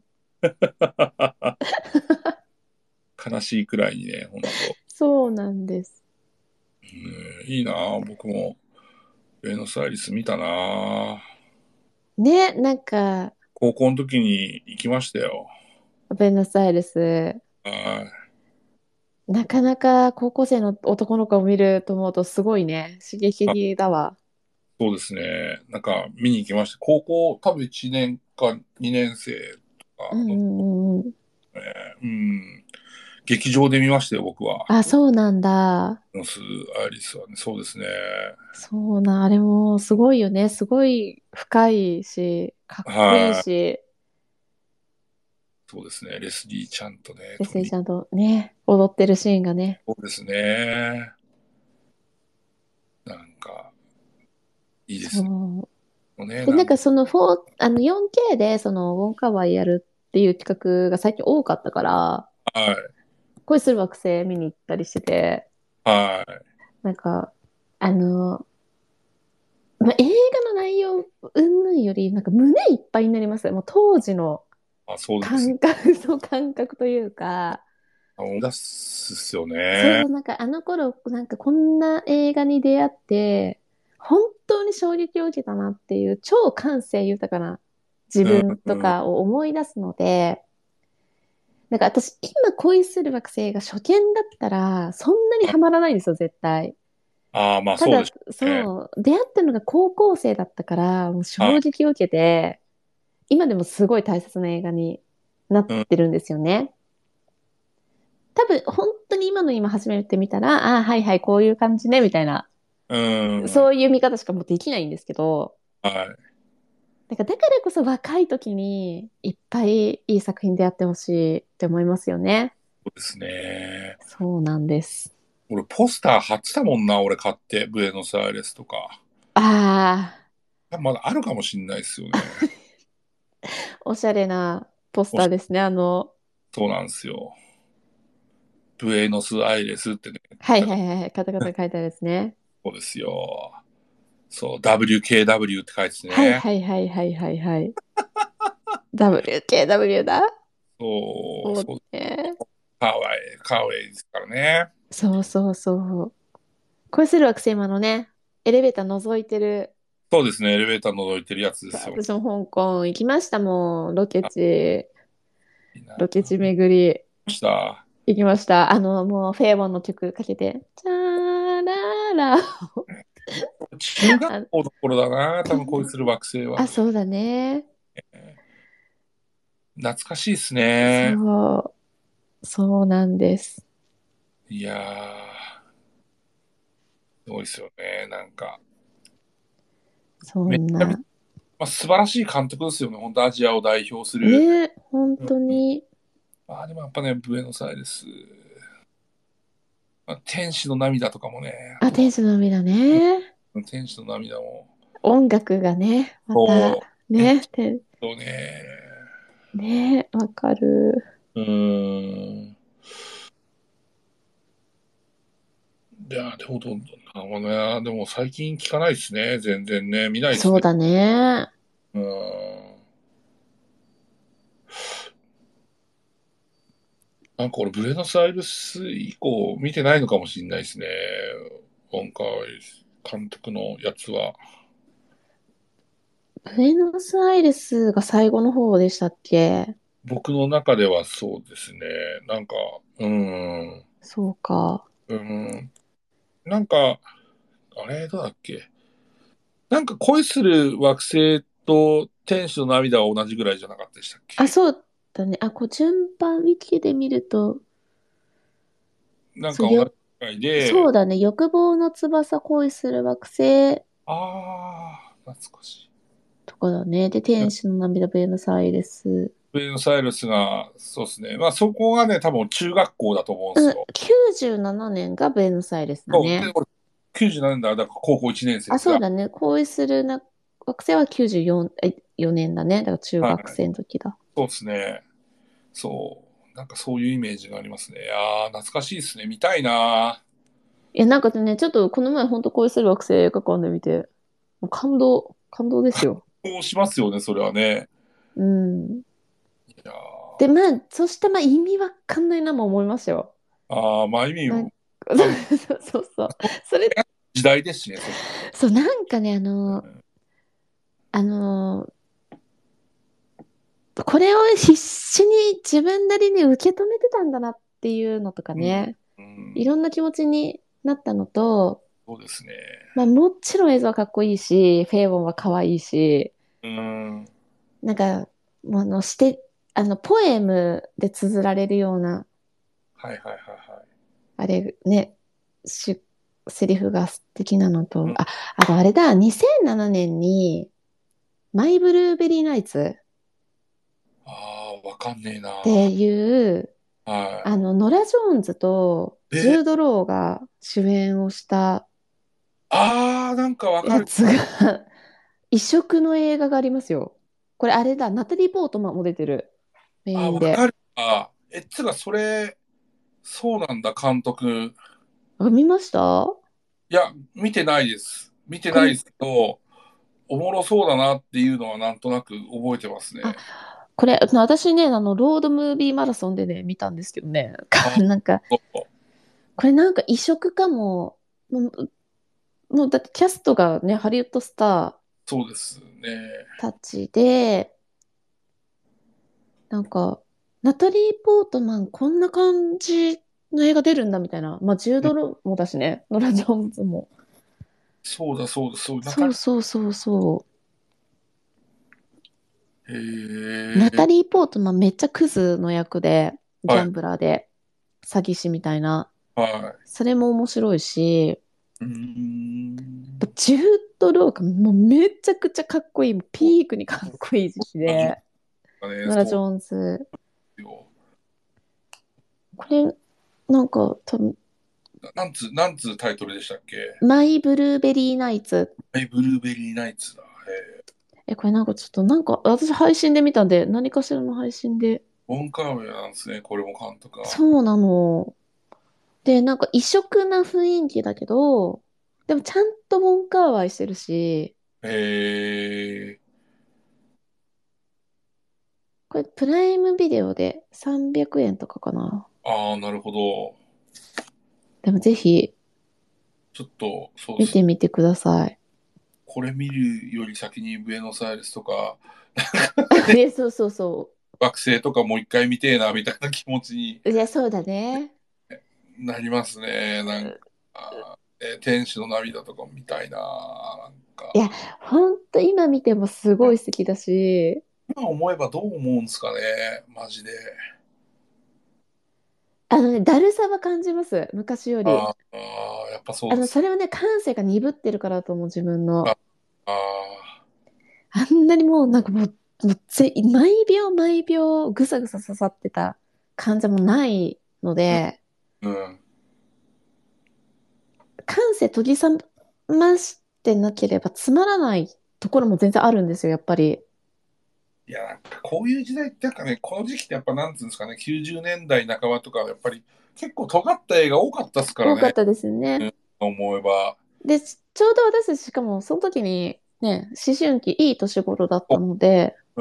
悲しいくらいにね、ほんと。 そうなんです。 うん、いいなぁ、僕も。ベノスアイリス見たなぁ。 ね、なんか、 高校の時に行きましたよ。 ベノスアイレス、 はい。 なかなか高校生の男の子を見ると思うとすごいね、刺激あ、 的だわ。 そうですね。なんか見に行きました。高校、多分いちねんかにねん生とかの、 うんうんうんうん。 ね、うん、劇場で見ましたよ、僕は。 あ、そうなんだ。 ベノスアイリスはね、そうですね。 そうな、あれもすごいよね。すごい深いし、かっこいいはい。 し、 そうですね。レスリーちゃんとね、 レトニー。 スリーちゃんとね、踊ってるシーンがね。 そうですね。なんか、いいですね。 そう。 ね、 で、 なん、 なんかそのフォー、あの フォーケー でそのウォンカワイやるっていう企画が最近多かったから、 はい。 恋する惑星見に行ったりしてて、 はい。 なんか、あの、まあ、映画の内容云々より、なんか胸いっぱいになります。もう当時のあ、そうですね。 感覚、そう感覚というか、 思い出すっすよね。 そう、なんかあの頃、なんかこんな映画に出会って、本当に衝撃を受けたなっていう超感性豊かな自うん、 分とうん。 かを思い出すので、なんか私今恋する惑星が初見だったら、そんなにハマらないんですよ、絶対。 ああ、まあただ、 そうでしょうね。 そう、出会ったのが高校生だったから、もうはい。 衝撃を受けて、今でもすごい大切な映画になっうん、 てるんですよね。多分、本当に今の今初めて見たら、ああ、はいはい、こういう感じね、みたいな、 うん。 そういう見方しかもうできないんですけど、 はい。 だからだからこそ若い時にいっぱいいい作品でやってほしいって思いますよね。 そうですね。 そうなんです。 俺、ポスター貼ってたもんな、俺買って、ブエノスアイレスとか。 あまだあるかもしんないですよね。 あ、おしゃれなポスもしターですね。あの、 そうなんですよ。ブエノスアイレスってね、 はいだからはいはいはい、カタカタ書いてあるですね。 そうですよ。そう、ダブリューケーダブリュー って書いててはいね。 はいはいはいはいはい。ダブリューケーダブリュー だ。 そう、 そうそう、 ね。 カーウェイ、カーウェイですからね。 そうそうそう。恋する惑星もあのね、エレベーター覗いてる。 そうですね、エレベーター覗いてるやつですよ。 私も香港行きましたもん。ロケあ、 地、 いいな。 ロケ地行き巡りました。 行きました。あの、もうフェーボンの曲かけて、チャーラーラ中学あ、 校の頃だな、多分恋する惑星は。 あ、そうだね。 懐かしいですね。 そう、そうなんです。 いやー、すごいですよね、なんか。めっちゃめちそんな。 ゃ、まあ、素晴らしい監督ですよね、本当アジアを代表する。 ね、本うんうん、 当に。 あーでもやっぱね、ブエノスアイレス、まあ、天使の涙とかもね、ああ、 とは、 天使の涙ね。 うん、天使の涙も、 音楽がね、また、 そう、えっね、てとね、 ね、わかる。 うーん、いや、でもどんどんな、まあね、でも最近聞かないですね、全然ね、見ないですね。 そうだね。 うーん、なんか俺、ブエノスアイレス以降見てないのかもしれないですね。今回、監督のやつは。 ブエノスアイレスが最後の方でしたっけ？ 僕の中ではそうですね。なんか、うーん、 そうか。 うーん、なんか、あれ、どうだっけ。なんか恋する惑星と天使の涙は同じぐらいじゃなかったでしたっあ、 け。 そうだね。あ、こう順番ウィキで見ると、そう、 なんか同じよ、 ぐらいで、 そうだね。欲望の翼恋する惑星あー、懐かしい。 とかだね。で、天使の涙ブエノスアイレス。 ブエノスアイレスが、そうですね。まあそこがね、多分中学校だと思うんですうん、 よ。 きゅうじゅうななねんがブエノスアイレスだそう。で、 ね。 俺、きゅうじゅうななねんだ、だから高校いちねん生あ、 ですが、 そうだね。恋するな惑星はきゅうじゅうよん、え、よねんだね。だから中学はい。 生の時だ。 そうですね。そう。なんかそういうイメージがありますね。ああ、懐かしいですね。見たいな。 いや、なんかね、ちょっとこの前本当恋する惑星映画館で見て、もう感動、感動ですよ。 そうしますよね、それはね。 うん。 いやで、まー、 あ、そしてまあ意味わかんないなも思いますよ。 あーまあ意味なんを、 か、 多分、 そうそうそう。それ、 時代ですしね、それ。 そう、なんかね、あの、 うん。 あの、これを必死に自分なりに受け止めてたんだなっていうのとかうん。 ね、 ういん、 ろんな気持ちになったのと、 そうですね。 まあもちろん映像はかっこいいし、フェイボンは可愛いし、 うん。 なんか、もうあの、して、あの、ポエムで綴られるような、 はいはいはいはい。 あれね、し、セリフが素敵なのと、 うん。 あ、あとあれだ、にせんななねんに、マイブルーベリーナイツああ、わかんねえな。 っていう、あはの、ノラ・ジョーンズとい。 ジューえ、 ド・ローが主演をしたああ、なんかわかる。 やつが異色の映画がありますよ。これあれだ、ナタリー・ポートマンも出てる。メああ、 インで。 わかる。あえ、つが、それ、そうなんだ、監督。 あ、見ました？ いや、見てないです。見てこれ、 ないですけど、おもろそうだなっていうのはなんとなく覚えてますあ、 ね。 これ、私ね、あの、ロードムービーマラソンでね、見たんですけどね。 あ、 なんか、 そう。 これなんか異色かも。もう、もうだってキャストがね、ハリウッドスタそうですね。 ーたちで、なんか、ナタリー・ポートマン、こんな感じの映画出るんだみたいな。まあ、ジューうん、 ドロもだしね、ノラ・ジョーンズも。 そうだそうだ、そう、ナタそうリそうそうそー。 う。ナへえ。 タリー・ポートマンめっちゃクズの役で、ギはい。 ャンブラーで、詐欺師みたいな。 はそれも面白いし、 い。うーん。 ジュード・ローがもうめちゃくちゃかっこいい。ピークにかっこいい時期ラジで、 オがね、 ノラ・ジョそうーンズ。 ですよ。 これ、なんか、多分ななんつ、なんつうタイトルでしたっけ？ マイ・ブルーベリー・ナイツ。 はい、ブルーベリーナイツだ。へえ。 え、これなんかちょっと、なんか、私配信で見たんで、何かしらの配信で。 ウォン・カーウェイなんですね、これも監督が。 そうなの。で、なんか異色な雰囲気だけど、でもちゃんとウォンカーワイしてるし、 へえ。 これプライムビデオでさんびゃくえんとかかな。 ああ、なるほど。 でもぜひちょっと、そう見です。 てみてください。 これ見るより先にブエノスアイレスとか、 え、そうそうそ惑星とかもう一回見てえな、みたいな気持ちにう。いや、そうだね。 なりますね。なんか、あーえー天使の涙とかも見たいな。なんいや、 か、 ほんと今見てもすごい素敵だし、 今思えばどう思うんですかね、マジで。 あのね、だるさは感じます。昔より。 あーあー、やっぱそうあの、 です。 それはね、感性が鈍ってるからだと思う、自分あの。 ああんなにもう、なんかもう、もうぜ毎秒毎秒ぐさぐさ刺さってた感じもないのー、 で、 うん、うん。 感性研ぎ澄ましてなければつまらないところも全然あるんですよ、やっぱり。 いや、なんかこういう時代ってなんかね、この時期ってやっぱなんつうんですかね、きゅうじゅうねんだい半ばとかはやっぱり結構尖った映画多かったっすからね、 多かったですよね。 思えば。 で、ちちょうど私たちしかもその時にね、思春期いい年頃だったので、 うん。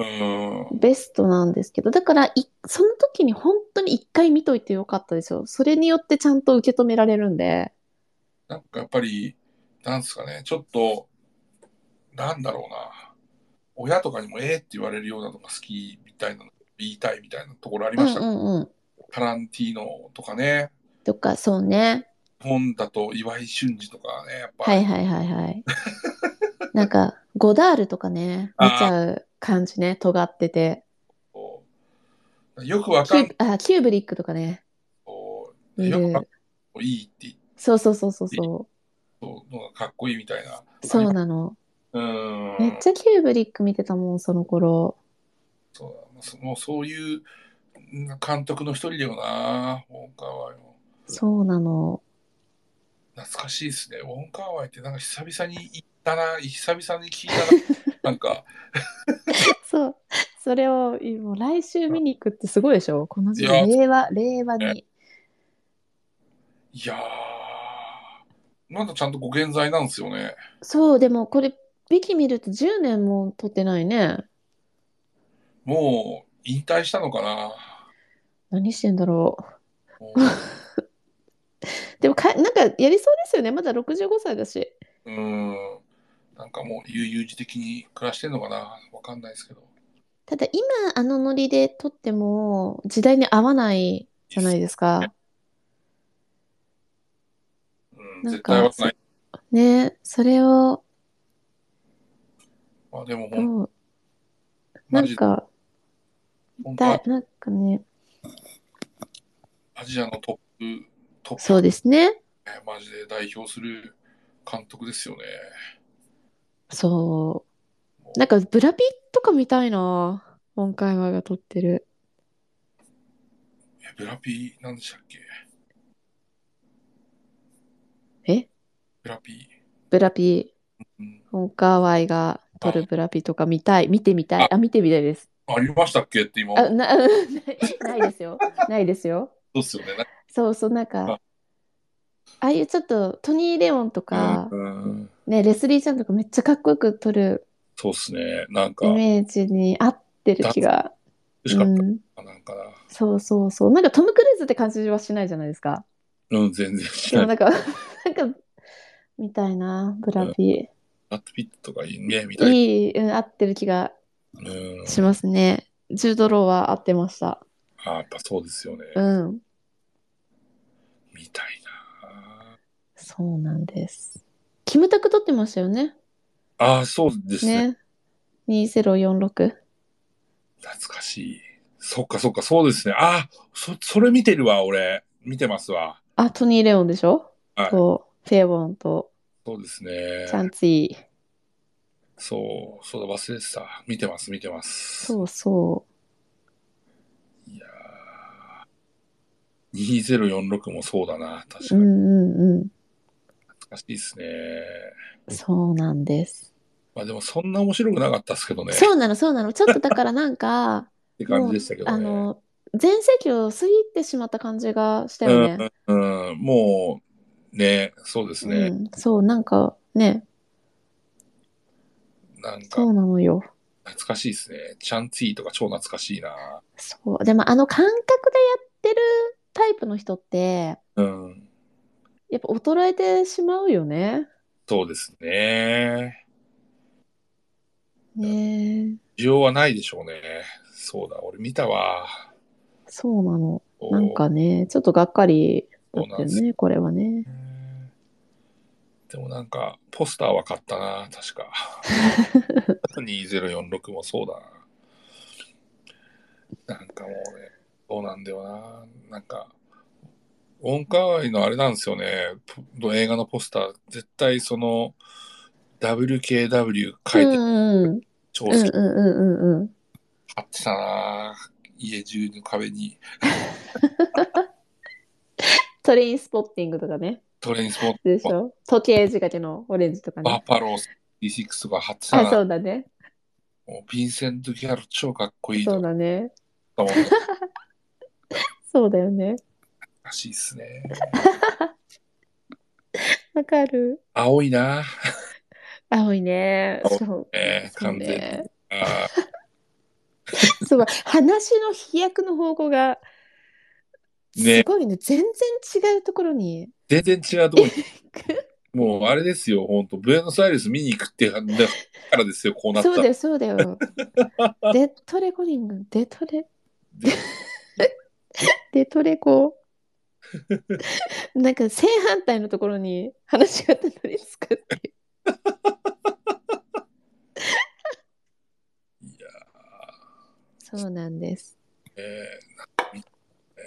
ベストなんですけど、だからい、その時に本当に一回見といてよかったですよ。それによってちゃんと受け止められるんで。 なんかやっぱり、なんすかね、ちょっと、なんだろうな。親とかにもええって言われるようなのが好きみたいなの、言いたいみたいなところありうんました。 うんうん。 タランティーノとかね、 とか、そうね。 本だと岩井俊二とかね、やっぱり。 はいはいはいはい。なんか、ゴダールとかね、見ちあゃう感じね、尖ってて。 あ、よくわかんないキュー、あ、キューブリックとかね、 と、よくわかんな見る。 いいいって言っそうそうそうそうていいそのがかっこいいみたいな、 う。 あります。 そうなの。 うーん。 めっちゃキューブリック見てたもん、その頃。 そうだ、その、そういう監督の一人だよな、ウォンカーワイも。 そうなの。 懐かしいですね。ウォンカーワイってなんか久々に行ったな、久々に聞いたな。なんか、 そう。それを、もう来週見に行くってすごいでしょこの時期、 いや、 令和、令和ね、 に。 いやー、なんかちゃんとご健在なんですよね。 そう、でもこれ、ビキ見るとじゅうねんも撮ってないね。 もう引退したのかな。 何してんだろう。 もでもか、なんかやりそうですよね。まだろくじゅうごさいだし。 う、うーん、なんかもう悠々自適に暮らしてんのかな。わかんないですけど。 ただ今あのノリで撮っても時代に合わないいいっすじゃないですか。 うん、 なんか、そ絶対合わない。 ね、それを、 まあでもほん、 どう、なマジ、 んか、 本当はだ、なんかね、 アジアのトップ、トップそうですね。 ね、マジで代表する監督ですよね。 そう。なんもか、ブラピとか見たいな。今回はが撮ってる。 う、え、ブラピー、なんでしたっけ？ えブラピブラピ、 ー。うん、 本川ワイが撮るあ、 ブラピとか見たい。見てみたい。 あ、 あ、見てみたいです。 ありましたっけって今あ、 思っな、ないないですよ。ないですよ。 そうっすよね。なんそうそう、なんか、 か、 ああいうちょっとトニー・レオンとうん、 か、 うん、 ね、レスリーちゃんとかめっちゃかっこよく撮るそうっすね。なんか、 イメージに合ってるだ、 気が。 しかっうん。 た。なんかな。 そうそうそう。なんかトム・クルーズって感じはしないじゃないですか。 うん、全然しない。 でもなんかなんか、みたいな、ブうん。 ラピ。 ラッドピットとかいいね、みたい。 いい、うん、合ってる気がうん。 しますね。ジュード・ローは合ってました。 あ、やっぱそうですよね。 うん。 みたいな。 そうなんです。キムタク撮ってましたよね。 ああ、そうですね。 ね。にせんよんじゅうろく。 懐かしい。そっかそっか、そうですね。ああ、そ、それ見てるわ、俺。見てますわ。 あ、トニー・レオンでしょはい。 と、フェアウォンと、 そうですチャンね。 ツィ。 そう、そうだ、忘れてた。見てます、見てます。 そうそいやー、にせんよんじゅうろくもそうだな。 う。う確かに。 んうんう懐かしいですね。 ん。そうなんです。 まあでもそんな面白くなかったですけどね。っそうなの、そうなの。ちょっとだからなんか、 て感じもう、 でしたけどね。 あの、全盛期を過ぎてしまった感じがしたようん、 ね。 うん、もう、ね、そうですね。 うん。そう、なんかね、 なんか、 そうなのよ。 懐かしいですね。チャンツィーとか超懐かしいな。 そう。でもあの感覚でやってるタイプの人って、 うん、 やっぱ衰えてしまうよね。 そうですね。 ねえ。 需要はないでしょうね。そうだ、俺見たわ。 そうなの。なんそう、 かね、ちょっとがっかりだそうなんですったよね、これはね。 よね。でもなんか、ポスターは買ったな、確か。にせんよんじゅうろくもそうだな。なんかもうね、そうなんだよな。なんか、ウォンカーワイのあれなんですよね。ポ映画のポスター、絶対その ダブリューケーダブリューう書いてんうん。 超好き。 うんうんうんうんうん。 貼ってたな。家中の壁に。 トレインスポッティングとかね。 トレインスポット、 でしょ時計仕掛けのオレンジとかね。 バッファロースリーシックスとか貼ってたあ、 な。 そうだね。 もうヴィンセント・ギャル超かっこいいそうとかだね。 思ってそうだよね。 らしいっすね。 わかる。 青いな。 青いね。 青いそう。 ね、 そう完全に。 ね。 あすごい。話の飛躍の方向が、 ーね、 すごいね。全然違うところに。 全然違うところに、もうあれですよ、本当ブエノスアイレス見に行くってだからですよ、こうなった。 そうだよ、そうだよ。デトレコリング、デトレ、 で、 デトレコ。なんか正反対のところに話がたどり着くっていう。 いやそうなんです。 ー、えーえ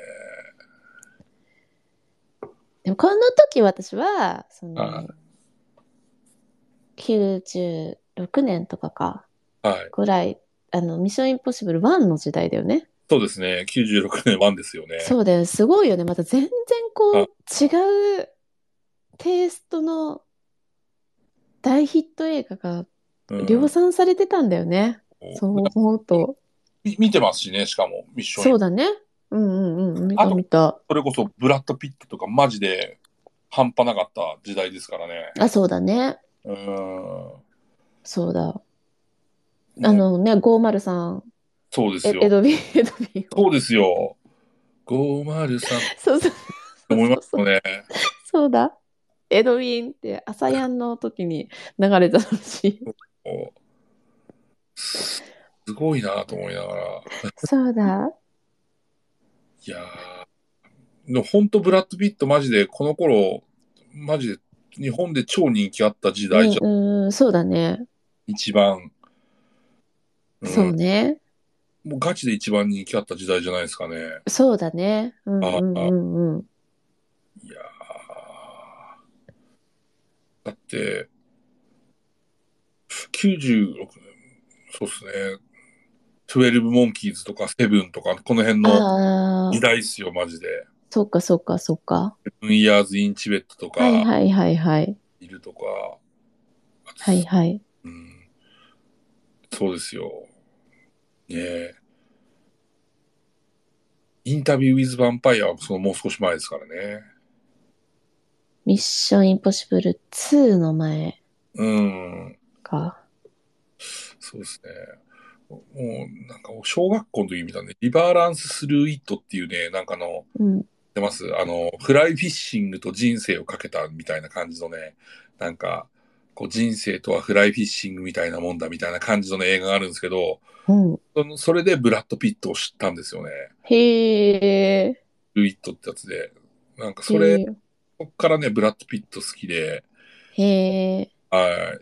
でもこの時私は、そーあの、きゅうじゅうろくねんとかか、 はい。 ぐらい、あの、ミッションインポッシブルワンの時代だよね。 そうですね、きゅうじゅうろくねんワンですよね。 そうだよ、すごいよね。また全然こあ、 う、違うテイストの大ヒット映画がうん。 量産されてたんだよね。そう思うと。 み見てますしね、しかも、ミッションイン。 そうだね。うんうんうん。見たあと、 見た。 それこそブラッド・ピットとかマジで半端なかった時代ですからね。 あ、そうだね。 うーそうだ。 ん。もう、 あのね、ごーまるさん、エ、エそうですよ。 ドビン、エドビンを。 そうですよ。ごーまるさんってそうそうそう思いまそうそう。 すよね。 そうだ。エドウィンって朝やんの時に流れたらしい。 もうすすごいなと思いながら。 そうだ。 いやー、でも本当ブラッド・ピットマジで、この頃、マジで日本で超人気あった時うん代じゃん。 うん、そうだね。 一番、うそうん、 ね。 もうガチで一番人気あった時代じゃないですかね。 そうだね。うんうああ、 んうんうん。 いやー、だって、きゅうじゅうろくねん、そうっすね。トゥエルブ・モンキーズとかセブンとか、この辺の時ああ、 代っすよ、マジで。 そっかそっかそっか。 セブンイヤーズ・イン・チベットとはいか、 はいはいはい。 いるとか、あとはいはい。 うん、そうですよ。ねえ。インタビュー・ウィズ・ヴァンパイアはそのもう少し前ですからね。 ミッションインポッシブルツーの前うん。 か。 そうですね。 もう、なんか、小学校の時見たね、リバーランススルーイットっていうね、なんかあの、 うん。 出ますあの、フライフィッシングと人生をかけたみたいな感じのね、なんか、こう人生とはフライフィッシングみたいなもんだみたいな感じの、ね、映画があるんですけど、 うん。 そのそれでブラッド・ピットを知ったんですよね。 へえ。 ルイットってやつで。なんかそれ、 へえ。 そっからね、ブラッド・ピット好きで、 へえ。 はい。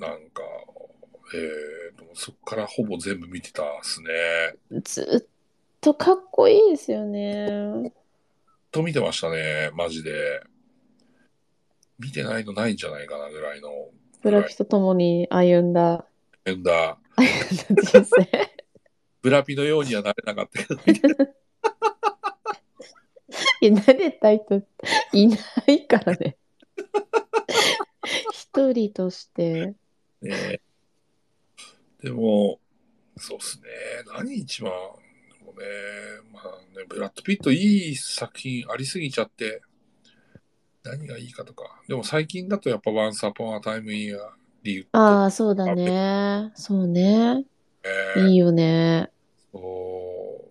なんか、えーと、そっからほぼ全部見てたっすね。 ずっとかっこいいですよね。 と見てましたね、マジで。見てないのないんじゃないかなぐらいの、ぐらい。 ブラピと共に歩んだ、 変だ。 歩んだ人生。 ブラピのようにはなれなかったけど、見ていや、慣れた人いないからね。一人として。 ね。でも、そうっすね。何一番、でもね、まあね、ブラッド・ピットいい作品ありすぎちゃって、何がいいかとか。でも最近だとやっぱ Once Upon a Time in a リウッド。 ああ、そうだあね、 ね。そうね。いいよね。 そう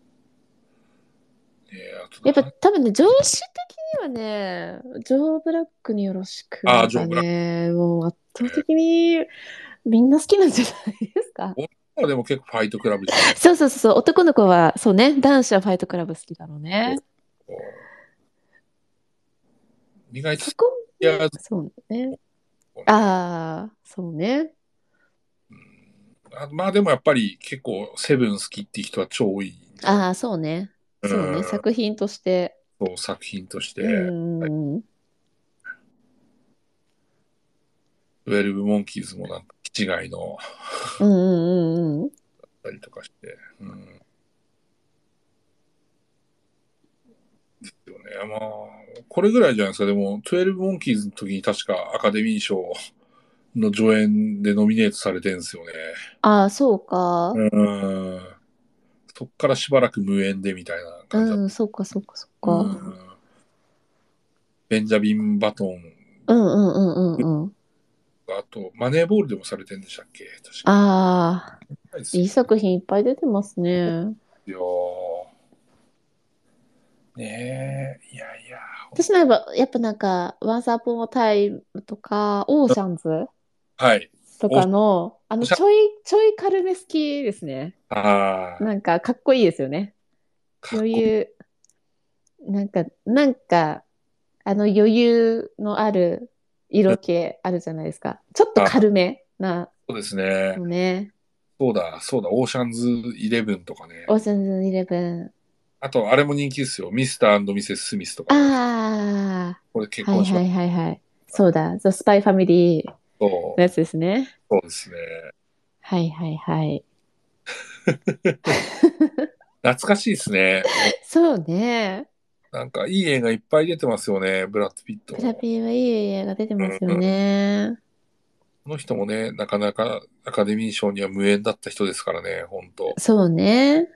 、ね、あとやっぱな、 多分ね、上司的にはね、ジョー・ブラックによろしああ、 くがジョー・ブラックね、もう圧倒ね。 的にみんな好きなんじゃないですか。 女はでも結構ファイトクラブじゃない。 そうそうそうそう、男の子は、そうね、男子はファイトクラブ好きだろうね。 意外とスそこね、 ピアーズそうね。 もね、 ああ、そうね。 うん、あまあでもやっぱり結構セブン好きっていう人は超多いんじゃない。 ああ、そうね。 うそうね、 ん、 作品として。 そう作品としうて、はい、 ん、うん、 トゥエルブモンキーズもなんか気違いのうん、うん、うん。 たりとかして、うん、ですよね。まあ、これぐらいじゃないですか。でも、トゥエルブモンキーズの時に確かアカデミー賞の助演でノミネートされてるんですよね。 ああ、そうか。 うん。そっからしばらく無縁でみたいな感じだっうん、そうか、そうか、そうた。うか。 ん。ベンジャミン・バトンうん、うん、うん、うん、うん。 が、あと、マネーボールでもされてるんでしたっけ確か。 ああ、 ないですよいい作品いっぱい出てますね。 よ。ねえ、いやいや、 私なんか、やっぱなんか、Once Upon a Time とか、オーシャンズはい。 とおしかの、あの、 ゃ、 ちょい、ちょい軽め好きですね。 ああ、 なんか、かっこいいですよね。 かっこいい。 余裕、なんか、なんか、あの余裕のある色気あるじゃないですか。ちょっとあ、 軽めなそうですね。 のね。 そうだ、そうだ、オーシャンズイレブンとかね。 オーシャンズイレブン。 あと、あれも人気ですよ。ミスターミセス・スミスとかも。 ああ、 これ結婚しましはいはいはいはい。そうだ、ザ・スパイファミリーた。そう、 のやつですね。 そうですね。 はいはいはい。 懐かしいですね。もうそうね。 なんか、いい映画いっぱい出てますよね。ブラッド・ピットブラも。 ピーはいい映画出てますようん、 ね。 この人もね、なかなかアカデミー賞には無縁だった人ですからね、本当。 そうね。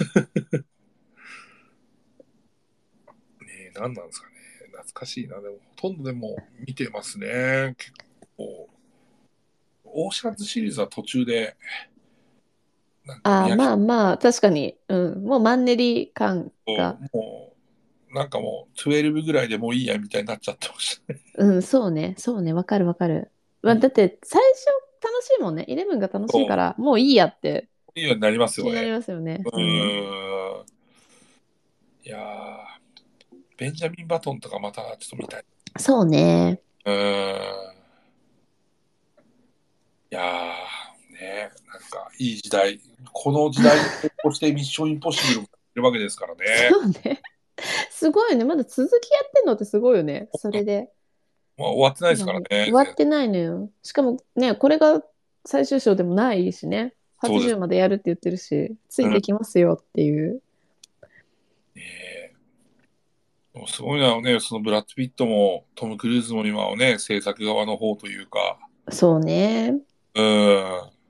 ね、何なんですかね。懐かしいな。でも、ほとんどでも見てますね。結構。オーシャンズシリーズは途中で、なんかああ、 見飽きまあまあ、確かに。うん。もうマンネリ感と、 が。 もう、なんかもう、じゅうにぐらいでもういいやみたいになっちゃってましたね。 うん、そうね。そうね。わかるわかる。まあ、 うんだって、最初楽しいもんね。イレブンが楽しいそう、 から、もういいやっていいようになりますよね。 気になりますよね。 ううん。 ーん。いやー、ベンジャミン・バトンとかまたちょっと見たい。 そうね。 うーん。いやー、ね、なんかいい時代。この時代にこうしてミッション・インポッシブルもやってるわけですからね。 そうね。すごいよね。まだ続きやってんのってすごいよね。それで。 まあ、終わってないですからまだね、 ね。全然終わってないのよ。しかもね、これが最終章でもないしね。 そうですはちじゅうまでやるって言ってるし、ついね。 てきますよっていう。 ねでもすごいなね、そのブラッド・ピットもトム・クルーズも今はね、制作側の方というか、 そうね。 うーん、す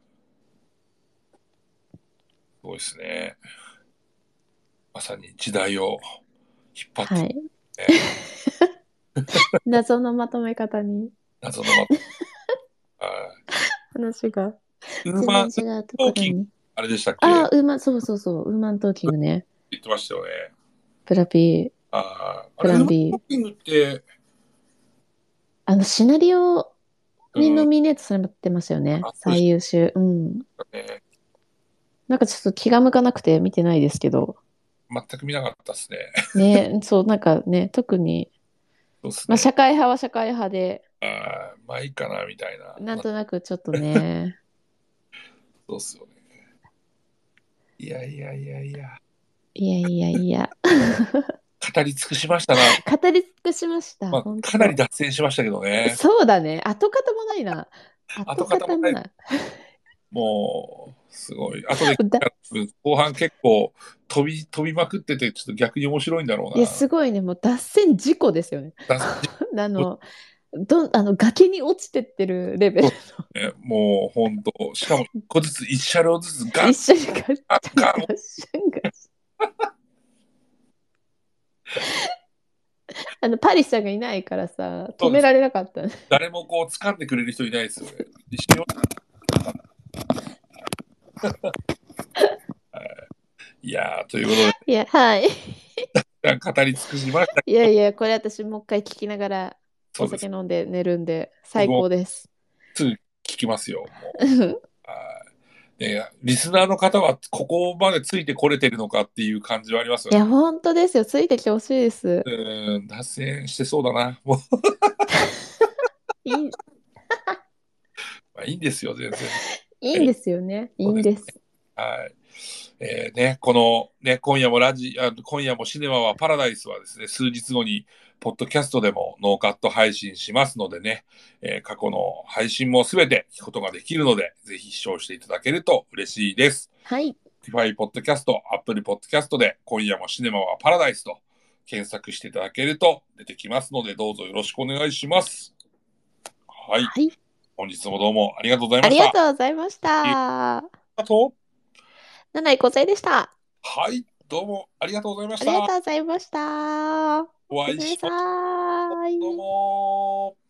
ごいですね。まさに時代を引っ張ってはい。 ね、 謎のまとめ方に謎のま、あ話がーウーマン、ウーマン全然違うとトーキングころに。 あれでしたっけ？ ああ、ウーマン、そうそうそう、ウーマントーキングね。 言ってましたよね。 プラピー、 ああ、あれ、ウーマンプラントー B。 キングって、 あの、シナリオにノうん、 ミネートされてますよね。 あ、そうでし最優秀。うん。 たね。 なんかちょっと気が向かなくて見てないですけど。 全く見なかったですね。 ね、そう、なんかね、特に、まあ、 そうですね。 社会派は社会派で、 ああ、まあいいかな、みたいな。ななんとなくちょっとね、 そうっすよね。いやいやいやいや。 いやいやいや、 語り尽くしましたな。 語り尽くしました、 まあ、かなり本当。 脱線しましたけどね。 そうだね、跡形もないな。跡跡形もない。 形もない。 もう、すごい。後で聞いだ、 たら後半結構飛び、飛びまくってて、ちょっと逆に面白いんだろういや、 な。 すごいね、もう脱線事故ですよね。 脱あの、どん、あの、崖に落ちてってるレベルの、 ね、もう本当、しかも一個ずつ、一車両ずつガン一緒にガッシャンガンガン、 ガッシャンガッシャン。あの、パリさんがいないからさ、 そうです。 止められなかったね。 誰もこう掴んでくれる人いないですよね。一緒にいやー、ということで、 いや、はい。 語り尽くしましたけど、 いやいや、これ私もう一回聞きながらおそうです。 酒飲んで寝るんで最僕も高です。 すぐ聞きますよ、もう。はい。ね、リスナーの方はここまでついてこれてるのかっていう感じはありますよね。 いや、本当ですよ。ついてきてほしいです。 うん、脱線してそうだな。もう、 いい、 まあ、いいんですよ、全然。えーいいんですよね。いいそうです。 んです。 はい。えーね、この、ね、今夜もラジ、あ、今夜もシネマはパラダイスはですね、数日後に、ポッドキャストでもノーカット配信しますのでね、えー過去の配信もすべて聞くことができるので、ぜひ視聴していただけると嬉しいです。 はい。 Spotify ポッドキャスト、Apple ポッドキャストで、今夜もシネマはパラダイスと検索していただけると出てきますので、どうぞよろしくお願いします。はい。 はい。 本日もどうもありがとうございありがました。 とうございましえーた。 あと、 七井小生でした。 はい、どうもありがとうございました。 ありがとうございました。 おごめんな会いしましょう。 さどうい。 も。